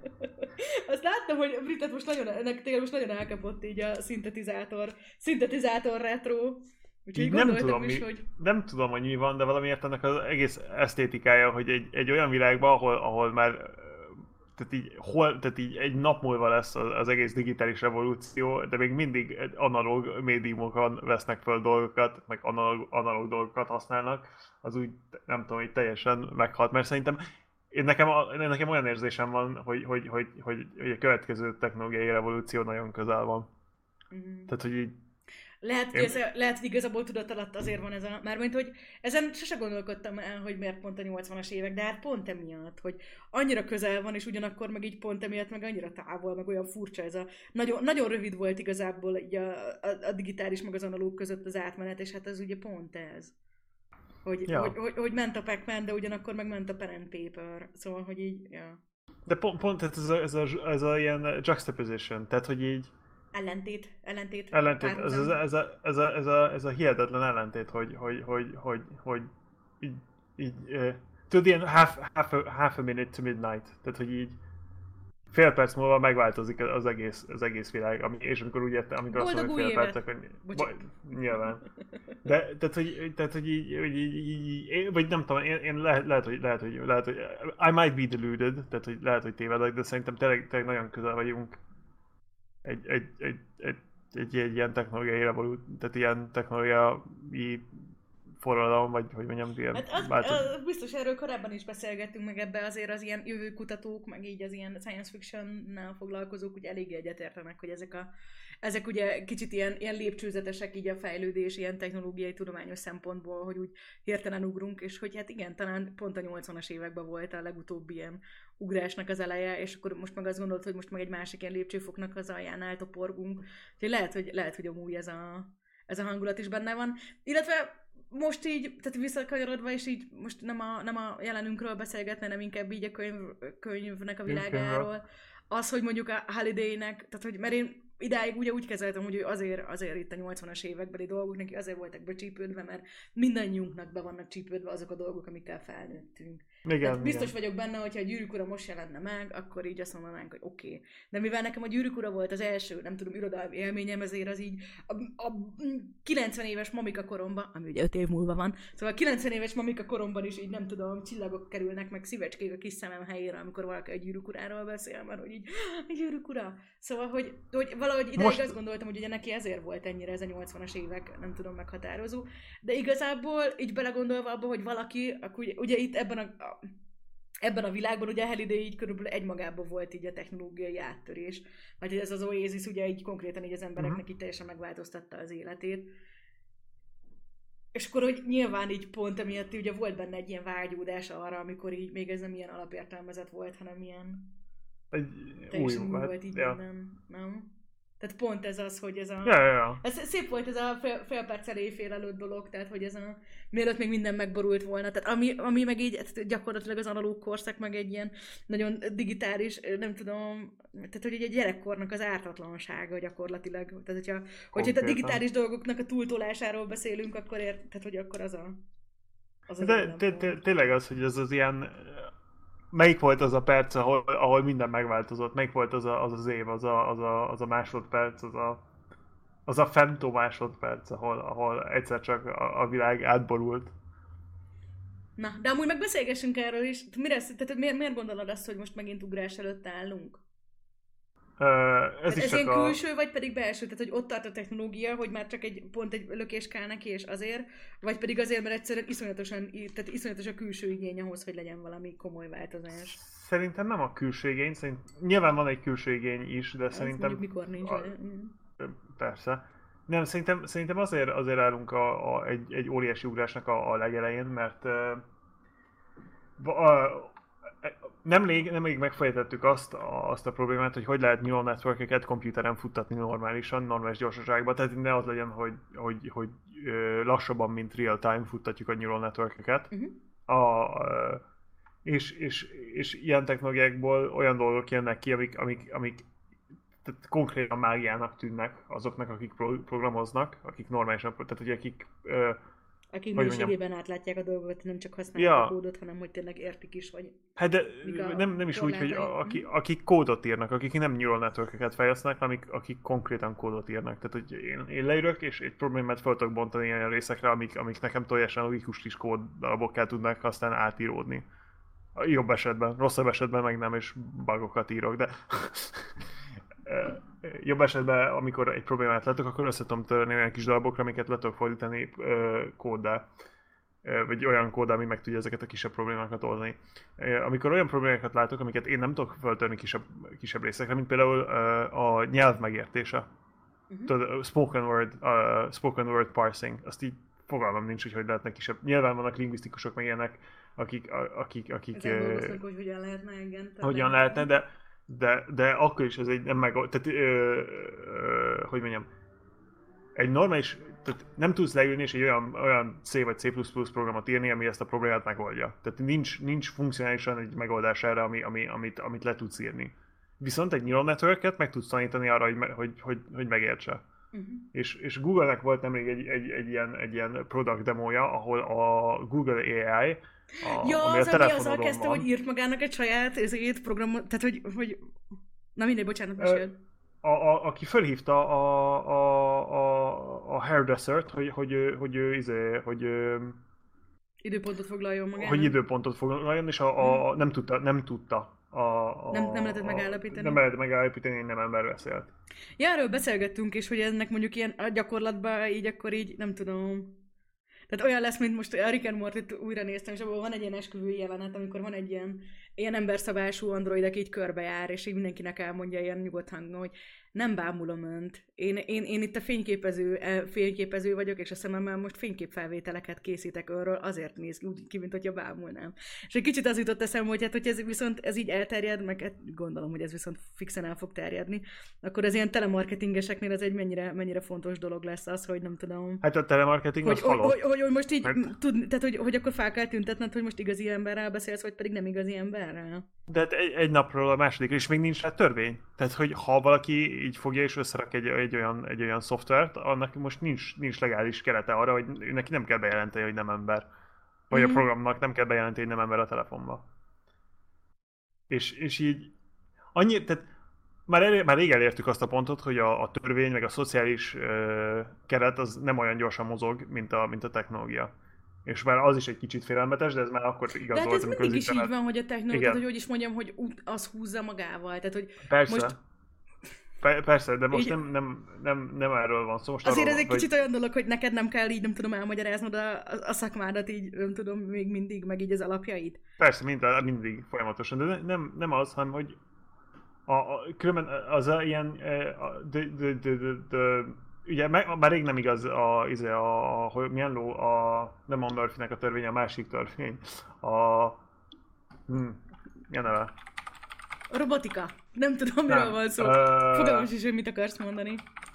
A: Azt láttam, hogy Britet most nagyon, ennek téged most nagyon elkapott így a szintetizátor, szintetizátor retro.
B: Így nem tudom, is, mi, hogy... nem tudom, hogy mi van, de valamiért ennek az egész esztétikája, hogy egy, egy olyan világban, ahol, ahol már tehát így, hol, tehát így egy nap múlva lesz az, az egész digitális revolúció, de még mindig analóg médiumokon vesznek föl dolgokat, meg analóg, analóg dolgokat használnak, az úgy nem tudom, hogy teljesen meghalt, mert szerintem én nekem, nekem olyan érzésem van, hogy, hogy, hogy, hogy, hogy a következő technológiai revolúció nagyon közel van. Mm. Tehát, hogy így
A: Lehet, hogy, ez, lehet, hogy igazából tudat alatt azért van ez a... Mármint, hogy ezen sose gondolkodtam el, hogy miért pont a nyolcvanas évek, de hát pont emiatt, hogy annyira közel van, és ugyanakkor meg így pont emiatt meg annyira távol, meg olyan furcsa ez a... Nagyon, nagyon rövid volt igazából így a, a, a digitális meg az analóg között az átmenet, és hát ez ugye pont ez. Hogy, ja. hogy, hogy, hogy ment a Pac-Man, de ugyanakkor meg ment a pen and paper. Szóval, hogy így... Ja.
B: De pont, pont ez, a, ez, a, ez a ilyen juxtaposition, tehát hogy így...
A: Ellentét, ellentét.
B: Ellentét, ez, ez, ez, a, ez, a, ez, a, ez a hihetetlen ellentét, hogy, hogy, hogy, hogy, hogy így, így uh, tudod, ilyen half, half, a, half a minute to midnight, tehát hogy így fél perc múlva megváltozik az egész, az egész világ, ami, és amikor úgy érte, amikor azt mondom, hogy fél percek, hogy baj, nyilván. De, tehát, hogy, tehát, hogy így, hogy így, így, vagy nem tudom, én, én lehet, lehet, hogy, lehet, hogy, lehet, hogy, I might be deluded, tehát, hogy lehet, hogy tévedek, de szerintem tényleg, tényleg nagyon közel vagyunk Egy, egy, egy, egy, egy, egy ilyen technológiai revolúció, tehát ilyen technológiai forradalom, vagy hogy mondjam, ilyen
A: hát az, az, biztos erről korábban is beszélgettünk, meg ebbe azért az ilyen jövőkutatók, meg így az ilyen science fiction-nál foglalkozók, ugye eléggé egyetértenek, hogy ezek a ezek ugye kicsit ilyen, ilyen lépcsőzetesek így a fejlődés, ilyen technológiai, tudományos szempontból, hogy úgy hirtelen ugrunk, és hogy hát igen, talán pont a nyolcvanas években volt a legutóbbi ilyen ugrásnak az eleje, és akkor most meg azt gondolod, hogy most meg egy másik ilyen lépcsőfoknak az aljánál toporgunk. Úgyhogy lehet, hogy, lehet, hogy amúgy ez a, ez a hangulat is benne van. Illetve most így, tehát visszakanyarodva, és így most nem a, nem a jelenünkről beszélgetne, nem inkább így a könyv, könyvnek a világáról. Az, hogy mondjuk a Halliday-nek, tehát hogy, mert én idáig ugye úgy kezeltem, hogy ő azért, azért itt a nyolcvanas évekbeli dolgok neki azért voltak becsípődve, mert mindannyiunknak be vannak csípődve azok a dolgok, amikkel felnőttünk. Igen, tehát biztos igen. vagyok benne, hogyha a Gyűrűk ura most jelenne meg, akkor így azt mondanánk, hogy oké. Okay. De mivel nekem a Gyűrűk ura volt az első, nem tudom, irodalmi élményem, ezért az így a, a kilencven éves mamika koromban, ami ugye öt év múlva van, szóval a kilencven éves mamika koromban is így nem tudom, csillagok kerülnek meg szívecskék a kis szemem helyére, amikor valaki a Gyűrűk uráról beszél, mert hogy így a Gyűrűk ura. Szóval, hogy, hogy valahogy ideig most... azt gondoltam, hogy ugye neki ezért volt ennyire ez a nyolcvanas évek, nem tudom, meghatározó. De igazából így belegondolva abba, hogy valaki, akkor ugye, ugye itt ebben a, a, ebben a világban ugye Halliday így körülbelül egymagában volt így a technológiai áttörés. Mert ez az Oasis ugye így konkrétan így az embereknek uh-huh. így teljesen megváltoztatta az életét. És akkor, hogy nyilván így pont emiatt ugye volt benne egy ilyen vágyódás arra, amikor így még ez nem ilyen alapértelmezett volt, hanem ilyen
B: egy
A: teljesen
B: új
A: volt hát, így ja. nem, nem? Tehát pont ez az, hogy ez a...
B: Ja, ja, ja.
A: Ez szép volt ez a fél, fél perccel éjfél előtt dolog, tehát hogy ez a... Mielőtt még minden megborult volna. Tehát ami, ami meg így gyakorlatilag az analóg korszak, meg egy ilyen nagyon digitális, nem tudom... Tehát hogy egy gyerekkornak az ártatlansága gyakorlatilag. Tehát hogyha, hogyha itt a digitális dolgoknak a túltolásáról beszélünk, akkor ér, tehát hogy akkor az a...
B: Az az De tényleg az, hogy ez az ilyen... Melyik volt az a perc, ahol, ahol minden megváltozott? Melyik volt az a, az, az év, az a, az, a, az a másodperc, az a, az a femtó másodperc, ahol, ahol egyszer csak a, a világ átborult?
A: Na, de amúgy megbeszélgessünk erről is. Mire, tehát miért, miért gondolod azt, hogy most megint ugrás előtt állunk?
B: Uh, ez is
A: ez ilyen
B: a...
A: külső, vagy pedig belső? Tehát, hogy ott tart a technológia, hogy már csak egy pont egy lökés kell neki, és azért, vagy pedig azért, mert egyszerűen iszonyatosan, tehát iszonyatos a külső igény ahhoz, hogy legyen valami komoly változás.
B: Szerintem nem a külső igény, szerint... nyilván van egy külső igény is, de
A: ez
B: szerintem...
A: mikor nincs.
B: A... Persze. Nem, szerintem, szerintem azért, azért állunk a, a, egy, egy óriási ugrásnak a, a legelején, mert uh, a, Nemrég, nemrég megfejtettük azt, azt a problémát, hogy hogy lehet neural networkeket komputeren futtatni normálisan, normális gyorsaságban, tehát ne az legyen, hogy, hogy, hogy lassabban, mint real time futtatjuk a neural networkeket. Uh-huh. A, és, és, és ilyen technológiákból olyan dolgok jönnek ki, amik, amik, amik tehát konkrétan mágiának tűnnek azoknak, akik pro- programoznak, akik normálisan, tehát hogy akik
A: akik mélységében átlátják a dolgokat, nem csak használják ja. a kódot, hanem hogy tényleg értik is, hogy...
B: Hát de nem, nem is úgy, hogy a, aki, akik kódot írnak, akik nem neural networkeket fejlesztenek, hanem akik, akik konkrétan kódot írnak. Tehát, hogy én, én leülök, és egy problémát fel tudok bontani ilyen részekre, amik, amik nekem teljesen logikus kis kóddalabokká tudnak aztán átíródni. Jobb esetben, rosszabb esetben meg nem, és bugokat írok, de... jobb esetben, amikor egy problémát látok, akkor össze tudom törni olyan kis darabokra, amiket le tudok fordítani kóddá. Vagy olyan kóddá, ami meg tudja ezeket a kisebb problémákat oldani. Amikor olyan problémákat látok, amiket én nem tudok feltörni kisebb, kisebb részekre, mint például a nyelv megértése. Uh-huh. Tudod, spoken word, uh, spoken word parsing, azt így fogalmam nincs, hogy hogy lehetne kisebb. Nyilván vannak lingvisztikusok meg ilyenek, akik... akik, akik
A: ezen dolgoznak, hogy hogyan lehetne, igen.
B: Hogyan lehetne, de De, de akkor is ez egy nem meg... Tehát, ö, ö, hogy mondjam, egy normális... Tehát nem tudsz leülni és egy olyan, olyan C vagy C plusz plusz programot írni, ami ezt a problémát megoldja. Tehát nincs, nincs funkcionálisan egy megoldás erre, ami, ami, amit, amit le tudsz írni. Viszont egy neural networket meg tudsz tanítani arra, hogy, hogy, hogy, hogy megértse. Uh-huh. És, és Google-nek volt nemrég egy, egy, egy, ilyen, egy ilyen product demója, ahol a Google á i
A: A, ja, ami az, a ami azzal kezdte, van. Hogy írt magának egy saját ezért programot, tehát hogy, hogy... Na mindegy, bocsánat, meséld.
B: A, a, aki felhívta a, a, a, a hairdressert, hogy, hogy, hogy ő izé, hogy...
A: Időpontot foglaljon magának.
B: Hogy időpontot foglaljon, és a, a, hmm. nem tudta, nem tudta. A, a,
A: nem, nem lehetett megállapítani?
B: Nem lehetett megállapítani, hogy nem ember beszélt.
A: Ja, erről beszélgettünk is, hogy ennek mondjuk ilyen a gyakorlatban így akkor így, nem tudom... Tehát olyan lesz, mint most a Rick and Morty-t újra néztem, és abban van egy ilyen esküvői jelenet, amikor van egy ilyen, ilyen emberszabású android, aki így körbejár, és így mindenkinek elmondja ilyen nyugodt hangon, hogy nem bámulom önt. Én, én, én itt a fényképező, fényképező vagyok, és a szememmel most fényképfelvételeket készítek önről, azért néz úgy ki, mint hogyha bámulnám. És egy kicsit az jutott eszembe, hogy hát, hogy ez viszont ez így elterjed, meg hát gondolom, hogy ez viszont fixen el fog terjedni, akkor az ilyen telemarketingeseknél ez egy mennyire, mennyire fontos dolog lesz az, hogy nem tudom.
B: Hát a telemarketing
A: hogy,
B: az halott.
A: Hogy, hogy, hogy most így, hát... tud, tehát hogy, hogy akkor fel kell tüntetned, hogy most igazi emberrel beszélsz, vagy pedig nem igazi emberrel.
B: De hát egy, egy napról a másodikra, és még nincs rá törvény. Tehát, hogy ha valaki így fogja és összerak egy, egy, olyan, egy olyan szoftvert, annak most nincs, nincs legális kerete arra, hogy neki nem kell bejelenteni, hogy nem ember. Vagy mm. a programnak nem kell bejelenteni, hogy nem ember a telefonba. És, és így annyi, tehát már, el, már rég elértük azt a pontot, hogy a, a törvény, meg a szociális ö, keret az nem olyan gyorsan mozog, mint a, mint a technológia. És már az is egy kicsit félelmetes, de ez már akkor igaz
A: de hát
B: volt,
A: ez mindig is így van, hogy a technológia, hogy hogy is mondjam, hogy az húzza magával. Tehát, hogy
B: persze.
A: Most...
B: Persze, de most
A: így...
B: nem, nem, nem, nem erről van szó. Most
A: azért
B: arról,
A: ez egy
B: hogy...
A: kicsit olyan dolog, hogy neked nem kell így, nem tudom, elmagyaráznod a, a, a szakmádat így, nem tudom, még mindig, meg így az alapjait.
B: Persze, mind, mindig folyamatosan, de nem, nem az, hanem hogy a, a, különben az a ilyen, de, de, de, de, de, ugye már rég nem igaz a, a, a hogy milyen ló, a, nem a Murphynek a törvény, a másik törvény, a, hm, milyen neve?
A: A robotika. Nem tudom, miről nem. van szó. Uh... Fogalmam is, hogy mit akarsz mondani.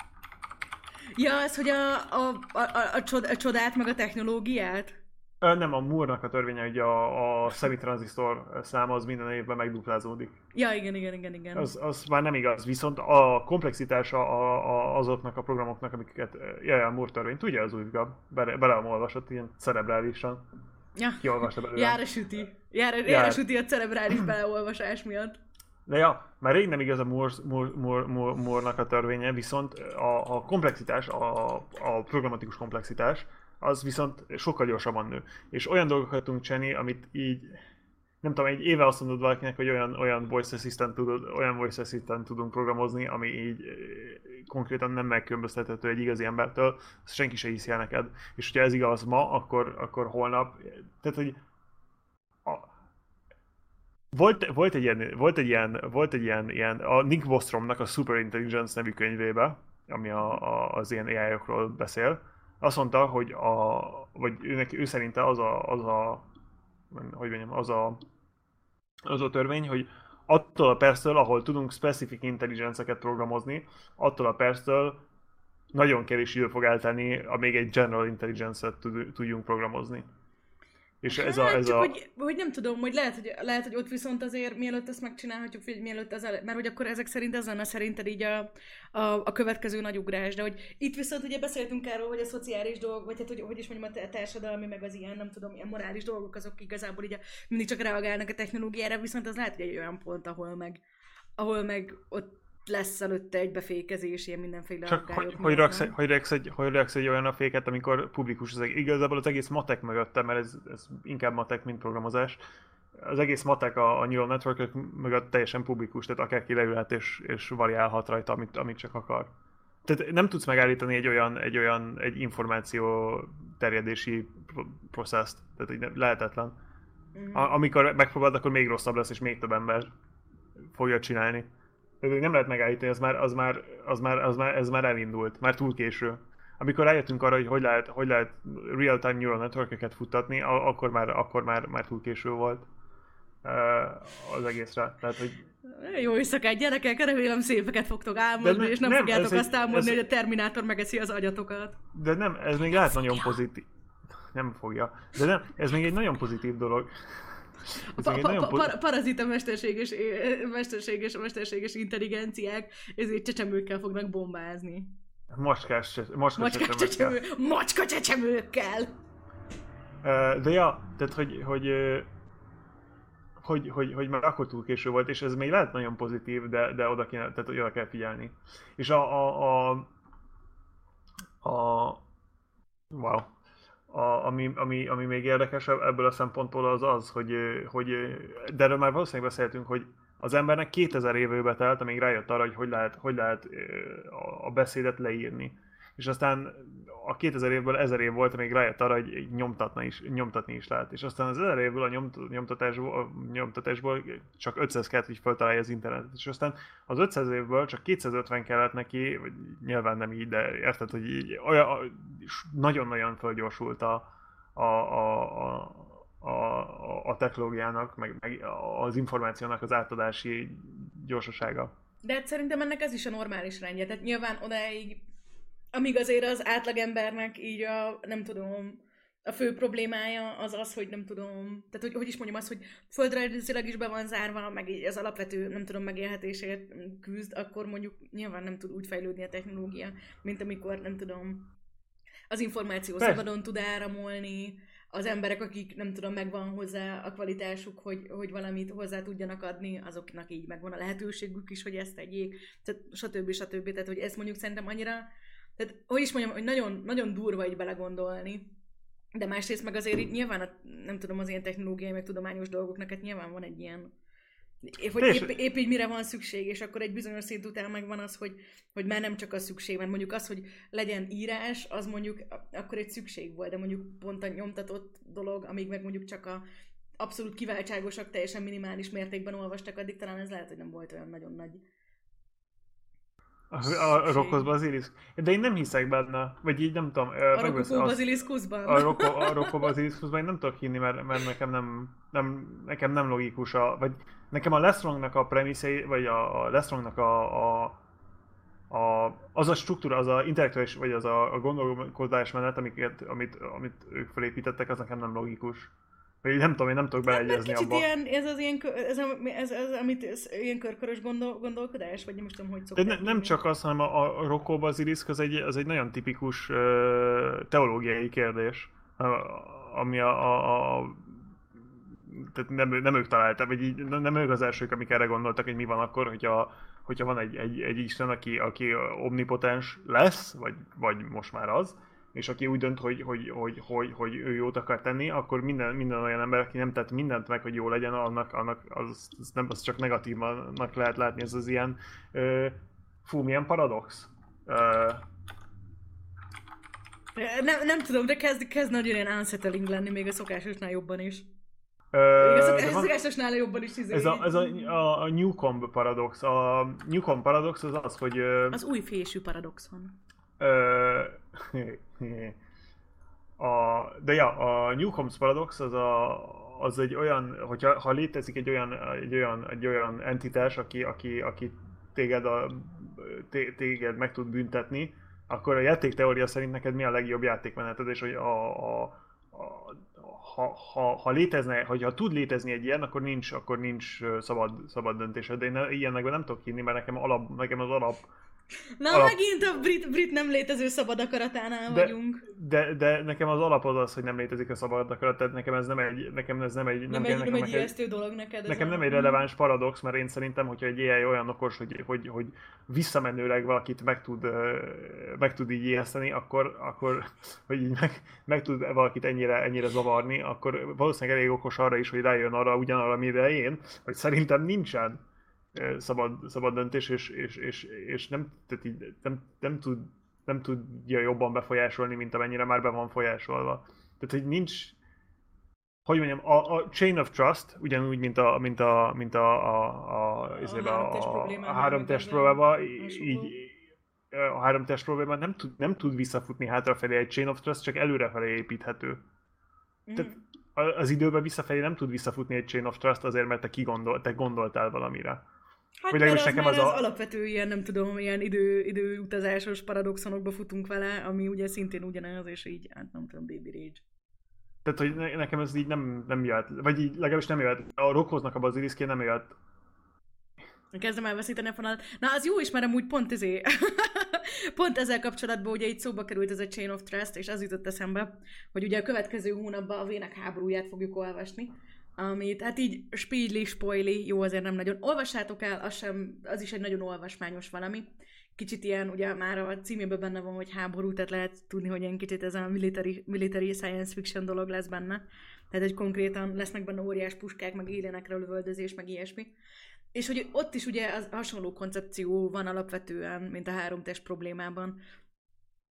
A: Ja, az, hogy a, a, a, a, a, csod, a csodát, meg a technológiát?
B: Uh, nem, a Moore-nak a törvénye, hogy a, a szemitranzisztor száma az minden évben megduplázódik.
A: Ja, igen, igen, igen, igen.
B: Az, az már nem igaz, viszont a komplexitása a, a, azoknak a programoknak, amiket, jaj, a Moore törvény, tudja az úgy, Gab, bele, bele olvasott ilyen cerebrálisan.
A: Ja,
B: kiolvasta belőle.
A: Jára süti. Jára, Jár... jára süti a cerebrális beleolvasás miatt.
B: De ja, már rég nem igaz a Moore-nak Moore, Moore, Moore a törvénye, viszont a, a komplexitás, a, a programatikus komplexitás, az viszont sokkal gyorsabban nő. És olyan dolgokat tudunk csinálni, amit így, nem tudom, egy éve azt mondod valakinek, hogy olyan, olyan, voice assistant tudod, olyan voice assistant tudunk programozni, ami így konkrétan nem megkülönböztethető egy igazi embertől, azt senki se hiszi el neked. És hogyha ez igaz ma, akkor, akkor holnap, tehát hogy a, Volt, volt egy ilyen, volt egy ilyen, volt egy ilyen, ilyen a Nick Bostromnak a Super Intelligence nevű könyvébe, ami a, a, az ilyen á i-okról beszél, azt mondta, hogy a, vagy őnek, ő szerinte az a, az a, hogy mondjam, az a, az a törvény, hogy attól a perctől, ahol tudunk specific intelligence-eket programozni, attól a perctől nagyon kevés idő fog eltenni, amíg egy general intelligence-et tudjunk programozni. És ez
A: hát,
B: a, ez
A: csak
B: a...
A: hogy, hogy nem tudom, hogy lehet, hogy lehet, hogy ott viszont azért mielőtt ezt megcsinálhatjuk, hogy mielőtt az ele... mert hogy akkor ezek szerint ez lenne szerinted így a, a, a következő nagy ugrás, de hogy itt viszont ugye beszéltünk erről, hogy a szociális dolgok, vagy hát hogy, hogy is mondjam, a társadalmi, meg az ilyen, nem tudom, ilyen morális dolgok, azok igazából így a, mindig csak reagálnak a technológiára, viszont az lehet, hogy egy olyan pont, ahol meg, ahol meg ott lesz előtte egy befékezés, ilyen mindenféle
B: csak hogy, hogy, raksz egy, hogy, raksz egy, hogy raksz egy olyan a féket, amikor publikus az egész. Igazából az egész matek mögötte, mert ez, ez inkább matek, mint programozás. Az egész matek a, a neural network mögött teljesen publikus, tehát akárki leülhet és, és variálhat rajta, amit, amit csak akar. Tehát nem tudsz megállítani egy olyan, egy olyan egy információ terjedési processzt, tehát lehetetlen. Mm. A, amikor megpróbálod, akkor még rosszabb lesz, és még több ember fogja csinálni. Tehát nem lehet megállítani, az már, az már, az már, az már, ez már elindult, már túl késő. Amikor rájöttünk arra, hogy hogy lehet, hogy lehet real-time neural network-eket futtatni, akkor már, akkor már, már túl késő volt az egészre. Tehát, hogy...
A: Jó éjszakát, gyerekek, remélem szépeket fogtok álmodni, ne, és nem, nem fogjátok azt álmodni, ez... hogy a Terminátor megeszi az agyatokat.
B: De nem, ez még lehet nagyon pozitív. Nem fogja. De nem, ez még egy nagyon pozitív dolog.
A: Pa, pa, pa, pa, parazita mesterséges, mesterséges, mesterséges intelligenciák ezért csecsemőkkel fognak bombázni.
B: Macskás, macskás csecsemőkkel.
A: Macska csecsemőkkel!
B: De ja, tehát hogy, hogy, hogy, hogy, hogy már akkor túl késő volt, és ez még lehet nagyon pozitív, de, de oda, kéne, tehát oda kell figyelni. És a, a, a, a wow. A, ami, ami, ami még érdekes ebből a szempontból az az, hogy, hogy de erről már valószínűleg beszéltünk, hogy az embernek kétezer évbe telt, amíg rájött arra, hogy hogy lehet, hogy lehet a beszédet leírni. és aztán a kétezer évből ezer év volt, még rájött arra, hogy nyomtatni is, nyomtatni is lehet. És aztán az ezer évből a nyomt, nyomtatásból, a nyomtatásból csak ötszáz kellett, hogy feltalálja az internetet. És aztán az ötszáz évből csak kétszázötven kellett neki, vagy nyilván nem így, de érted, hogy így olyan, nagyon-nagyon fölgyorsult a, a, a, a A, a technológiának, meg, meg az információnak az átadási gyorsasága.
A: De hát szerintem ennek ez is a normális rendje. Tehát nyilván odáig, amíg azért az átlagembernek így a, nem tudom, a fő problémája az az, hogy nem tudom, tehát hogy, hogy is mondjam azt, hogy földrajzilag is be van zárva, meg így az alapvető, nem tudom, megélhetésért küzd, akkor mondjuk nyilván nem tud úgy fejlődni a technológia, mint amikor, nem tudom, az információ Persze. szabadon tud áramolni, az emberek, akik nem tudom, megvan hozzá a kvalitásuk, hogy, hogy valamit hozzá tudjanak adni, azoknak így megvan a lehetőségük is, hogy ezt tegyék, tehát stb. stb. Tehát, hogy ezt mondjuk szerintem annyira, tehát, hogy is mondjam, hogy nagyon, nagyon durva így belegondolni, de másrészt meg azért így nyilván, a, nem tudom, az ilyen technológiai, meg tudományos dolgoknak, hát nyilván van egy ilyen, hogy épp, épp így mire van szükség, és akkor egy bizonyos szint után megvan az, hogy, hogy már nem csak a szükség van. Mondjuk az, hogy legyen írás, az mondjuk akkor egy szükség volt, de mondjuk pont a nyomtatott dolog, amíg meg mondjuk csak a abszolút kiváltságosak, teljesen minimális mértékben olvastak, addig talán ez lehet, hogy nem volt olyan nagyon nagy.
B: A, a, a Rokko Basilisk. De én nem hiszek benne, vagy így nem tudom.
A: A Rokko Basiliskusban?
B: A Rokko, a Rokko Basiliskusban én nem tudok hinni, mert, mert nekem, nem, nem, nekem nem logikus a, vagy nekem a Lestrongnak a premisszei, vagy a, a Lestrongnak a, a, a, az a struktúra, az a intellektuális, vagy az a, a gondolkodás menet, amiket, amit, amit ők felépítettek, az nekem nem logikus. Vagy nem tudom, én nem tudok beleegyezni
A: abba. Kicsit ilyen, ez az ilyen, ez, ez, ez, amit, ez, ilyen körkörös gondol, gondolkodás, vagy nem tudom, hogy szokták.
B: De ne, nem csak az, hanem a, a Rokko Basilisk az egy, az egy nagyon tipikus uh, teológiai kérdés, ami a, a, a tehát nem, nem ők találták, vagy így, nem ők az elsők, amik erre gondoltak, hogy mi van akkor, hogyha, hogyha van egy, egy, egy Isten, aki, aki omnipotens lesz, vagy, vagy most már az, és aki úgy dönt, hogy, hogy, hogy, hogy, hogy ő jót akar tenni, akkor minden, minden olyan ember, aki nem tett mindent meg, hogy jó legyen, annak, annak az, az, nem, az csak negatívnak lehet látni, ez az ilyen uh, fú, milyen paradox. Uh,
A: nem, nem tudom, de kezd, kezd nagyon ilyen unsettling lenni, még a szokásosnál jobban is.
B: Uh,
A: még a szokásosnál jobban is izé.
B: Ez, a, ez a, a, a Newcomb paradox. A Newcomb paradox az az, hogy... Uh,
A: az új fésű paradox van.
B: Uh, a, de ja, a Newcomb's paradox az, a, az egy olyan, hogyha ha létezik egy olyan, egy olyan, egy olyan entitás, aki, aki, aki téged, a, téged meg tud büntetni, akkor a játékteória szerint neked mi a legjobb játékmeneted, és hogy a, a, a, ha, ha, ha létezne, hogyha tud létezni egy ilyen, akkor nincs, akkor nincs szabad, szabad döntésed. De én ilyenekben nem tudok hinni, mert nekem, alap, nekem az alap
A: Na, alap... megint a brit, brit nem létező szabad akaratánál
B: de,
A: vagyunk.
B: De, de nekem az alap az az, hogy nem létezik a szabad akarat, tehát nekem ez nem egy, nekem ez nem egy...
A: Nem, nem, egy, nekem, nem egy ijesztő dolog neked.
B: Nekem nem egy releváns paradox, mert én szerintem, hogyha egy á i olyan okos, hogy, hogy, hogy visszamenőleg valakit meg tud, meg tud így ijeszteni, akkor, akkor hogy így meg, meg tud valakit ennyire, ennyire zavarni, akkor valószínűleg elég okos arra is, hogy rájön arra ugyanarra, amire én, hogy szerintem nincsen szabad, szabad döntés, és, és, és, és nem, tehát így nem, nem, tud, nem tudja jobban befolyásolni, mint amennyire már be van folyásolva. Tehát, hogy nincs, hogy mondjam, a, a Chain of Trust, ugyanúgy, mint a, mint a, mint a, a, a, a, a, a három test próbában, így a három test próbában nem tud, nem tud visszafutni hátrafelé egy Chain of Trust, csak előrefelé építhető. Mm. Tehát az időben visszafelé nem tud visszafutni egy Chain of Trust azért, mert te, kigondol, te gondoltál valamire.
A: Hát mert az nekem az, az a... alapvető ilyen, nem tudom, ilyen idő, időutazásos paradoxonokba futunk vele, ami ugye szintén ugyanaz, és így, hát nem tudom, baby rage.
B: Tehát, hogy nekem ez így nem, nem jöhet, vagy így legalábbis nem jöhet. A Rokkoznak a Basiliskén nem jöhet.
A: Kezdem elveszíteni a fonalat. Na, az jó is, mert amúgy pont ezé. Pont ezzel kapcsolatban ugye itt szóba került ez a Chain of Trust, és az jutott eszembe, hogy ugye a következő hónapban a Vének háborúját fogjuk olvasni, amit hát így speedly, spoily, jó, azért nem nagyon. Olvassátok el, az, sem, az is egy nagyon olvasmányos valami. Kicsit ilyen, ugye már a címében benne van, hogy háború, tehát lehet tudni, hogy ilyen kicsit ez a military, military science fiction dolog lesz benne. Tehát, hogy konkrétan lesznek benne óriás puskák, meg élénekre lövöldözés, meg ilyesmi. És hogy ott is ugye az hasonló koncepció van alapvetően, mint a három test problémában,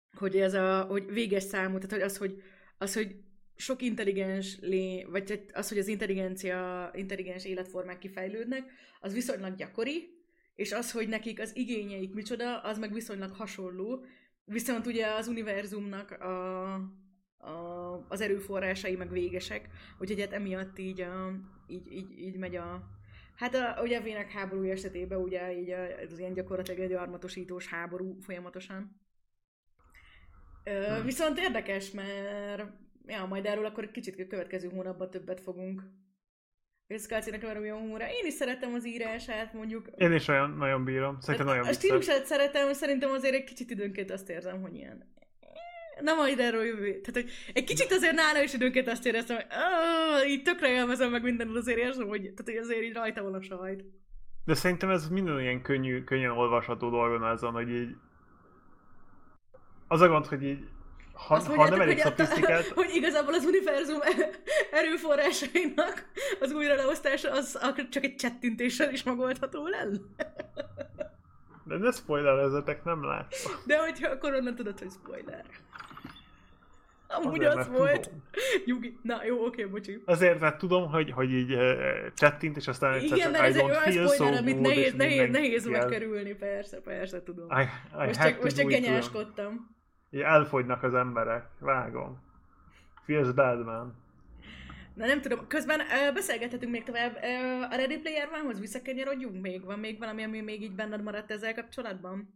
A: hogy ez a, hogy véges számú, tehát hogy az, hogy, az, hogy sok intelligens lé, vagy az, hogy az intelligencia, intelligens életformák kifejlődnek, az viszonylag gyakori, és az, hogy nekik az igényeik micsoda, az meg viszonylag hasonló, viszont ugye az univerzumnak a, a, az erőforrásai meg végesek, úgyhogy hát emiatt így, a, így, így, így megy a... Hát a, ugye a vének háború esetében ugye így az ilyen gyakorlatilag egy armatosítós háború folyamatosan. Ö, hmm. Viszont érdekes, mert ja, majd erről akkor egy kicsit a következő hónapban többet fogunk. Szkácinak arra jó humora. Én is szeretem az írását, mondjuk.
B: Én is olyan nagyon bírom. Szerintem nagyon
A: vicces. A stílusát szeretem, szerintem azért egy kicsit időnként azt érzem, hogy ilyen... Na majd erről jövő. Tehát, hogy egy kicsit azért nála is időnként azt éreztem, hogy ah, így tökre élvezem meg mindenről, azért érzem, hogy, tehát, hogy azért így rajta van a sajt.
B: De szerintem ez minden ilyen könnyű, könnyen olvasható dolgon azon, hogy így... Az a gond, hogy így ha, ha nem elég statisztikát...
A: Hogy igazából az univerzum erőforrásainak az újraleosztása az csak egy csettintéssel is megoldható lenne.
B: De ne spoilerezzetek, nem láttam.
A: De hogyha akkor onnan tudod, hogy spoiler. Amúgy azért, az volt. Jugi. Na jó, oké, bocsi.
B: Azért, mert tudom, hogy, hogy így uh, csettint, és aztán egyszer
A: igen, csak I don't feel so good, amit nehéz, nehéz, nehéz megkerülni, persze, persze, tudom.
B: I, I
A: most csak, most csak genyáskodtam.
B: Így elfogynak az emberek, vágom. Feels bad, man.
A: Na nem tudom, közben uh, beszélgethetünk még tovább. Uh, a Ready Player One-hoz visszakanyarodjunk még? Van még valami, ami még így benned maradt ezzel kapcsolatban?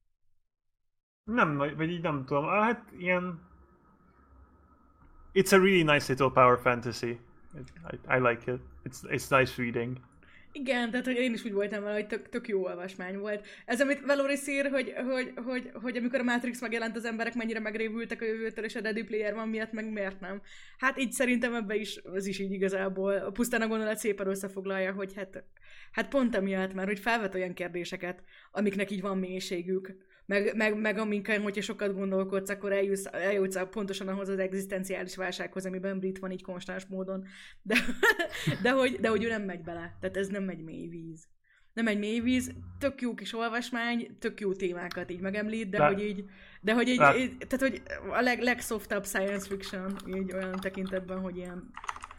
B: Nem, vagy így nem tudom. Hát ilyen... It's a really nice little power fantasy. I, I like it. It's, it's nice reading.
A: Igen, tehát hogy én is úgy voltam vele, hogy tök, tök jó olvasmány volt. Ez, amit Valoris ír, hogy, hogy, hogy, hogy amikor a Matrix megjelent, az emberek mennyire megrévültek a jövőtől, és a Ready Player One miatt, meg miért nem. Hát így szerintem ebben is, ez is így igazából. Pusztán a gondolat szépen összefoglalja, hogy hát, hát pont emiatt már, hogy felvet olyan kérdéseket, amiknek így van mélységük. Meg, meg, meg amikkel, hogyha sokat gondolkodsz, akkor eljutsz, eljutsz pontosan ahhoz az egzisztenciális válsághoz, amiben Brit van így konstans módon. De, de, hogy, de hogy ő nem megy bele. Tehát ez nem egy mély víz. Nem egy mély víz, tök jó kis olvasmány, tök jó témákat így megemlít, de, de hogy így, de hogy így, így tehát hogy a leg, legsoftabb science fiction, így olyan tekintetben, hogy ilyen,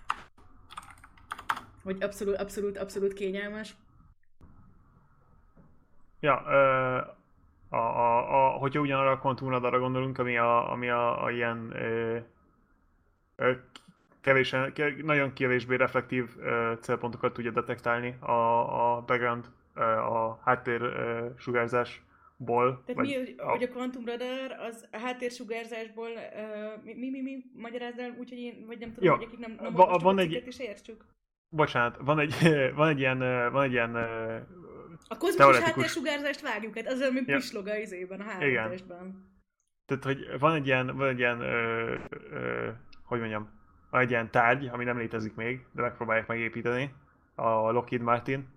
A: hogy abszolút, abszolút, abszolút kényelmes.
B: Ja, uh... A, a, a, hogyha ugyanarra a kontumradarra gondolunk, ami a, ami a, a ilyen ö, ö, kevés, nagyon kevésbé reflektív ö, célpontokat tudja detektálni a, a background, ö, a háttér ö, sugárzásból.
A: Tehát mi, a... hogy a kvantumradar az a háttérsugárzásból uh, mi, mi, mi, mi magyarázd el, úgyhogy én, vagy nem tudom, ja, hogy akik nem, nem
B: va, van a cikket
A: egy... is értsük.
B: Bocsánat, van egy, van egy ilyen, van egy ilyen
A: a kozmikus háttérsugárzást vágjuk, hát az, ami pislog a izében, a háromtestben.
B: Tehát, hogy van egy ilyen, van egy ilyen, ö, ö, hogy mondjam, van egy ilyen tárgy, ami nem létezik még, de megpróbálják megépíteni, a Lockheed Martin.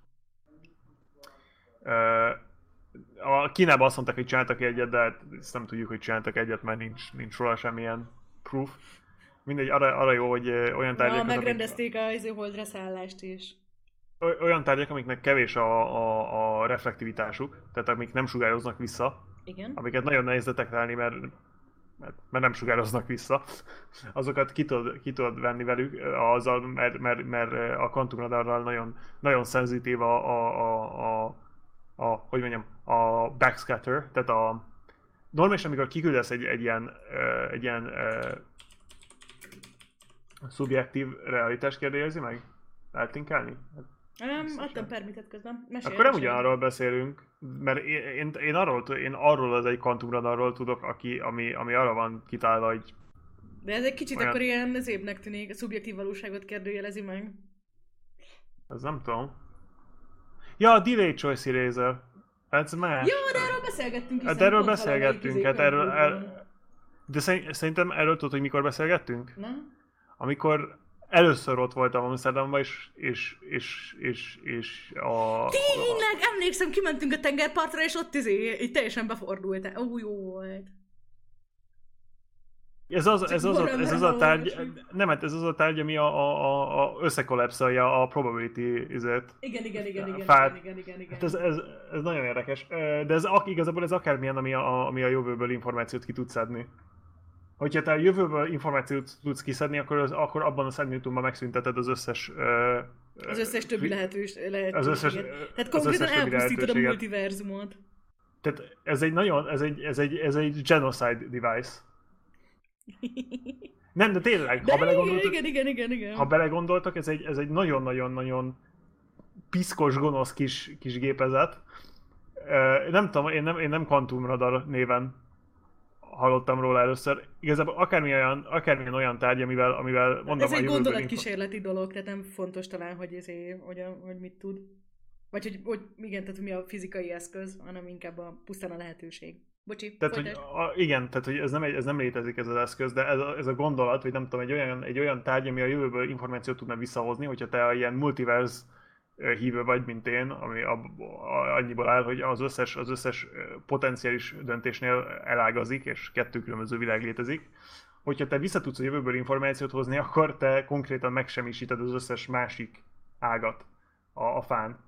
B: Ö, a Kínában azt mondták, hogy csináltak egyet, de hát ezt nem tudjuk, hogy csináltak egyet, mert nincs, nincs róla semmilyen proof. Mindegy, arra, arra jó, hogy olyan tárgyak...
A: Ja, megrendezték amik... a holdra szállást is.
B: Olyan tárgyak, amiknek kevés a, a, a reflektivitásuk, tehát amik nem sugároznak vissza.
A: Igen.
B: Amiket nagyon nehéz detektálni, mert, mert, mert nem sugároznak vissza. Azokat ki tudod, ki tudod venni velük, azzal, mert, mert, mert a kvantumradarral nagyon, nagyon szenzitív a, a, a, a, a, hogy mondjam, a backscatter, tehát a... Normálisan, amikor kiküldesz egy, egy ilyen, egy ilyen szubjektív realitást kérdezi meg? Lehet linkálni?
A: Um, adtam permitet közben. Mesélj,
B: akkor nem ugyanarról beszélünk, mert én, én, én, arról, én arról az egy kvantumradarról tudok, aki, ami, ami arra van kitálva, hogy...
A: De ez egy kicsit olyan... akkor ilyen zébnek tűnik, a szubjektív valóságot kérdőjelezi meg.
B: Ez nem tudom. Ja, a Delay Choice Eraser. Ez más.
A: Jó, de erről beszélgettünk.
B: Hát erről beszélgettünk, hát erről... Er... De szerintem erről tudod, hogy mikor beszélgettünk?
A: Nem.
B: Amikor először ott voltam Amsterdamban, és, és, és, és, és a...
A: Tényleg, emlékszem, kimentünk a tengerpartra, és ott izé, így teljesen befordult. Ó, jó volt.
B: Ez az, ez, az a, ez az a tárgy, nem, ez az a tárgy, ami a, a, a összekollapszolja a probability izet.
A: Igen, igen, igen, igen,
B: fát.
A: igen, igen, igen.
B: Hát ez, ez, ez nagyon érdekes. De ez igazából ez akármilyen, ami a, ami a jövőből információt ki tud szedni. Hogyha te a jövőből információt tudsz kiszedni, akkor, az, akkor abban a száz Newtonban megszünteted az összes... Uh,
A: az összes többi lehetős, lehetőséget.
B: Az összes,
A: Tehát konkrétan elpusztítod a multiverzumot.
B: Tehát ez egy nagyon, ez egy, ez egy, ez egy genocide device. Nem, de tényleg,
A: de
B: ha belegondoltok,
A: igen, igen, igen, igen.
B: ha belegondoltak, ez egy, ez egy nagyon-nagyon-nagyon piszkos, gonosz kis, kis gépezet. Nem tudom, én nem, én nem Quantum Radar néven hallottam róla először. Igazából akármilyen olyan, akármilyen olyan tárgy, amivel, amivel mondom...
A: Ez egy gondolatkísérleti dolog, tehát nem fontos talán, hogy, ez é, hogy, hogy mit tud. Vagy hogy, hogy igen, tehát mi a fizikai eszköz, hanem inkább a, pusztán a lehetőség. Bocsi,
B: tehát, hogy a, igen, tehát hogy ez nem, egy, ez nem létezik ez az eszköz, de ez a, ez a gondolat, hogy nem tudom, egy olyan, egy olyan tárgy, ami a jövőből információt tudna visszahozni, hogyha te ilyen multiverse hívő vagy, mint én, ami ab, a, annyiból áll, hogy az összes, az összes potenciális döntésnél elágazik, és kettő különböző világ létezik. Hogyha te vissza tudsz a jövőből információt hozni, akkor te konkrétan megsemmisíted az összes másik ágat a, a fán.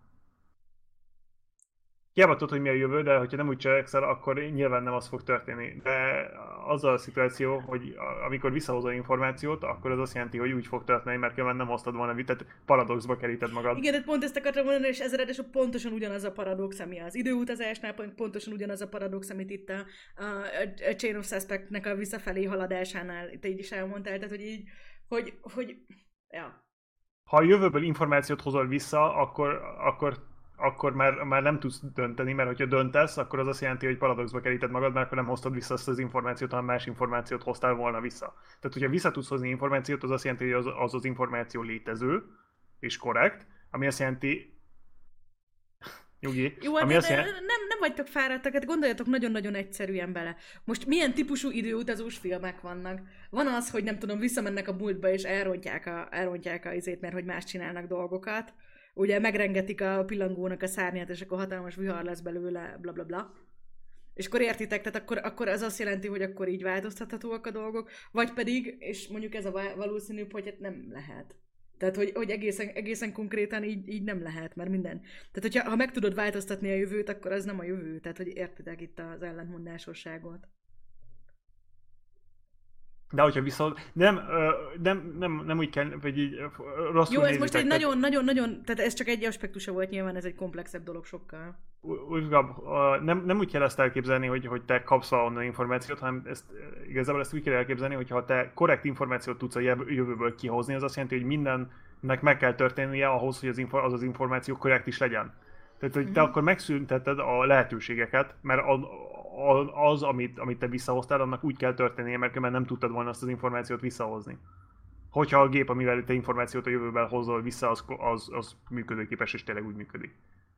B: Hiába tudod, hogy mi a jövő, de hogyha nem úgy cselekszel, akkor nyilván nem az fog történni. De az a szituáció, hogy amikor visszahozol információt, akkor az azt jelenti, hogy úgy fog történni, mert különben nem hoztad volna, tehát paradoxba keríted magad.
A: Igen, de pont ezt akartam mondani, és ezzel ráadásul pontosan ugyanaz a paradox, ami az időutazásnál, pontosan ugyanaz a paradox, amit itt a, a, a Chain of Suspect-nek a visszafelé haladásánál te így is elmondtál, tehát hogy így, hogy, hogy, ja.
B: Ha a jövőből információt hozol vissza, akkor, akkor akkor már, már nem tudsz dönteni, mert hogyha döntesz, akkor az azt jelenti, hogy paradoxba keríted magad, mert akkor nem hoztad vissza azt az információt, hanem más információt hoztál volna vissza. Tehát, hogyha vissza tudsz hozni információt, az azt jelenti, hogy az az, az információ létező és korrekt, ami azt jelenti... Nyugi.
A: Jó, ami de, azt jelenti... nem, nem vagytok fáradtak, hát gondoljatok nagyon-nagyon egyszerűen bele. Most milyen típusú időutazós filmek vannak? Van az, hogy nem tudom, visszamennek a múltba és elrontják a, elrontják a izét, mert hogy más csinálnak dolgokat. Ugye megrengetik a pillangónak a szárnyát, és akkor hatalmas vihar lesz belőle, bla bla bla. És akkor értitek, tehát akkor, akkor az azt jelenti, hogy akkor így változtathatóak a dolgok, vagy pedig, és mondjuk ez a valószínűbb, hogy hát nem lehet. Tehát, hogy, hogy egészen, egészen konkrétan így, így nem lehet, mert minden. Tehát, hogyha ha meg tudod változtatni a jövőt, akkor az nem a jövő. Tehát, hogy értitek itt az ellentmondásosságot.
B: De hogyha viszont nem, nem, nem, nem úgy kell, vagy így rosszul
A: Jó, ez
B: nézitek,
A: most egy nagyon-nagyon-nagyon, tehát ez csak egy aspektusa volt, nyilván ez egy komplexebb dolog sokkal.
B: Úgy, nem, nem úgy kell ezt elképzelni, hogy, hogy te kapsz onnan információt, hanem ezt, igazából ezt úgy kell elképzelni, hogy ha te korrekt információt tudsz a jövőből kihozni, az azt jelenti, hogy mindennek meg kell történnie ahhoz, hogy az, info, az az információ korrekt is legyen. Tehát, hogy mm-hmm. te akkor megszünteted a lehetőségeket, mert az, amit, amit te visszahoztál, annak úgy kell történnie, mert nem tudtad volna azt az információt visszahozni. Hogyha a gép, amivel te információt a jövőben hozol vissza, az, az, az működőképes és tényleg úgy működik.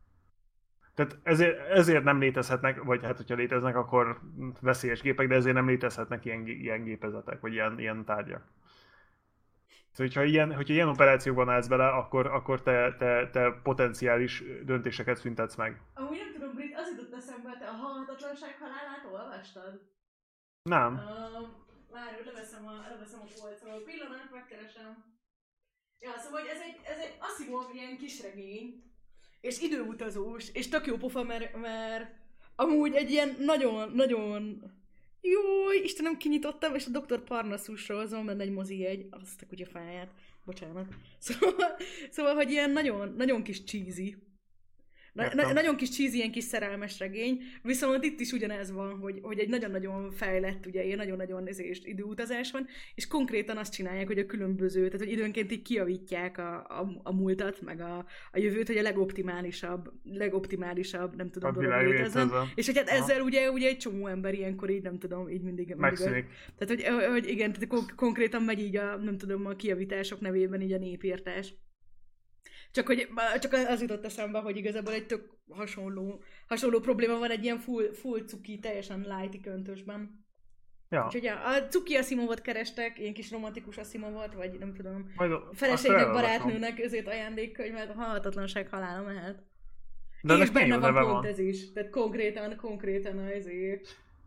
B: Tehát ezért, ezért nem létezhetnek, vagy hát hogyha léteznek, akkor veszélyes gépek, de ezért nem létezhetnek ilyen, ilyen gépezetek, vagy ilyen, ilyen tárgyak. Szóval, hogyha ilyen, hogyha ilyen operációkban állsz bele, akkor, akkor te, te, te potenciális döntéseket szüntetsz meg.
A: Amúgy nem tudom, Brit, az jutott eszembe, te a halhatatlanság halálát olvastad?
B: Nem.
A: Uh, várj, leveszem a, leveszem a polcról. Pillanat, megkeresem. Ja, szóval ez egy, ez egy Asimov ilyen kisregény, és időutazós, és tök jó pofa, mert, mert amúgy egy ilyen nagyon-nagyon... Jó, Istenem, kinyitottam, és a doktor Parnassusról az van benne egy mozijegy, azt a kutyafáját, bocsánat. Szóval, szóval, hogy ilyen nagyon, nagyon kis cheesy. Na, na, nagyon kis cheesy, ilyen kis szerelmes regény, viszont itt is ugyanez van, hogy, hogy egy nagyon-nagyon fejlett, ugye, ilyen nagyon-nagyon ezért időutazás van, és konkrétan azt csinálják, hogy a különböző, tehát hogy időnként így kijavítják a, a, a múltat, meg a, a jövőt, hogy a legoptimálisabb, legoptimálisabb, nem tudom, dolog létezzen. És hogy hát ezzel ugye, ugye egy csomó ember ilyenkor így, nem tudom, így mindig... mindig a, tehát, hogy, hogy igen, tehát konkrétan megy így a, nem tudom, a kijavítások nevében így a népírtás. Csak, hogy, csak az jutott eszembe, hogy igazából egy tök hasonló, hasonló probléma van egy ilyen full, full cuki, teljesen lighty köntösben. Ja. Úgyhogy a, a cuki Asimovot kerestek, ilyen kis romantikus Asimovot, vagy nem tudom, feleségnek, barátnőnek ezért ajándékkönyvet, a halhatatlanság halála mehet. De és benne van pont van. Ez is, tehát konkrétan, konkrétan ezért.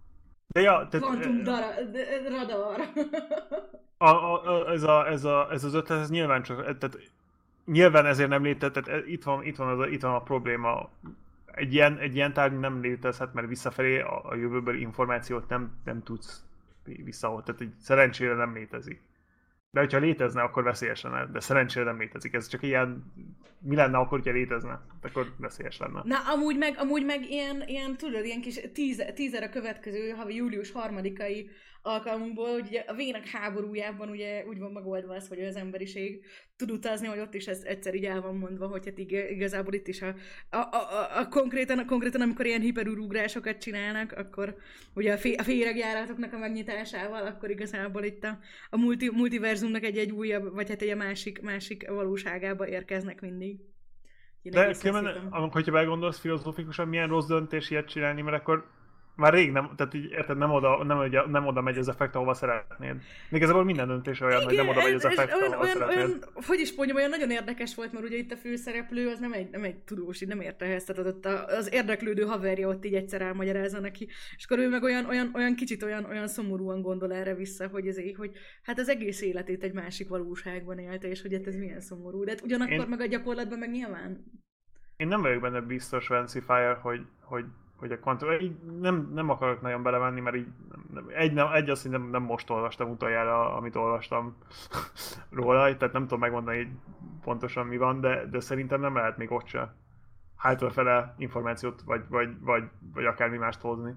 B: De ja, tehát...
A: Quantum radar.
B: A, a, a, ez, a, ez, a, ez az ötlet, ez nyilván csak... Tehát nyilván ezért nem létezhet, tehát itt van, itt van, az a, itt van a probléma. Egy ilyen, egy ilyen tárgy nem létezhet, mert visszafelé a, a jövőbeli információt nem, nem tudsz visszahozni. Tehát így szerencsére nem létezik. De hogyha létezne, akkor veszélyes lenne, de szerencsére nem létezik. Ez csak ilyen, mi lenne akkor, hogyha létezne? Akkor veszélyes lenne.
A: Na, amúgy meg, amúgy meg ilyen, ilyen tudod, ilyen kis tízer, tízer a következő havi július harmadikai alkalmunkból, hogy ugye a vének háborújában ugye úgy van megoldva ez, hogy az emberiség tud utazni, hogy ott is ez egyszer így el van mondva, hogy hát igazából itt is a, a, a, a, a konkrétan, a konkrétan, amikor ilyen hiperúrugrásokat csinálnak, akkor ugye a, fé, a féregjáratoknak a megnyitásával, akkor igazából itt a, a multi, multiverzumnak egy-egy újabb, vagy hát egy másik, másik valóságába érkeznek mindig.
B: Én de különben, hogyha begondolsz filozófikusan, milyen rossz döntés ilyet csinálni, mert akkor már rég nem, tehát így, érted, nem oda, nem, nem oda megy az effekt, ahova szeretnéd. Igazából minden döntés olyan, igen, hogy nem oda megy az effekt,
A: olyan,
B: ahova
A: olyan,
B: szeretnéd.
A: Olyan, hogy is mondjam, olyan nagyon érdekes volt, mert ugye itt a főszereplő az nem egy, nem egy tudós, így nem érte ehhez, tehát ott az érdeklődő haverja ott így egyszer elmagyarázza neki, és akkor ő meg olyan, olyan, olyan kicsit olyan, olyan szomorúan gondol erre vissza, hogy ezért, hogy hát az egész életét egy másik valóságban élte, és hogy hát ez milyen szomorú. De hát ugyanakkor Én... meg a gyakorlatban meg nyilván.
B: Én nem vagyok benne biztos, Vancy Fire, hogy, hogy hogy a kvantum, nem, nem akarok nagyon belemenni, mert így nem, egy, nem, egy azt, hogy nem, nem most olvastam utoljára, amit olvastam róla, tehát nem tudom megmondani így pontosan mi van, de, de szerintem nem lehet még ott se hátrafele információt, vagy, vagy, vagy, vagy akármi mást hozni.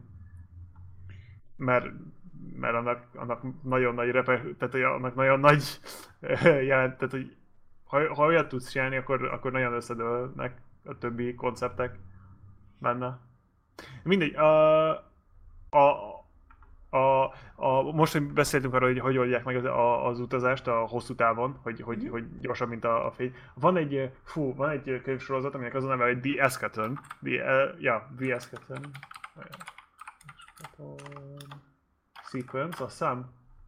B: Mert, mert annak, annak nagyon nagy repe, tehát annak nagyon nagy jelent, tehát hogy ha, ha olyat tudsz csinálni, akkor, akkor nagyon összedőlnek a többi konceptek benne. Mindegy, a, a, a, a, most, hogy beszéltünk arról, hogy hogy oldják meg az, a, az utazást a hosszú távon, hogy, hogy, mm-hmm. hogy gyorsabb, mint a, a fény. Van egy, fú, van egy könyvsorozat, aminek az a neve, hogy The Eschaton. The, uh, yeah, The Eschaton. Sequence, azt hiszem.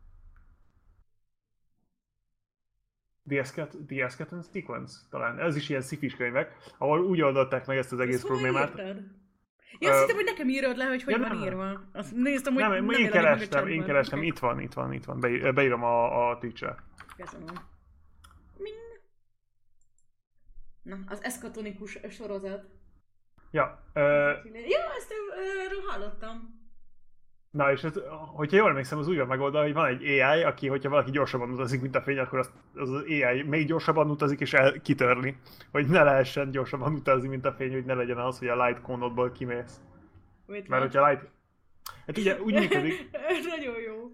B: The Eschaton, The Eschaton Sequence, talán. Ez is ilyen szifis könyvek, ahol úgy oldották meg ezt az egész ezt problémát.
A: Én azt hittem, hogy nekem írod le, hogy hogy ja, van nem, írva. Azt néztem, hogy
B: nem,
A: nem,
B: nem én kerestem, én kerestem, itt van, itt van, itt van, Be, beírom a, a teacher.
A: Köszönöm. Min? Na, az eszkatonikus sorozat.
B: Ja. Uh,
A: ja, ezt erről hallottam.
B: Na és ez, hogyha jól emlékszem, az úgy van megoldva, hogy van egy á i, aki, hogyha valaki gyorsabban utazik, mint a fény, akkor az az, az á i még gyorsabban utazik és el, kitörni. Hogy ne lehessen gyorsabban utazni, mint a fény, hogy ne legyen az, hogy a light cone-odból kimész. Mit Mert hogyha light... Hát ugye úgy működik...
A: Nagyon jó.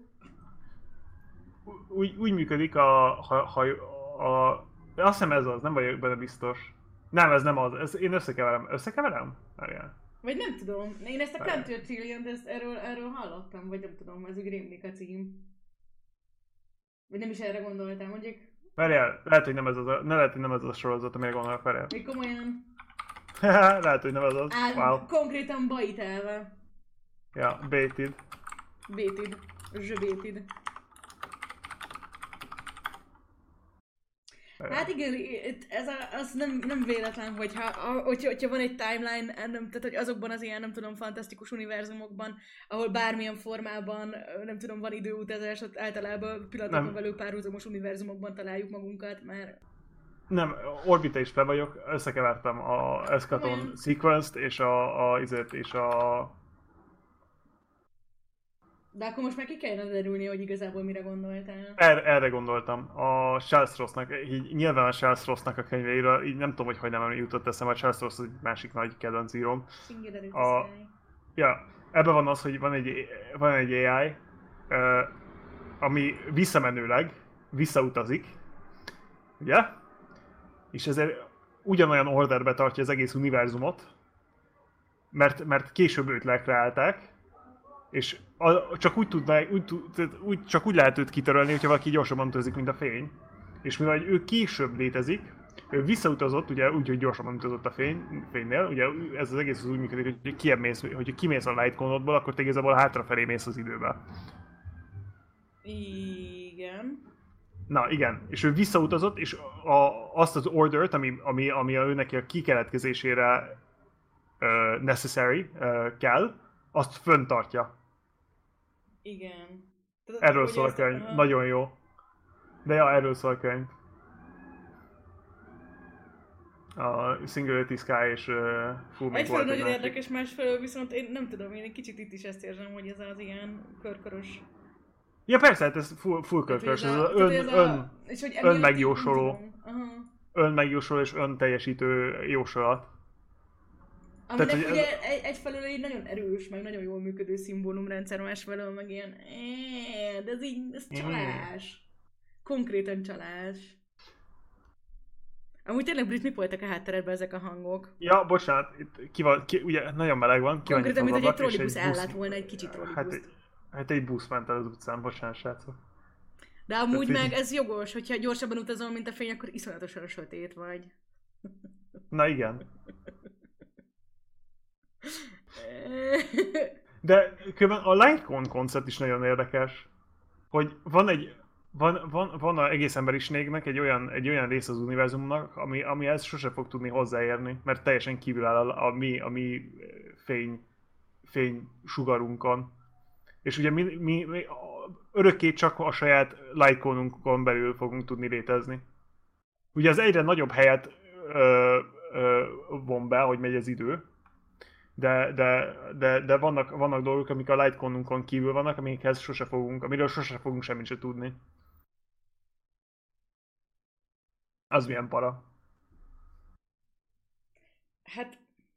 B: Úgy, úgy működik a... Ha, ha, a, azt hiszem ez az, nem vagyok benne biztos. Nem, ez nem az. Ez, én összekeverem. Összekeverem? Várjál.
A: Vagy nem tudom. Én ezt a Counter Trillion, ezt erről, erről hallottam, vagy nem tudom, ez úgy rémlik a cím. Vagy nem is erre gondoltam, mondjuk.
B: Várjál, lehet, hogy nem ez az a, ne lehet, hogy nem ez az a sorozat, amire gondolok, várjál.
A: Még komolyan.
B: Lehet, hogy nem ez az.
A: Á,
B: wow.
A: Konkrétan baitáva.
B: Ja, baited.
A: Baited. Zsebaited. Hát igen, ez a, az nem, nem véletlen, hogyha, hogyha, hogyha van egy timeline, nem, tehát hogy azokban az ilyen, nem tudom, fantasztikus univerzumokban, ahol bármilyen formában, nem tudom, van időutazás, ott általában pillanatokon belül párhuzamos univerzumokban találjuk magunkat, mert...
B: Nem, Orbita is fel vagyok, összekevertem a Eschaton olyan... Sequence-t és a, a, izét, és a...
A: De akkor most már ki kellene derülni, hogy igazából mire gondoltál.
B: Er, erre gondoltam. A Charles Rossnak, így nyilván a Charles Rossnak a könyveire, így nem tudom, hogy hogy nem jutott eszembe, a Charles Ross egy másik nagy kedvenc íróm. A, ja, ebben van az, hogy van egy, van egy á i, uh, ami visszamenőleg visszautazik, ugye? És ezért ugyanolyan orderbe tartja az egész univerzumot, mert, mert később őt lekreálták, és a, csak, úgy tudná, úgy, úgy, csak úgy lehet őt kitörölni, hogyha valaki gyorsabban utazik, mint a fény. És mivel ő később létezik, ő visszautazott, ugye úgy, hogy gyorsabban utazott a fény, fénynél, ugye ez az egész az úgy működik, hogy kimész, hogy kimész a light cone-odból, akkor te igazából hátrafelé mész az időbe.
A: Igen.
B: Na igen, és ő visszautazott, és a, azt az ordert, ami, ami, ami a ő neki a kikeletkezésére uh, necessary uh, kell, azt föntartja.
A: Igen.
B: Tudod, erről szól a könyv. A... Nagyon jó. De ja, erről szól a könyv. A Singularity Sky és uh, Full Metal.
A: Egyfelől nagyon érdekes, másfelől viszont én nem tudom, én egy kicsit itt is ezt érzem, hogy ez az ilyen körkörös.
B: Ja persze, hát ez full, full körkörös, ez az ön, ez a, ön, és hogy ön megjósoló. Ön megjósoló és ön teljesítő jósolat.
A: Aminek tehát, ugye ez... egy, egyfelől egy nagyon erős, meg nagyon jól működő szimbólumrendszer, másfelől meg ilyen de ez így, ez csalás. Konkrétan csalás. Amúgy tényleg Brit, mi voltak a hátteredben ezek a hangok?
B: Ja, bocsánat, itt ki van, ki, ugye nagyon meleg van.
A: Konkrétan, mint hogy egy trollibusz ellát volna, egy kicsit trollibusz.
B: Hát, hát egy busz ment el az utcán, bocsánat srácok.
A: De amúgy tehát, meg ez jogos, hogyha gyorsabban utazol, mint a fény, akkor iszonyatosan sötét vagy.
B: Na igen. De különben a Lightcone koncept is nagyon érdekes, hogy van egy van, van, van a egész emberiségnek egy olyan, egy olyan rész az univerzumnak, ami, amihez sose fog tudni hozzáérni, mert teljesen kívül áll a, a mi, a mi fény, fény sugarunkon. És ugye mi, mi, mi örökké csak a saját Lightcone-unkon belül fogunk tudni létezni. Ugye az egyre nagyobb helyet ö, ö, von be, hogy megy az idő, de, de, de, de vannak, vannak dolgok, amik a Lightcone-unkon kívül vannak, amikhez sose fogunk, amiről sose fogunk semmit se tudni. Az milyen para?
A: Hát...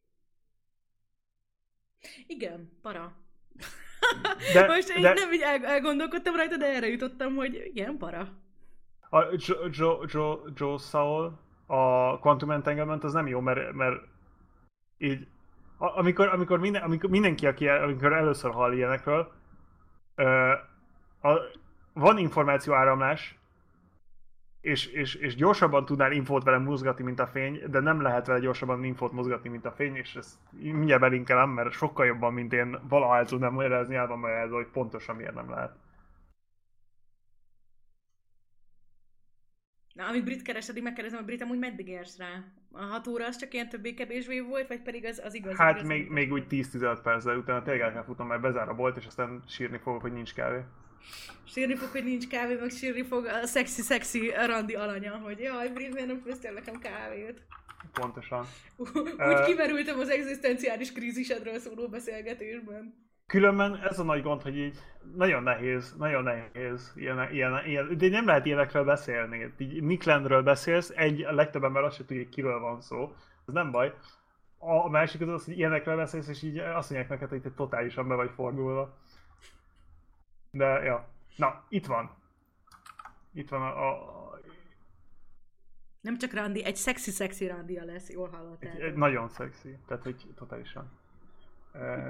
A: Igen, para. De, most én de... nem így el, elgondolkodtam rajta, de erre jutottam, hogy igen, para.
B: A Joe, Joe, Joe, Joe Saul, a Quantum Entanglement az nem jó, mert, mert így, amikor, amikor, minden, amikor mindenki, aki el, amikor először hall ilyenekről, uh, a, van információ áramlás, és, és, és gyorsabban tudnál infót vele mozgatni, mint a fény, de nem lehet vele gyorsabban infót mozgatni, mint a fény, és ezt mindjárt belinkelem, mert sokkal jobban, mint én valaha el tudnám magyarázni, el van magyarázva, hogy pontosan miért nem lehet.
A: Na, amit Brit keres, addig megkérdezem, hogy Brit amúgy meddig érsz rá? A hat óra az csak ilyen többé-kevésbé volt, vagy pedig az, az igaz?
B: Hát
A: igaz,
B: még,
A: igaz,
B: még úgy tíz-tizenöt perccel, utána tényleg el kell futnom, mert bezár a bolt, és aztán sírni fogok, hogy nincs kávé.
A: Sírni fog, hogy nincs kávé, meg sírni fog a szexi-szexi randi alanya, hogy jaj, Brit, miért nem főztél nekem kávét?
B: Pontosan.
A: Úgy uh, kimerültem az egzisztenciális krízisedről szóló beszélgetésben.
B: Különben ez a nagy gond, hogy így nagyon nehéz, nagyon nehéz ilyen, ilyen, ilyen de nem lehet ilyenekről beszélni. Így Nicklandről beszélsz, egy, a legtöbb ember azt sem tudja, hogy kiről van szó. Ez nem baj. A másik az az, hogy ilyenekről beszélsz, és így azt mondják neked, hogy te totálisan be vagy fordulva. De, ja. Na, itt van. Itt van a... a...
A: Nem csak randi, egy szexi-szexi randia lesz, jól hallottál.
B: Egy, egy nagyon szexi, tehát hogy totálisan. E...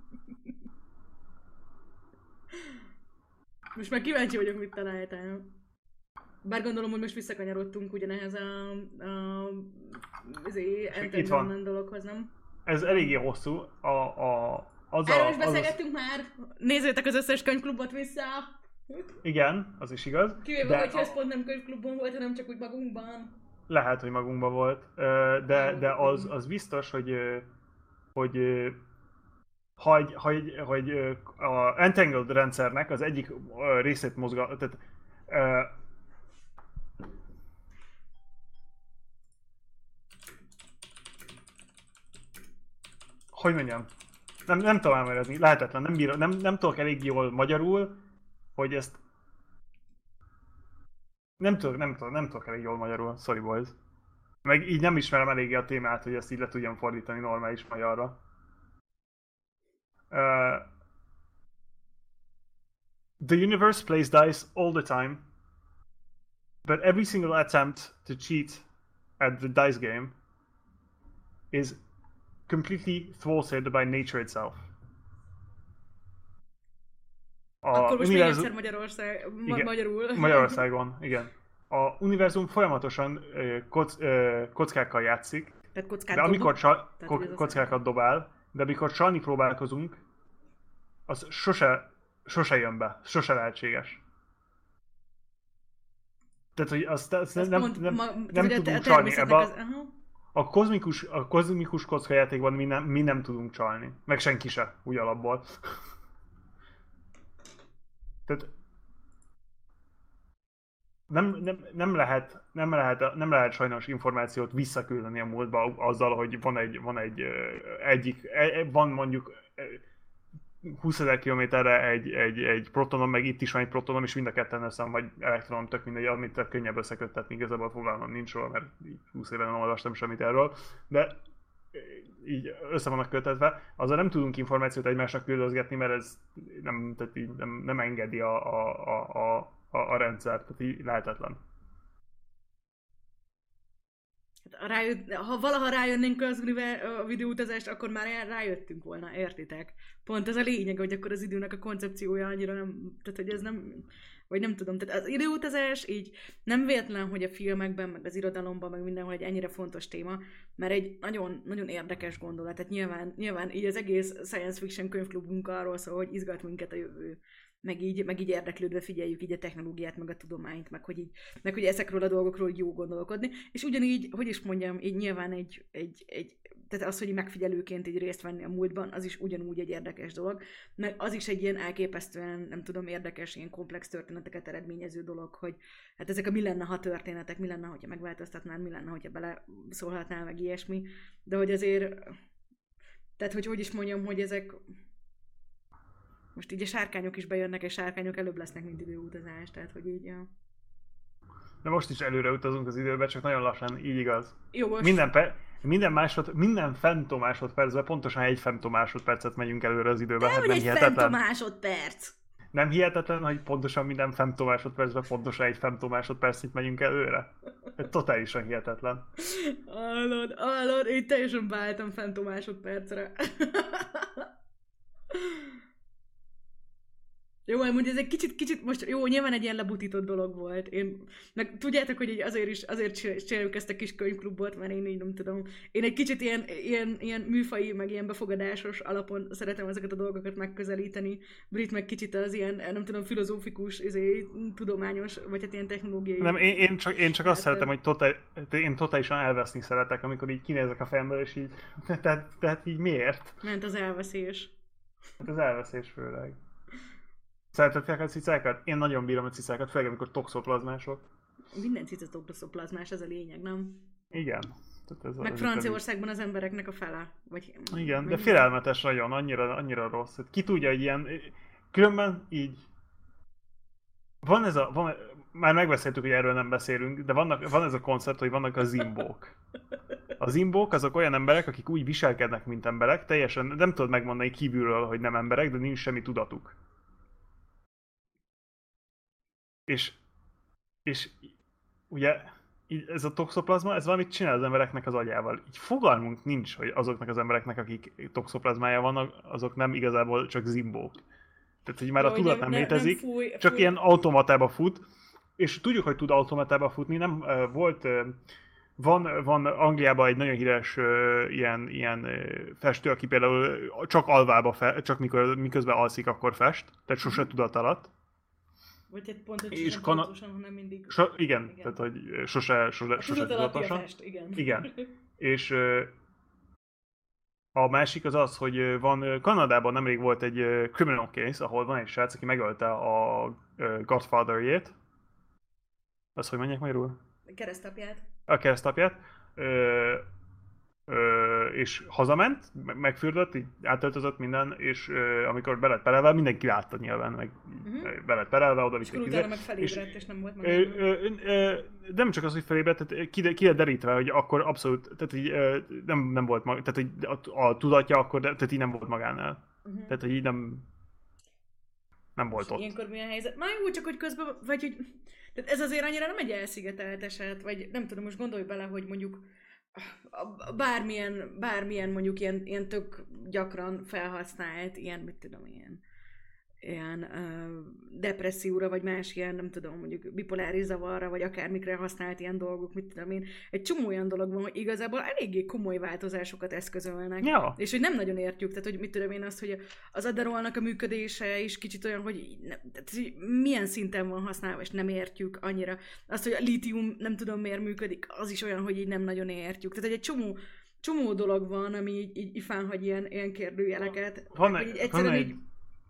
A: Most már kíváncsi vagyok, mit találtál. Bár gondolom, hogy most visszakanyarodtunk ugyanehez a... a az Entanglement dologhoz, nem?
B: Ez eléggé hosszú. A, a, az
A: Erről
B: a,
A: is beszélgettünk az... már. Nézzétek az összes könyvklubot vissza.
B: Igen, az is igaz.
A: Kivéve, hogyha a... ez pont nem könyvklubban volt, hanem csak úgy magunkban.
B: Lehet, hogy magunkban volt. De, de az, az biztos, hogy, hogy hogy, hogy, hogy a Entangled rendszernek az egyik részét mozgat, tehát uh, hogy mondjam, nem, nem tudom elmagyarázni, lehetetlen, nem, bír, nem, nem tudok elég jól magyarul, hogy ezt nem tudok, nem tudok, nem tudok elég jól magyarul, sorry boys. Meg így nem ismerem eléggé a témát, hogy ezt így le tudjam fordítani normális magyarra. Uh, the universe plays dice all the time, but every single attempt to cheat at the dice game is completely thwarted by nature itself.
A: A Akkor most univerzum... még egyszer Magyarország... Ma- igen, magyarul.
B: Magyarországon, igen. A univerzum folyamatosan uh, koc, uh, kockákkal játszik,
A: Tehát kockát
B: de amikor csa-
A: Tehát,
B: ko- kockákat dobál, de amikor csalni próbálkozunk, az sose, sose jön be, sose lehetséges. Tehát, hogy azt, azt nem, nem, nem, ma, nem tudunk csalni ebbe. Az, uh-huh. A kozmikus, a kozmikus kockajátékban mi nem, mi nem tudunk csalni. Meg senki se, úgy alapból. Tehát nem, nem, nem, lehet, nem, lehet, nem lehet sajnos információt visszaküldeni a múltba azzal, hogy van egy, van egy egyik, van mondjuk húszezer kilométerre egy, egy, egy protonom, meg itt is van egy protonom, és mind a ketten eszem, vagy elektronom, tök mindegy, amit könnyebb összeköttetni, igazából fogalmam nincs róla, mert húsz éve nem olvastam semmit erről, de így össze vannak kötetve, azzal nem tudunk információt egymásnak küldözgetni, mert ez nem, tehát így nem, nem engedi a, a, a, a, a, a rendszer, tehát így lehetetlen.
A: Rájött, ha valaha rájönnénk az a videóutazást, akkor már rájöttünk volna, értitek? Pont ez a lényeg, hogy akkor az időnek a koncepciója annyira nem, tehát hogy ez nem, vagy nem tudom, tehát az időutazás így nem véletlen, hogy a filmekben, meg az irodalomban, meg mindenhol egy ennyire fontos téma, mert egy nagyon, nagyon érdekes gondolat, tehát nyilván, nyilván így az egész science fiction könyvklubunk arról szól, hogy izgat minket a jövő. Meg így, meg így érdeklődve figyeljük így a technológiát, meg a tudományt, meg hogy, így, meg hogy ezekről a dolgokról jó gondolkodni. És ugyanígy, hogy is mondjam, így nyilván egy, egy, egy tehát az, hogy megfigyelőként így részt venni a múltban, az is ugyanúgy egy érdekes dolog. Meg az is egy ilyen elképesztően, nem tudom, érdekes, ilyen komplex történeteket eredményező dolog, hogy hát ezek a mi lenne, ha történetek, mi lenne, hogyha megváltoztatnál, mi lenne, hogyha bele szólhatnál, meg ilyesmi. De hogy azért, tehát hogy hogy is mondjam, hogy ezek... Most így a sárkányok is bejönnek, és sárkányok előbb lesznek, mint időutazás, tehát hogy így... Ja.
B: De most is előre utazunk az időbe, csak nagyon lassan, így igaz.
A: Jogos.
B: Minden, pe- minden, másod, minden femtomásodpercben pontosan egy femtomásodpercet megyünk előre az időbe.
A: Nem, hát nem egy hihetetlen. femtomásodperc.
B: Nem hihetetlen, hogy pontosan minden femtomásodpercben pontosan egy femtomásodpercet megyünk előre? Totálisan hihetetlen.
A: Hallod, hallod, én teljesen beálltam femtomásodpercre. Jó, mondjuk ez egy kicsit, kicsit most, jó, nyilván egy ilyen lebutított dolog volt. Én, meg tudjátok, hogy így azért is, azért csináljuk ezt a kis könyvklubot, mert én így nem tudom. Én egy kicsit ilyen, ilyen, ilyen műfai, meg ilyen befogadásos alapon szeretem ezeket a dolgokat megközelíteni. Brit meg kicsit az ilyen, nem tudom, filozófikus, izé, tudományos, vagy hát ilyen technológiai.
B: Nem, én, én csak, én csak azt szeretem, hogy totál, én totálisan elveszni szeretek, amikor így kinézek a fejemből, és így, tehát, tehát így miért?
A: Ment az elveszés.
B: Hát az elveszés főleg. Szeretettek a cicákat? Én nagyon bírom a cicákat, főleg amikor toxoplazmások.
A: Minden cica toxoplazmás, ez a lényeg, nem?
B: Igen. Ez
A: meg Franciaországban az embereknek a fele. Vagy,
B: igen,
A: vagy
B: de félelmetes nagyon, annyira, annyira rossz. Ki tudja, hogy ilyen... Különben így... Van ez a... Van, már megbeszéltük, hogy erről nem beszélünk, de vannak, van ez a koncept, hogy vannak a zimbók. A zimbók azok olyan emberek, akik úgy viselkednek, mint emberek, teljesen nem tudod megmondani kívülről, hogy nem emberek, de nincs semmi tudatuk. És, és ugye így ez a toxoplazma, ez valamit csinál az embereknek az agyával. Így fogalmunk nincs, hogy azoknak az embereknek, akik toxoplazmája vannak, azok nem igazából csak zimbók. Tehát, hogy már jó, a tudat nem, nem létezik, nem fúj, fúj. Csak ilyen automatába fut, és tudjuk, hogy tud automatába futni, nem uh, volt... Uh, Van, van Angliában egy nagyon híres uh, ilyen, ilyen uh, festő, aki például csak alvába, fe, csak mikor, miközben alszik, akkor fest, tehát sose tudat alatt.
A: Vagy egy pont, hogy és kana... pontosan, hanem mindig...
B: So, igen, igen, tehát hogy sose, sose,
A: a
B: sose
A: tudatosan. Fest, igen.
B: Igen. És uh, a másik az az, hogy van Kanadában nemrég volt egy uh, criminal case, ahol van egy srác, aki megölte a uh, Godfather-jét. Azt hogy mondják magyarul?
A: Keresztapját.
B: A keresztapját. Ö, ö, és hazament, megfürdött, így átöltözött minden, és ö, amikor be lett perelve, mindenki látta nyilván, meg uh-huh. be lett perelve, oda vitték.
A: És utána meg felébredt, és, és nem volt meg. Ö,
B: ö, ö, de nem csak az, hogy felébredt, tehát ki, ki lett derítve, hogy akkor abszolút, tehát így ö, nem, nem volt mag, tehát így a, a tudatja akkor, tehát így nem volt magánál. Uh-huh. Tehát, hogy így nem, nem volt és ott.
A: Ilyenkor milyen helyzet? Na jó, csak hogy közben, vagy hogy... Tehát ez azért annyira nem egy elszigetelt eset, vagy nem tudom, most gondolj bele, hogy mondjuk bármilyen, bármilyen mondjuk ilyen, ilyen tök gyakran felhasznált, ilyen, mit tudom, ilyen, ilyen uh, depresszióra, vagy más ilyen, nem tudom, mondjuk bipoláris zavarra, vagy akármikre használt ilyen dolgok, mit tudom én. Egy csomó olyan dolog van, hogy igazából eléggé komoly változásokat eszközölnek.
B: Ja.
A: És hogy nem nagyon értjük, tehát hogy mit tudom én azt, hogy az Adderallnak a működése is kicsit olyan, hogy ne, tehát milyen szinten van használva, és nem értjük annyira. Azt, hogy a lítium nem tudom miért működik, az is olyan, hogy így nem nagyon értjük. Tehát egy csomó csomó dolog van, ami így, így ifán hagy ilyen, ilyen kérdőjeleket.
B: Van, egy, van, egy,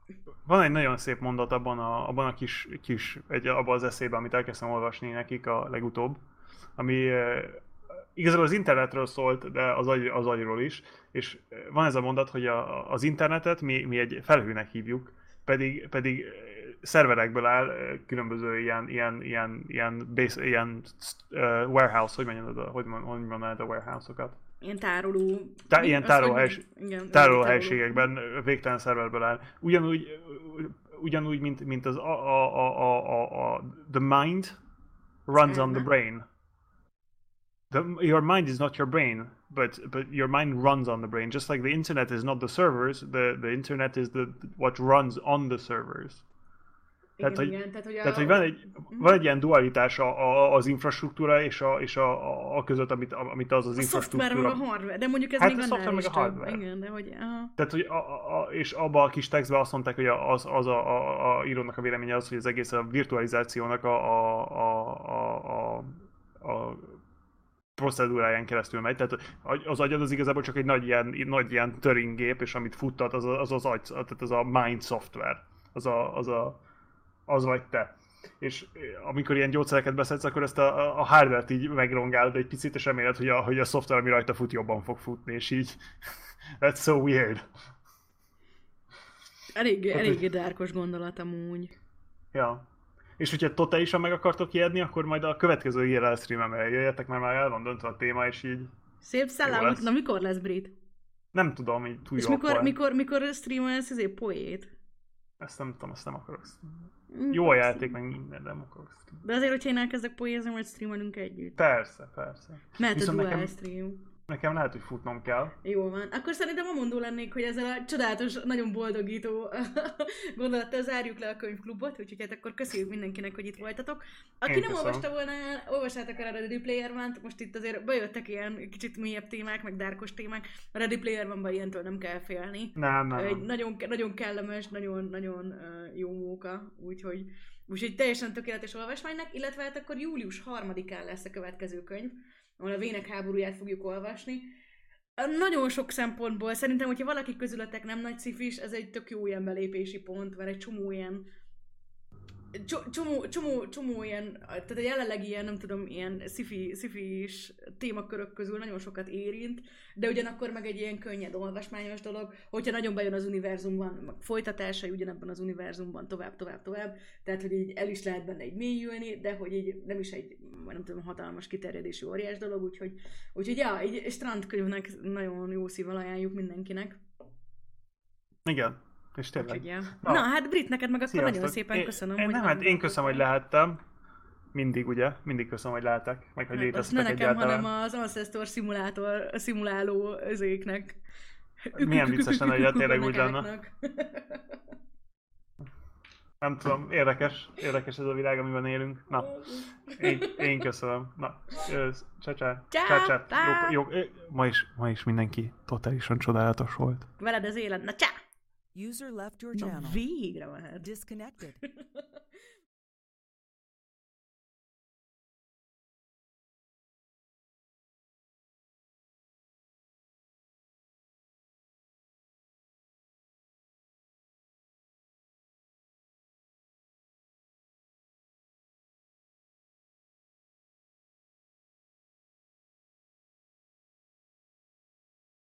B: van egy nagyon szép mondat abban a, abban a kis, kis egy, abban az eszében, amit elkezdtem olvasni nekik a legutóbb, ami eh, igazából az internetről szólt, de az, agy, az agyról is, és van ez a mondat, hogy a, az internetet mi, mi egy felhőnek hívjuk, pedig, pedig szerverekből áll, különböző ilyen, ilyen, ilyen, ilyen, base, ilyen uh, warehouse, hogy mondjam, hogy mondjam a warehouse-okat?
A: Ilyen tároló...
B: Tá, ilyen tárolóhely, tárolóhelységekben végtelen szerverből áll. Ugyanúgy, ugyanúgy mint, mint az a, a, a, a, a, the mind runs on the brain. The, your mind is not your brain, but but your mind runs on the brain. Just like the internet is not the servers, the, the internet is the what runs on the servers.
A: Igen,
B: tehát, hogy,
A: igen, tehát, hogy,
B: tehát, hogy van, egy, van egy ilyen dualitás a, a, az infrastruktúra és a, és a, a, a között, amit, amit az az
A: a
B: infrastruktúra...
A: A szoftver meg a hardware, de mondjuk ez
B: hát
A: még
B: a
A: annál is
B: meg a hardware.
A: Igen, de hogy... Aha.
B: Tehát, hogy a, a, és abban a kis textben azt mondták, hogy az, az a, a, a írónak a véleménye az, hogy az egész a virtualizációnak a, a, a, a, a, a procedúráján keresztül megy, tehát az agyad az igazából csak egy nagy ilyen, nagy ilyen Turing gép, és amit futtat, az az, az agy, tehát az a mind szoftver, az a, az a, az vagy te. És amikor ilyen gyógyszereket beszedsz, akkor ezt a, a hardware-t így megrongálod egy picit, és reméled, hogy a, hogy a szoftver, ami rajta fut, jobban fog futni, és így that's so weird.
A: Elég, elég dárkos gondolat amúgy.
B: Ja. És hogyha totálisan meg akartok ijedni, akkor majd a következő i er el streamemre jöjjetek, mert már el van döntve a téma, és így...
A: Szép szellem, na mikor lesz Brit?
B: Nem tudom, így túl
A: és mikor, mikor, mikor streamelsz ezért poét?
B: Ezt nem tudom, azt nem akarok streamelni. Jó a játék, meg minden, nem akarok streamelni.
A: De azért, hogyha én elkezdek poézni, majd streamelünk együtt.
B: Persze, persze.
A: Mert a dual nekem... stream.
B: Nekem lehet, hogy futnom kell.
A: Jó van. Akkor szerintem amondó lennék, hogy ezzel a csodálatos, nagyon boldogító gondolattal zárjuk le a könyvklubot, úgyhogy hát akkor köszönjük mindenkinek, hogy itt voltatok. Aki Én nem köszönöm. olvasta volna el, olvassátok el a Ready Player One-t, most itt azért bejöttek ilyen kicsit mélyebb témák, meg dárkos témák. A Ready Player One-ban ilyentől nem kell félni.
B: Nem, nem.
A: Egy nagyon, nagyon kellemes, nagyon, nagyon jó móka, úgyhogy, úgyhogy teljesen tökéletes olvasmánynak, illetve hát akkor július harmadikán lesz a következő könyv, ahol a Vének háborúját fogjuk olvasni. Nagyon sok szempontból szerintem, hogyha valaki közületek nem nagy szifis, ez egy tök jó ilyen belépési pont, mert egy csomó ilyen csomó, csomó, csomó ilyen, tehát a jelenlegi ilyen, nem tudom, ilyen sci-fi, sci-fi-s témakörök közül nagyon sokat érint, de ugyanakkor meg egy ilyen könnyed olvasmányos dolog, hogyha nagyon bejön az univerzumban, meg folytatásai ugyanebben az univerzumban tovább, tovább, tovább, tehát hogy így el is lehet benne egy mélyülni, de hogy így nem is egy, nem tudom, hatalmas kiterjedésű óriás dolog, úgyhogy, úgyhogy ja, egy strandkönyvnek nagyon jó szívvel ajánljuk mindenkinek.
B: Igen. És tényleg.
A: Úgyhogy, ja. Na, Na, hát Brit, neked meg akkor Sziasztok. Nagyon szépen
B: én,
A: köszönöm,
B: én,
A: hogy...
B: Nem, hát én köszönöm, hogy lehettem. Mindig, ugye? Mindig köszönöm, hogy lehetek. Meg, hogy léteztek
A: egyáltalán. Ne nekem, hanem az Ancestor szimulátor, szimuláló özéknek.
B: Milyen vicces lenne, hogy tényleg úgy lenne. Nem tudom, érdekes. Érdekes ez a világ, amiben élünk. Na, én, én köszönöm. Na, csá, csá. Csá, csá. Jó, jó, ma, is, ma is mindenki totálisan csodálatos volt.
A: Veled az élet. Na, csá!
C: User left your channel.
A: Na, végre van.
C: Disconnected.